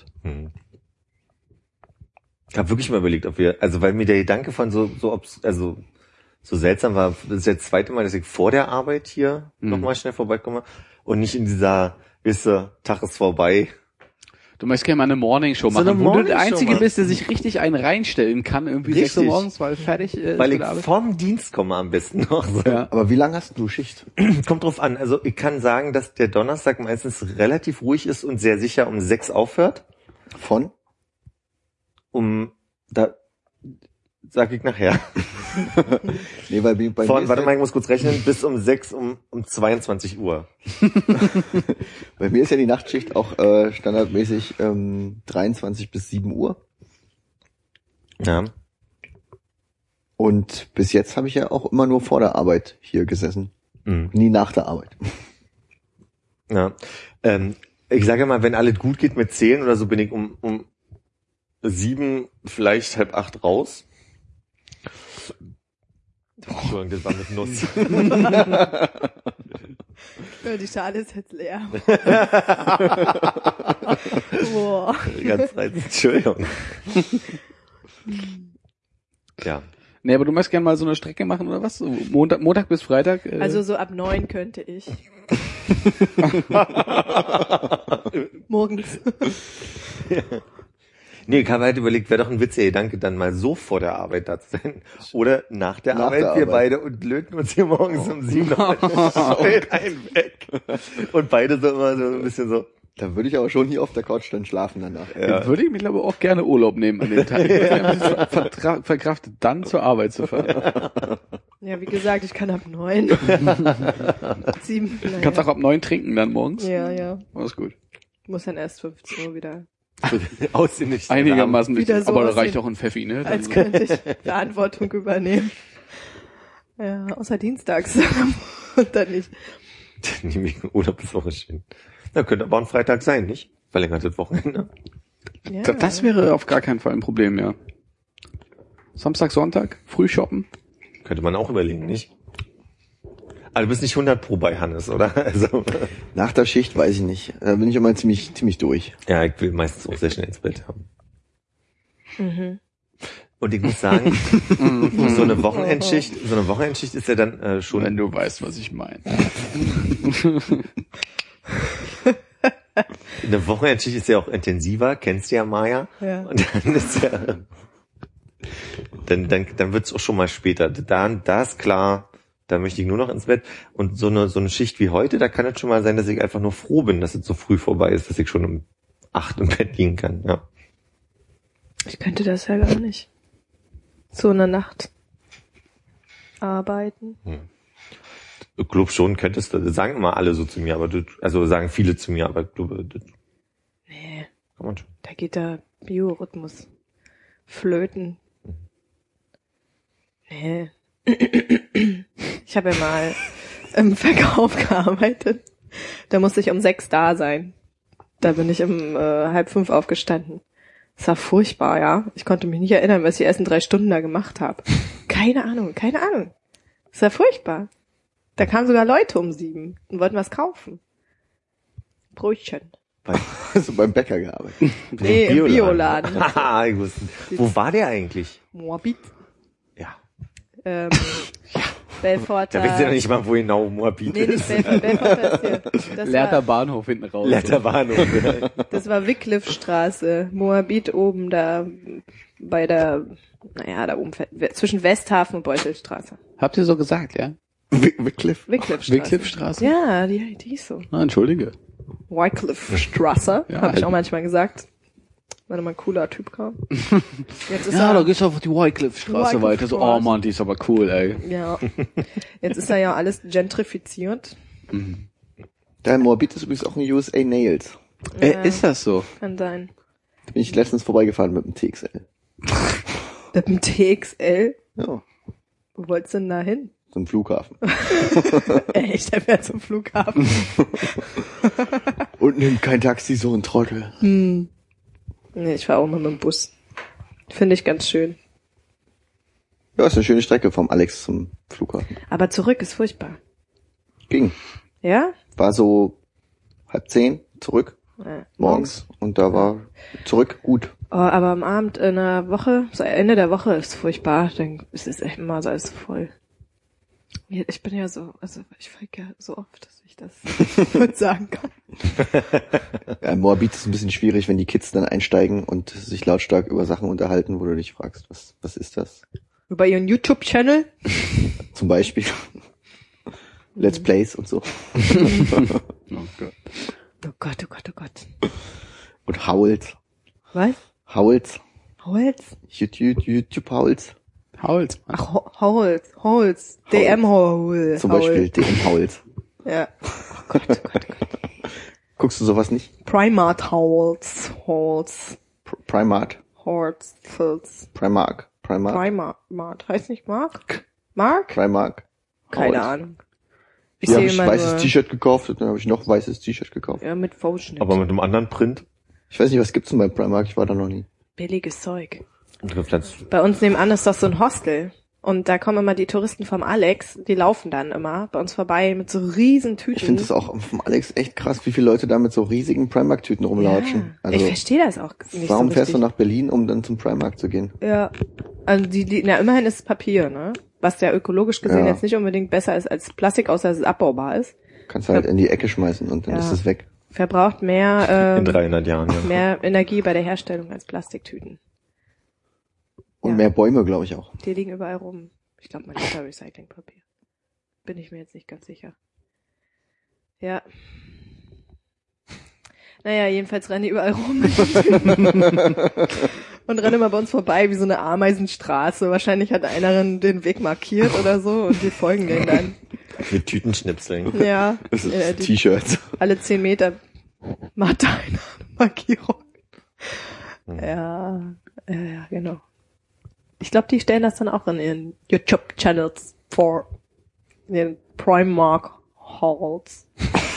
Ich habe wirklich mal überlegt, ob wir, also weil mir der Gedanke von so seltsam war, das ist jetzt das 2. Mal, dass ich vor der Arbeit hier nochmal schnell vorbeikomme und nicht in dieser, Tag ist vorbei. Du möchtest gerne mal eine Morningshow machen, eine wo du der Morningshow Einzige machen. bist, der sich richtig einen reinstellen kann, irgendwie 6 Uhr Richtig. morgens, weil fertig ist Weil mit ich der Arbeit. vom Dienst komme am besten noch. So. Ja. Aber wie lange hast du Schicht? Kommt drauf an. Also ich kann sagen, dass der Donnerstag meistens relativ ruhig ist und sehr sicher um 6 aufhört. Von? Da sag ich nachher. Nee, weil bei mir ist Warte mal, ich muss kurz rechnen, bis um 6 um 22 Uhr. Bei mir ist ja die Nachtschicht auch standardmäßig 23 bis 7 Uhr. Ja. Und bis jetzt habe ich ja auch immer nur vor der Arbeit hier gesessen. Mhm. Nie nach der Arbeit. Ja. Ich sage mal, wenn alles gut geht mit Zählen oder so, bin ich um 7, vielleicht 7:30 raus. Entschuldigung, das war mit Nuss. Die Schale ist jetzt leer. Boah. Ganz reizend, Entschuldigung. Ja. Nee, aber du möchtest gerne mal so eine Strecke machen, oder was? So Montag bis Freitag? Also so ab 9 könnte ich. Morgens. Nee, ich habe halt überlegt, wäre doch ein witziger Gedanke, dann mal so vor der Arbeit da zu sein. Oder nach der Arbeit, der wir Arbeit. beide und löten uns hier morgens um 7 noch einen weg. Und beide so immer so ein bisschen so. Da würde ich aber schon hier auf der Couch dann schlafen danach. Ja. Würde ich mir glaube auch gerne Urlaub nehmen an dem Tag. Ich würde ein bisschen verkraftet, dann zur Arbeit zu fahren. Ja, wie gesagt, ich kann ab 9. 7. Du kannst auch ab 9 trinken dann morgens. Ja, ja. Alles gut. Muss dann erst 15 Uhr wieder. Aussehen nicht. Einigermaßen Wieder richtig. so Aber da aussehen, reicht auch ein Pfeffi, ne? Dann Als könnte ich Verantwortung übernehmen. Ja, außer dienstags. Und dann nicht. Nehme ich Urlaub ist auch schön. Na, könnte aber ein Freitag sein, nicht? Verlängertes Wochenende. Ja. Das wäre auf gar keinen Fall ein Problem, ja. Samstag, Sonntag, früh shoppen. Könnte man auch überlegen, nicht? Aber du bist nicht 100% bei Hannes, oder? Also, Nach der Schicht weiß ich nicht. Da bin ich immer ziemlich durch. ja, ich will meistens auch sehr schnell ins Bett haben. Mhm. Und ich muss sagen, so eine Wochenendschicht ist ja dann schon. Wenn du weißt, was ich meine. Eine Wochenendschicht ist ja auch intensiver, kennst du ja, Maja. Ja. Und dann ist ja, dann wird's auch schon mal später. Da ist klar, da möchte ich nur noch ins Bett. Und so eine Schicht wie heute, da kann es schon mal sein, dass ich einfach nur froh bin, dass es so früh vorbei ist, dass ich schon um 8 im Bett liegen kann, ja. Ich könnte das ja gar nicht. So eine Nacht arbeiten. Ich glaube schon, könntest du, das sagen immer alle so zu mir, aber sagen viele zu mir, aber du, das Nee, kann man schon. da geht der Biorhythmus flöten. Nee. Ich habe ja mal im Verkauf gearbeitet. Da musste ich um 6 da sein. Da bin ich um 4:30 aufgestanden. Das war furchtbar, ja. Ich konnte mich nicht erinnern, was ich die ersten 3 Stunden da gemacht habe. Keine Ahnung. Das war furchtbar. Da kamen sogar Leute um 7 und wollten was kaufen. Brötchen. Also beim Bäcker gearbeitet. Nee, im Bioladen. Haha, ich wusste. Wo war der eigentlich? Moabit. Ja. Belforter. Da wisst ihr ja nicht mal, wo genau Moabit Nee, nicht ist. Belforter ist hier. Das Leerter war, Bahnhof hinten raus. Leerter Bahnhof. das war Wycliffe-Straße. Moabit oben da bei der, da oben zwischen Westhafen und Beutelstraße. Habt ihr so gesagt, ja? Wycliffe. Wycliffe-Straße. Wycliffe-Straße? Ja, die hieß so. Ah, entschuldige. Wycliffe-Straße, Ja, habe ich halt. auch manchmal gesagt. Wenn mal ein cooler Typ kam. Jetzt ist Ja, da er, geht's auf die Wycliffe-Straße weiter. So, oh Mann, die ist aber cool, ey. ja. Jetzt ist er ja alles gentrifiziert. Da in Moabit ist übrigens auch ein USA Nails. Ja. Ist das so? Kann sein. Da bin ich letztens vorbeigefahren mit dem TXL. Mit dem TXL? Ja, Wo wolltest du denn da hin? zum Flughafen. Echt, der fährt zum Flughafen. Und nimmt kein Taxi, so ein Trottel. Nee, ich fahre auch mal mit dem Bus. Finde ich ganz schön. Ja, ist eine schöne Strecke vom Alex zum Flughafen. Aber zurück ist furchtbar. Ging. Ja? War so 9:30 zurück Ja. morgens und da war zurück gut. Oh, aber am Abend in der Woche, so Ende der Woche ist furchtbar. Dann ist es echt immer so alles voll. Ich bin ja so, also ich fliege ja so oft, dass ich das gut sagen kann. Ja, in Moabit ist es ein bisschen schwierig, wenn die Kids dann einsteigen und sich lautstark über Sachen unterhalten, wo du dich fragst, was ist das? Über ihren YouTube-Channel? Zum Beispiel Let's Plays und so. Oh Gott. Oh Gott, oh Gott, oh Gott. Und Howls. Was? Howls. Holz? YouTube Howls. Howls. Ach, Holz. DM Holz. Zum Beispiel DM Howls. Ja. Oh Gott, oh Gott, oh Gott. Guckst du sowas nicht? Primark Halls. Primark. Primark. Heißt nicht Mark? Mark? Primark. Keine Ahnung. Ich Hier habe sehe ich immer weißes nur, T-Shirt gekauft und dann habe ich noch weißes T-Shirt gekauft. ja, mit Fauxschnitt. Aber mit einem anderen Print. Ich weiß nicht, was gibt's denn bei Primark? Ich war da noch nie. Billiges Zeug. Und gepflanzt. Bei uns nebenan ist doch so ein Hostel. Und da kommen immer die Touristen vom Alex, die laufen dann immer bei uns vorbei mit so riesen Tüten. Ich finde das auch vom Alex echt krass, wie viele Leute da mit so riesigen Primark-Tüten rumlatschen. Ja, ich verstehe das auch nicht warum so fährst du richtig. nach Berlin, um dann zum Primark zu gehen? Ja, also na immerhin ist es Papier, ne? Was ja ökologisch gesehen Ja. jetzt nicht unbedingt besser ist als Plastik, außer dass es abbaubar ist. Kannst du halt in die Ecke schmeißen und dann Ja. ist es weg. Verbraucht mehr, In 300 Jahren, ja. mehr Energie bei der Herstellung als Plastiktüten. Und Ja. mehr Bäume, glaube ich auch. Die liegen überall rum. Ich glaube, man hat da Recyclingpapier. Bin ich mir jetzt nicht ganz sicher. Ja. Naja, jedenfalls rennen die überall rum. Und rennen immer bei uns vorbei wie so eine Ameisenstraße. Wahrscheinlich hat einer den Weg markiert oder so und wir folgen denen dann. Mit Tütenschnipseln. Ja. Das ist Die, T-Shirts. alle 10 Meter macht da einer eine Markierung. Mhm. Ja, genau. Ich glaube, die stellen das dann auch in ihren YouTube-Channels vor. In ihren Primark Halls.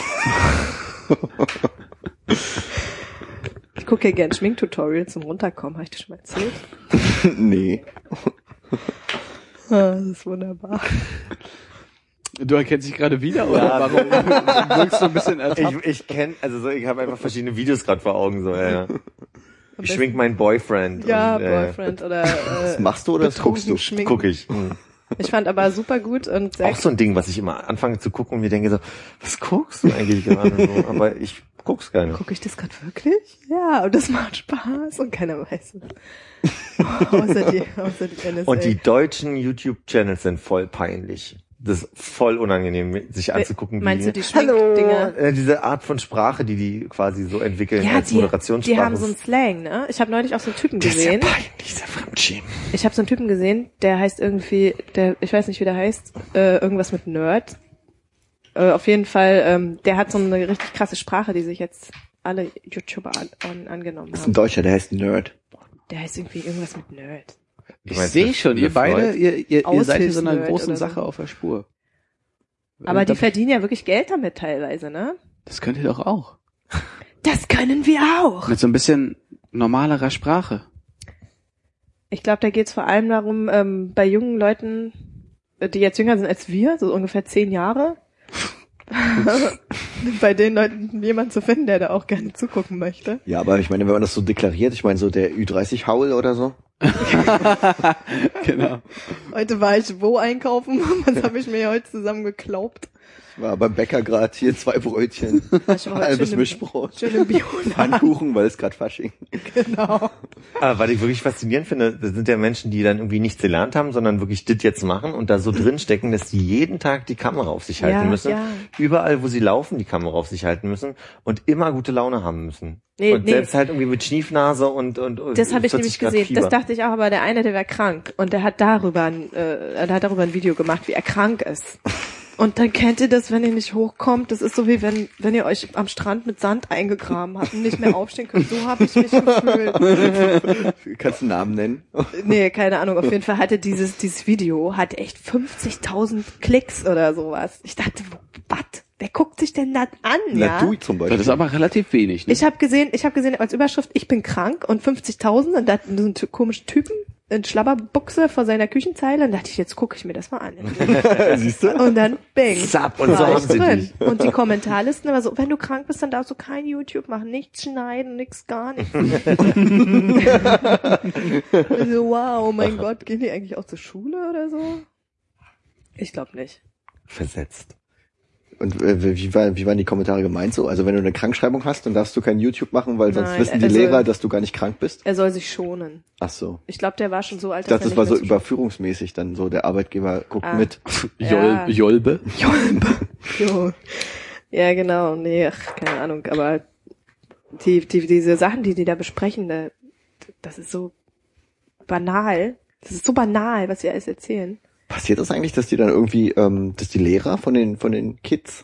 Ich gucke ja gern Schminktutorials zum Runterkommen, habe ich dir schon mal erzählt? Nee. Das ist wunderbar. Du erkennst dich gerade wieder, oder warum wirkst du ein bisschen ertappt? Ich kenne, also so, ich habe einfach verschiedene Videos gerade vor Augen, so, ja. Ich schwing meinen Boyfriend. Ja, und, Boyfriend oder Das machst du oder das guckst du? schminken. Guck ich. Mhm. Ich fand aber super gut und sehr Auch so ein Ding, was ich immer anfange zu gucken und mir denke so, was guckst du eigentlich gerade so? Aber ich guck's gerne. gucke ich das gerade wirklich? Ja, und das macht Spaß und keiner weiß es. außer die NSA. Und die deutschen YouTube-Channels sind voll peinlich. Das ist voll unangenehm, sich anzugucken. Meinst du die Hallo, Schminkdinger? diese Art von Sprache, die quasi so entwickeln Ja, als Moderationssprache. die haben so einen Slang, ne? Ich habe neulich auch so einen Typen der ist sehr gesehen. peinlich, sehr fremdschämen. Ich habe so einen Typen gesehen, der heißt irgendwie, ich weiß nicht, wie der heißt, irgendwas mit Nerd. Auf jeden Fall, der hat so eine richtig krasse Sprache, die sich jetzt alle YouTuber angenommen Das ist ein haben. Deutscher, der heißt Nerd. Der heißt irgendwie irgendwas mit Nerd. Du Ich meinst sehe Le- schon, Le ihr beide, Floyd? ihr seid in so einer Aushilfsnerd großen oder so. Sache auf der Spur. Aber die Das- verdienen ja wirklich Geld damit teilweise, ne? Das könnt ihr doch auch. Das können wir auch. Mit so ein bisschen normalerer Sprache. Ich glaube, da geht's vor allem darum, bei jungen Leuten, die jetzt jünger sind als wir, so ungefähr 10 Jahre, bei den Leuten jemanden zu finden, der da auch gerne zugucken möchte. Ja, aber ich meine, wenn man das so deklariert, ich meine so der Ü30-Haul oder so. Genau. Heute war ich wo einkaufen? Was habe ich mir heute zusammen geklaubt? Ich war beim Bäcker gerade hier 2 Brötchen, Ich war heute halbes schön im- Mischbrot, Schön im Bio. Pfannkuchen, weil es gerade Fasching. Genau. Aber was ich wirklich faszinierend finde, das sind ja Menschen, die dann irgendwie nichts gelernt haben, sondern wirklich das jetzt machen und da so drin stecken, dass die jeden Tag die Kamera auf sich halten Ja, müssen. ja. Überall, wo sie laufen, die Kamera auf sich halten müssen und immer gute Laune haben müssen. Nee, und nee. selbst halt irgendwie mit Schniefnase und Das habe ich 40 nämlich Grad gesehen. Fieber. Das dachte ich auch, aber der eine, der war krank und der hat darüber ein Video gemacht, wie er krank ist. Und dann kennt ihr das, wenn ihr nicht hochkommt. Das ist so wie wenn ihr euch am Strand mit Sand eingegraben habt und nicht mehr aufstehen könnt. So habe ich mich gefühlt. Kannst du einen Namen nennen? Nee, keine Ahnung. Auf jeden Fall hatte dieses Video hat echt 50.000 Klicks oder sowas. Ich dachte, was? Wer guckt sich denn das an? Na, Ja. du zum Beispiel. Das ist aber relativ wenig, ne? Ich habe gesehen als Überschrift, ich bin krank und 50.000 und da hat so einen komischen Typen in Schlabberbuchse vor seiner Küchenzeile und dachte ich, jetzt gucke ich mir das mal an. Siehst du? Und dann bing, Zapp, und war so ich haben sie drin. dich. Und die Kommentarlisten aber so, wenn du krank bist, dann darfst du kein YouTube machen, nichts schneiden, nichts gar nichts. Also, wow, oh mein Gott, gehen die eigentlich auch zur Schule oder so? Ich glaube nicht. Versetzt. Und wie waren die Kommentare gemeint so? Also wenn du eine Krankschreibung hast, dann darfst du kein YouTube machen, weil sonst Nein, wissen die also- Lehrer, dass du gar nicht krank bist. Er soll sich schonen. Ach so. Ich glaube, der war schon so alt, Ich dachte, er das war nicht so mehr überführungsmäßig dann so, der Arbeitgeber guckt Ah. mit. Ja. Jolbe. Jo. Ja, genau. Nee, ach, keine Ahnung. Aber diese Sachen, die da besprechen, das ist so banal. Das ist so banal, was sie alles erzählen. Passiert das eigentlich, dass die dann irgendwie, dass die Lehrer von den Kids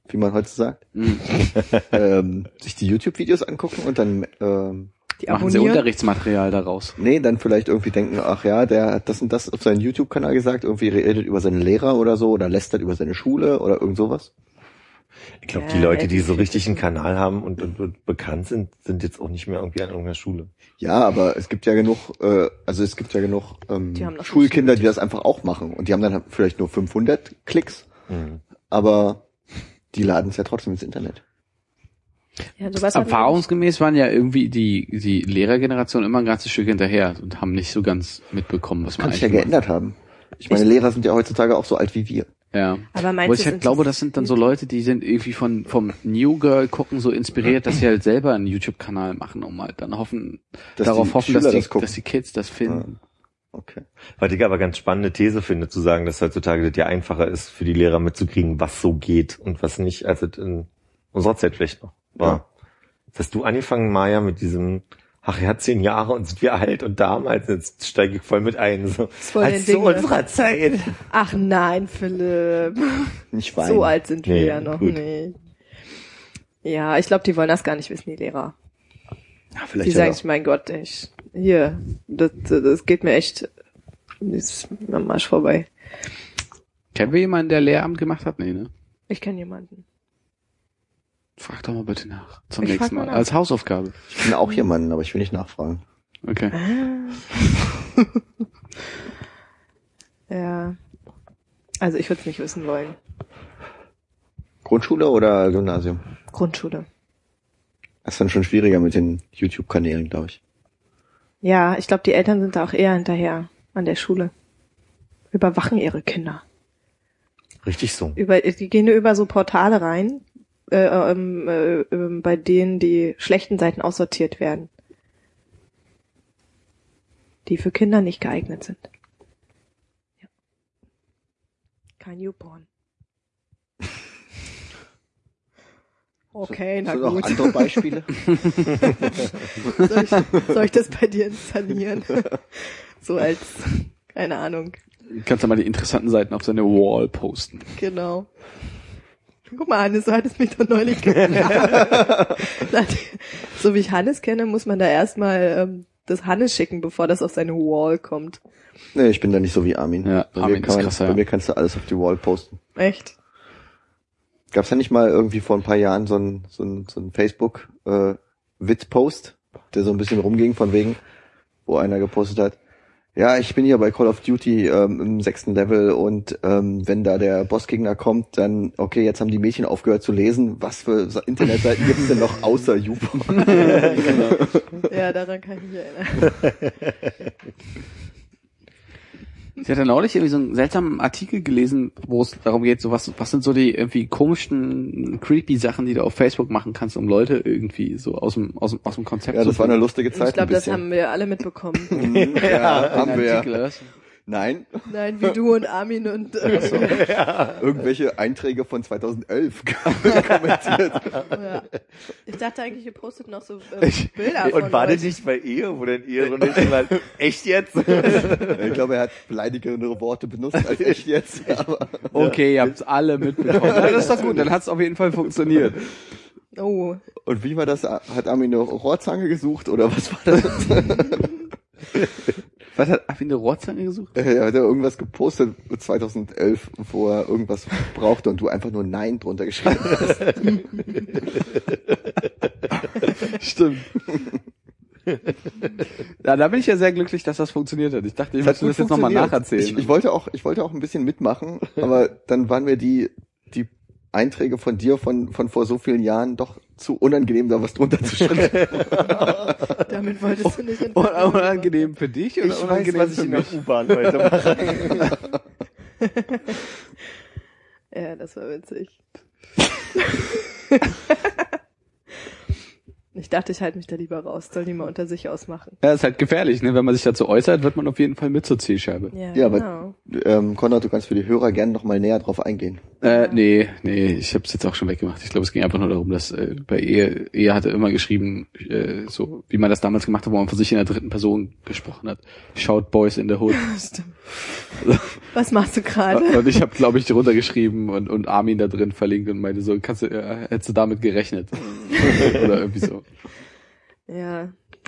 wie man heute sagt, sich die YouTube-Videos angucken und dann Die Machen sie abonnieren. Unterrichtsmaterial daraus. dann vielleicht irgendwie denken, ach ja, der hat das und das auf seinem YouTube-Kanal gesagt, irgendwie redet über seinen Lehrer oder so oder lästert über seine Schule oder irgend sowas. Ich glaube, Ja, die Leute, die so ey, richtig einen Kanal haben und bekannt sind jetzt auch nicht mehr irgendwie an irgendeiner Schule. Ja, aber es gibt ja genug, Die haben noch Schulkinder, die das einfach auch machen und die haben dann vielleicht nur 500 Klicks, aber die laden es ja trotzdem ins Internet. Ja, sowas hat man Erfahrungsgemäß waren ja irgendwie die Lehrergeneration immer ein ganzes Stück hinterher und haben nicht so ganz mitbekommen, was man Kann sich ja eigentlich geändert haben. Ich meine, Lehrer sind ja heutzutage auch so alt wie wir. Ja. Aber meinst Wo du, ich es halt glaube, das sind dann so Leute, die sind irgendwie vom New Girl gucken so inspiriert, dass sie halt selber einen YouTube-Kanal machen, um halt dann Dass darauf die hoffen, Schüler das dass gucken. die Kids das finden. Okay. Was ich aber ganz spannende These finde, zu sagen, dass heutzutage das ja einfacher ist, für die Lehrer mitzukriegen, was so geht und was nicht, als es in unserer Zeit vielleicht noch war. Jetzt hast du angefangen, Maja, mit diesem, ach ja, 10 Jahre und sind wir alt und damals, jetzt steige ich voll mit ein, so, voll als den zu Ding, ne? unserer Zeit. Ach nein, Philipp. Nicht weinen. So alt sind wir Nee, ja noch gut. nicht. Ja, ich glaube, die wollen das gar nicht wissen, die Lehrer. Ja, Die vielleicht sagen ja sich, mein Gott, das geht mir echt, das ist am Arsch vorbei. Kennen wir jemanden, der Lehramt gemacht hat? Nee, ne? Ich kenne jemanden. Frag doch mal bitte nach. Zum Ich frag nächsten mal Mal. nach. Als Hausaufgabe. Ich kenne auch jemanden, aber ich will nicht nachfragen. Okay. Ja. Also ich würde es nicht wissen wollen. Grundschule oder Gymnasium? Grundschule. Das ist dann schon schwieriger mit den YouTube-Kanälen, glaube ich. Ja, ich glaube, die Eltern sind da auch eher hinterher an der Schule. Überwachen ihre Kinder. Richtig so. Die gehen nur über so Portale rein, bei denen die schlechten Seiten aussortiert werden. Die für Kinder nicht geeignet sind. Ja. Kein YouPorn. Okay, na Sind noch gut. andere Beispiele? Soll ich das bei dir installieren? So als, keine Ahnung. Kannst du mal die interessanten Seiten auf seine Wall posten. Genau. Guck mal, Hannes, du hattest mich doch neulich gefragt. So wie ich Hannes kenne, muss man da erstmal das Hannes schicken, bevor das auf seine Wall kommt. Nee, ich bin da nicht so wie Armin. Ja, Armin ist krasser, bei mir kannst du alles auf die Wall posten. Echt? Gab's ja nicht mal irgendwie vor ein paar Jahren so ein Facebook Witz-Post, der so ein bisschen rumging von wegen, wo einer gepostet hat, ja, ich bin hier bei Call of Duty im 6. Level und wenn da der Bossgegner kommt, dann, okay, jetzt haben die Mädchen aufgehört zu lesen. Was für Internetseiten gibt's denn noch außer YouPorn? Ja, daran kann ich mich erinnern. Ich hatte neulich irgendwie so einen seltsamen Artikel gelesen, wo es darum geht, so was sind so die irgendwie komischen, creepy Sachen, die du auf Facebook machen kannst, um Leute irgendwie so aus dem Konzept Ja, zu das war eine lustige Zeit. Ich glaube, ein das bisschen. haben wir alle mitbekommen. Ja, haben wir Artikel, ja. was? Nein, Nein, wie du und Armin und irgendwelche Einträge von 2011 kommentiert. ja. Ich dachte eigentlich, ihr postet noch so Bilder von Und war das euch. nicht bei ihr, wo denn ihr und ich mal, echt jetzt? Ich glaube, er hat beleidigendere Worte benutzt als ich jetzt. Aber Okay, ihr habt's alle mitbekommen. Ja, das ist doch gut, dann hat's auf jeden Fall funktioniert. Oh, und wie war das? Hat Armin eine Rohrzange gesucht oder was war das? Was hat Affi eine Rohrzange gesucht? Er hat ja irgendwas gepostet 2011, wo er irgendwas brauchte und du einfach nur Nein drunter geschrieben hast. Stimmt. Ja, da bin ich ja sehr glücklich, dass das funktioniert hat. Ich dachte, ich Das hat müsste das jetzt gut nochmal funktioniert. nacherzählen. Ich wollte auch ein bisschen mitmachen, aber dann waren mir die Einträge von dir von vor so vielen Jahren doch zu unangenehm, da was drunter zu schreiben. damit wolltest du nicht in Unangenehm für dich oder Ich weiß, unangenehm was ich für in der mich? U-Bahn heute mache. Ja, das war witzig. Ich dachte, ich halte mich da lieber raus, soll die mal unter sich ausmachen. Ja, ist halt gefährlich, ne? Wenn man sich dazu äußert, wird man auf jeden Fall mit zur Zielscheibe. Ja, aber genau. Konrad, du kannst für die Hörer gerne noch mal näher drauf eingehen. Nee, ich habe es jetzt auch schon weggemacht. Ich glaube, es ging einfach nur darum, dass bei Ehe hatte immer geschrieben, so wie man das damals gemacht hat, wo man von sich in der dritten Person gesprochen hat. Shout Boys in the Hood. Stimmt. Was machst du gerade? Und ich habe, glaube ich, runtergeschrieben und Armin da drin verlinkt und meinte so, hättest du damit gerechnet? Oder irgendwie so. Ja.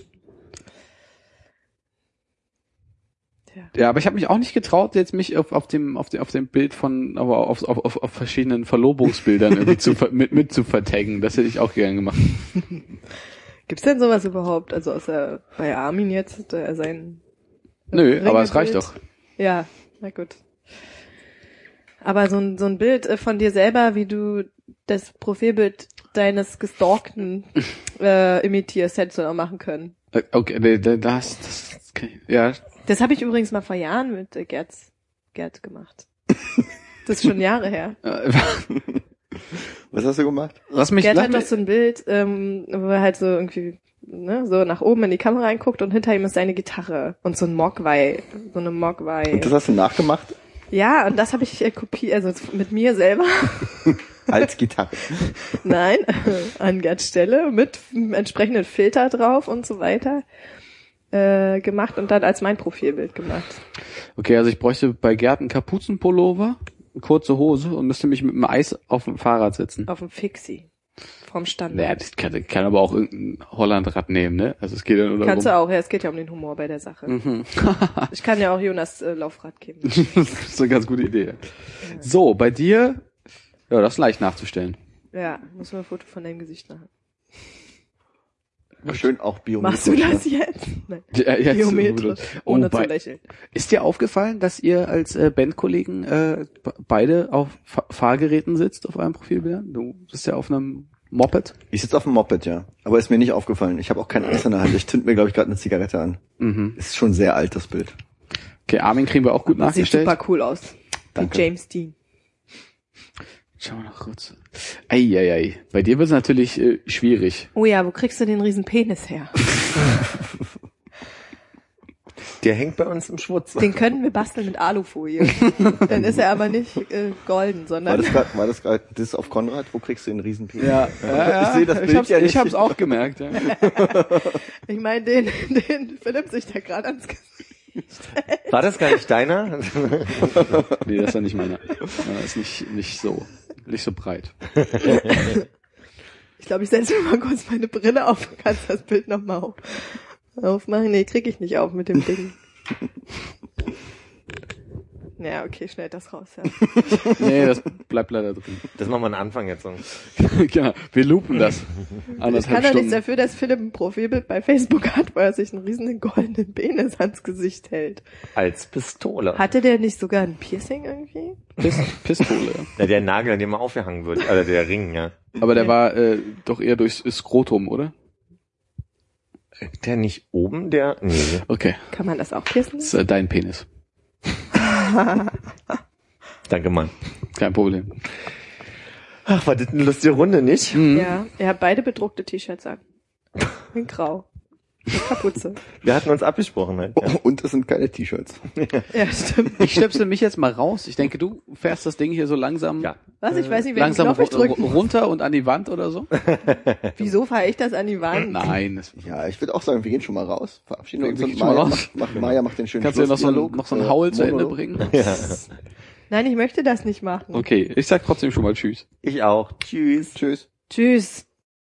Ja, aber ich habe mich auch nicht getraut, jetzt mich auf dem Bild von, aber auf verschiedenen Verlobungsbildern irgendwie mit zu vertaggen. Das hätte ich auch gerne gemacht. Gibt's denn sowas überhaupt? Also außer bei Armin jetzt, sein Nö, aber es reicht doch. Ja, na gut. Aber so ein Bild von dir selber, wie du das Profilbild deines Gestalkten imitierst, hättest du auch machen können. Okay, das ja. Das habe ich übrigens mal vor Jahren mit Gerd gemacht. Das ist schon Jahre her. Was hast du gemacht? Gerd hat noch so ein Bild, wo er halt so irgendwie so nach oben in die Kamera reinguckt und hinter ihm ist seine Gitarre und so eine Mogwai. Und das hast du nachgemacht? Ja, und das habe ich kopiert, also mit mir selber. Als Gitarre? Nein, an Gerds Stelle mit entsprechenden Filter drauf und so weiter gemacht und dann als mein Profilbild gemacht. Okay, also ich bräuchte bei Gerd einen Kapuzenpullover, eine kurze Hose und müsste mich mit dem Eis auf dem Fahrrad setzen. Auf dem Fixie. Vom Standard. Naja, das kann aber auch irgendein Hollandrad nehmen, ne? Also es geht ja nur darum. Kannst du auch, ja, es geht ja um den Humor bei der Sache. Mhm. Ich kann ja auch Jonas Laufrad geben. Das ist eine ganz gute Idee. Ja. So, bei dir, ja, das ist leicht nachzustellen. Ja, muss man ein Foto von deinem Gesicht machen. Schön auch biometrisch. Machst du das jetzt? Nein. Ja, jetzt biometrisch, ohne zu bei, lächeln. Ist dir aufgefallen, dass ihr als Bandkollegen beide auf Fahrgeräten sitzt auf eurem Profilbildern? Du bist ja auf einem Moped? Ich sitze auf dem Moped, ja. Aber ist mir nicht aufgefallen. Ich habe auch kein Eis in der Hand. Ich zünd mir, glaube ich, gerade eine Zigarette an. Mhm. Ist schon sehr alt, das Bild. Okay, Armin kriegen wir auch gut nachgestellt. Sieht super cool aus. Danke. Wie James Dean. Schauen wir noch kurz. Eieiei. Bei dir wird es natürlich schwierig. Oh ja, wo kriegst du den riesen Penis her? Der hängt bei uns im Schwutz. Den könnten wir basteln mit Alufolie. Dann ist er aber nicht golden, sondern... War das gerade das auf Konrad? Wo kriegst du den riesen Penis? Ja, Ich sehe das Bild ja nicht. Ich hab's auch gemerkt. Ja. Ich meine, den Philipp sich da gerade ans Gesicht. War das gar nicht deiner? Nee, das ist ja nicht meiner. Das ist nicht so breit. Ich glaube, ich setze mir mal kurz meine Brille auf und kannst das Bild nochmal aufmachen. Nee, krieg ich nicht auf mit dem Ding. Ja, okay, schneid das raus, ja. Nee, das bleibt leider drin. Das machen wir am Anfang jetzt so. Genau, wir loopen das. Ich kann doch nichts dafür, dass Philipp ein Profilbild bei Facebook hat, wo er sich einen riesigen goldenen Penis ans Gesicht hält. Als Pistole. Hatte der nicht sogar ein Piercing irgendwie? Pistole. Ja, der Nagel, an dem er aufgehangen wird. Also der Ring, ja. Aber der war doch eher durchs Skrotum, oder? Der nicht oben, der... Nee. Okay. Kann man das auch piercen? Das ist dein Penis. Danke, Mann. Kein Problem. Ach, war das eine lustige Runde, nicht? Mhm. Ja, ihr habt beide bedruckte T-Shirts an. In grau. Mit Kapuze. Wir hatten uns abgesprochen halt. Ja. Und es sind keine T-Shirts. Ja, stimmt. Ich stöpsel mich jetzt mal raus. Ich denke, du fährst das Ding hier so langsam, Ja. Was? Ich weiß nicht, welchen langsam Knopf ich drücken muss. runter und an die Wand oder so. Wieso fahre ich das an die Wand? Nein. Ja, ich würde auch sagen, wir gehen schon mal raus. Verabschieden Wir uns gehen und schon mal Maya raus. Maya macht den schönen Kannst du ja noch so Schlussdialog, einen Haul zu Ende Monolog. bringen? Ja. Nein, ich möchte das nicht machen. Okay, ich sag trotzdem schon mal Tschüss. Ich auch. Tschüss. Tschüss. Tschüss.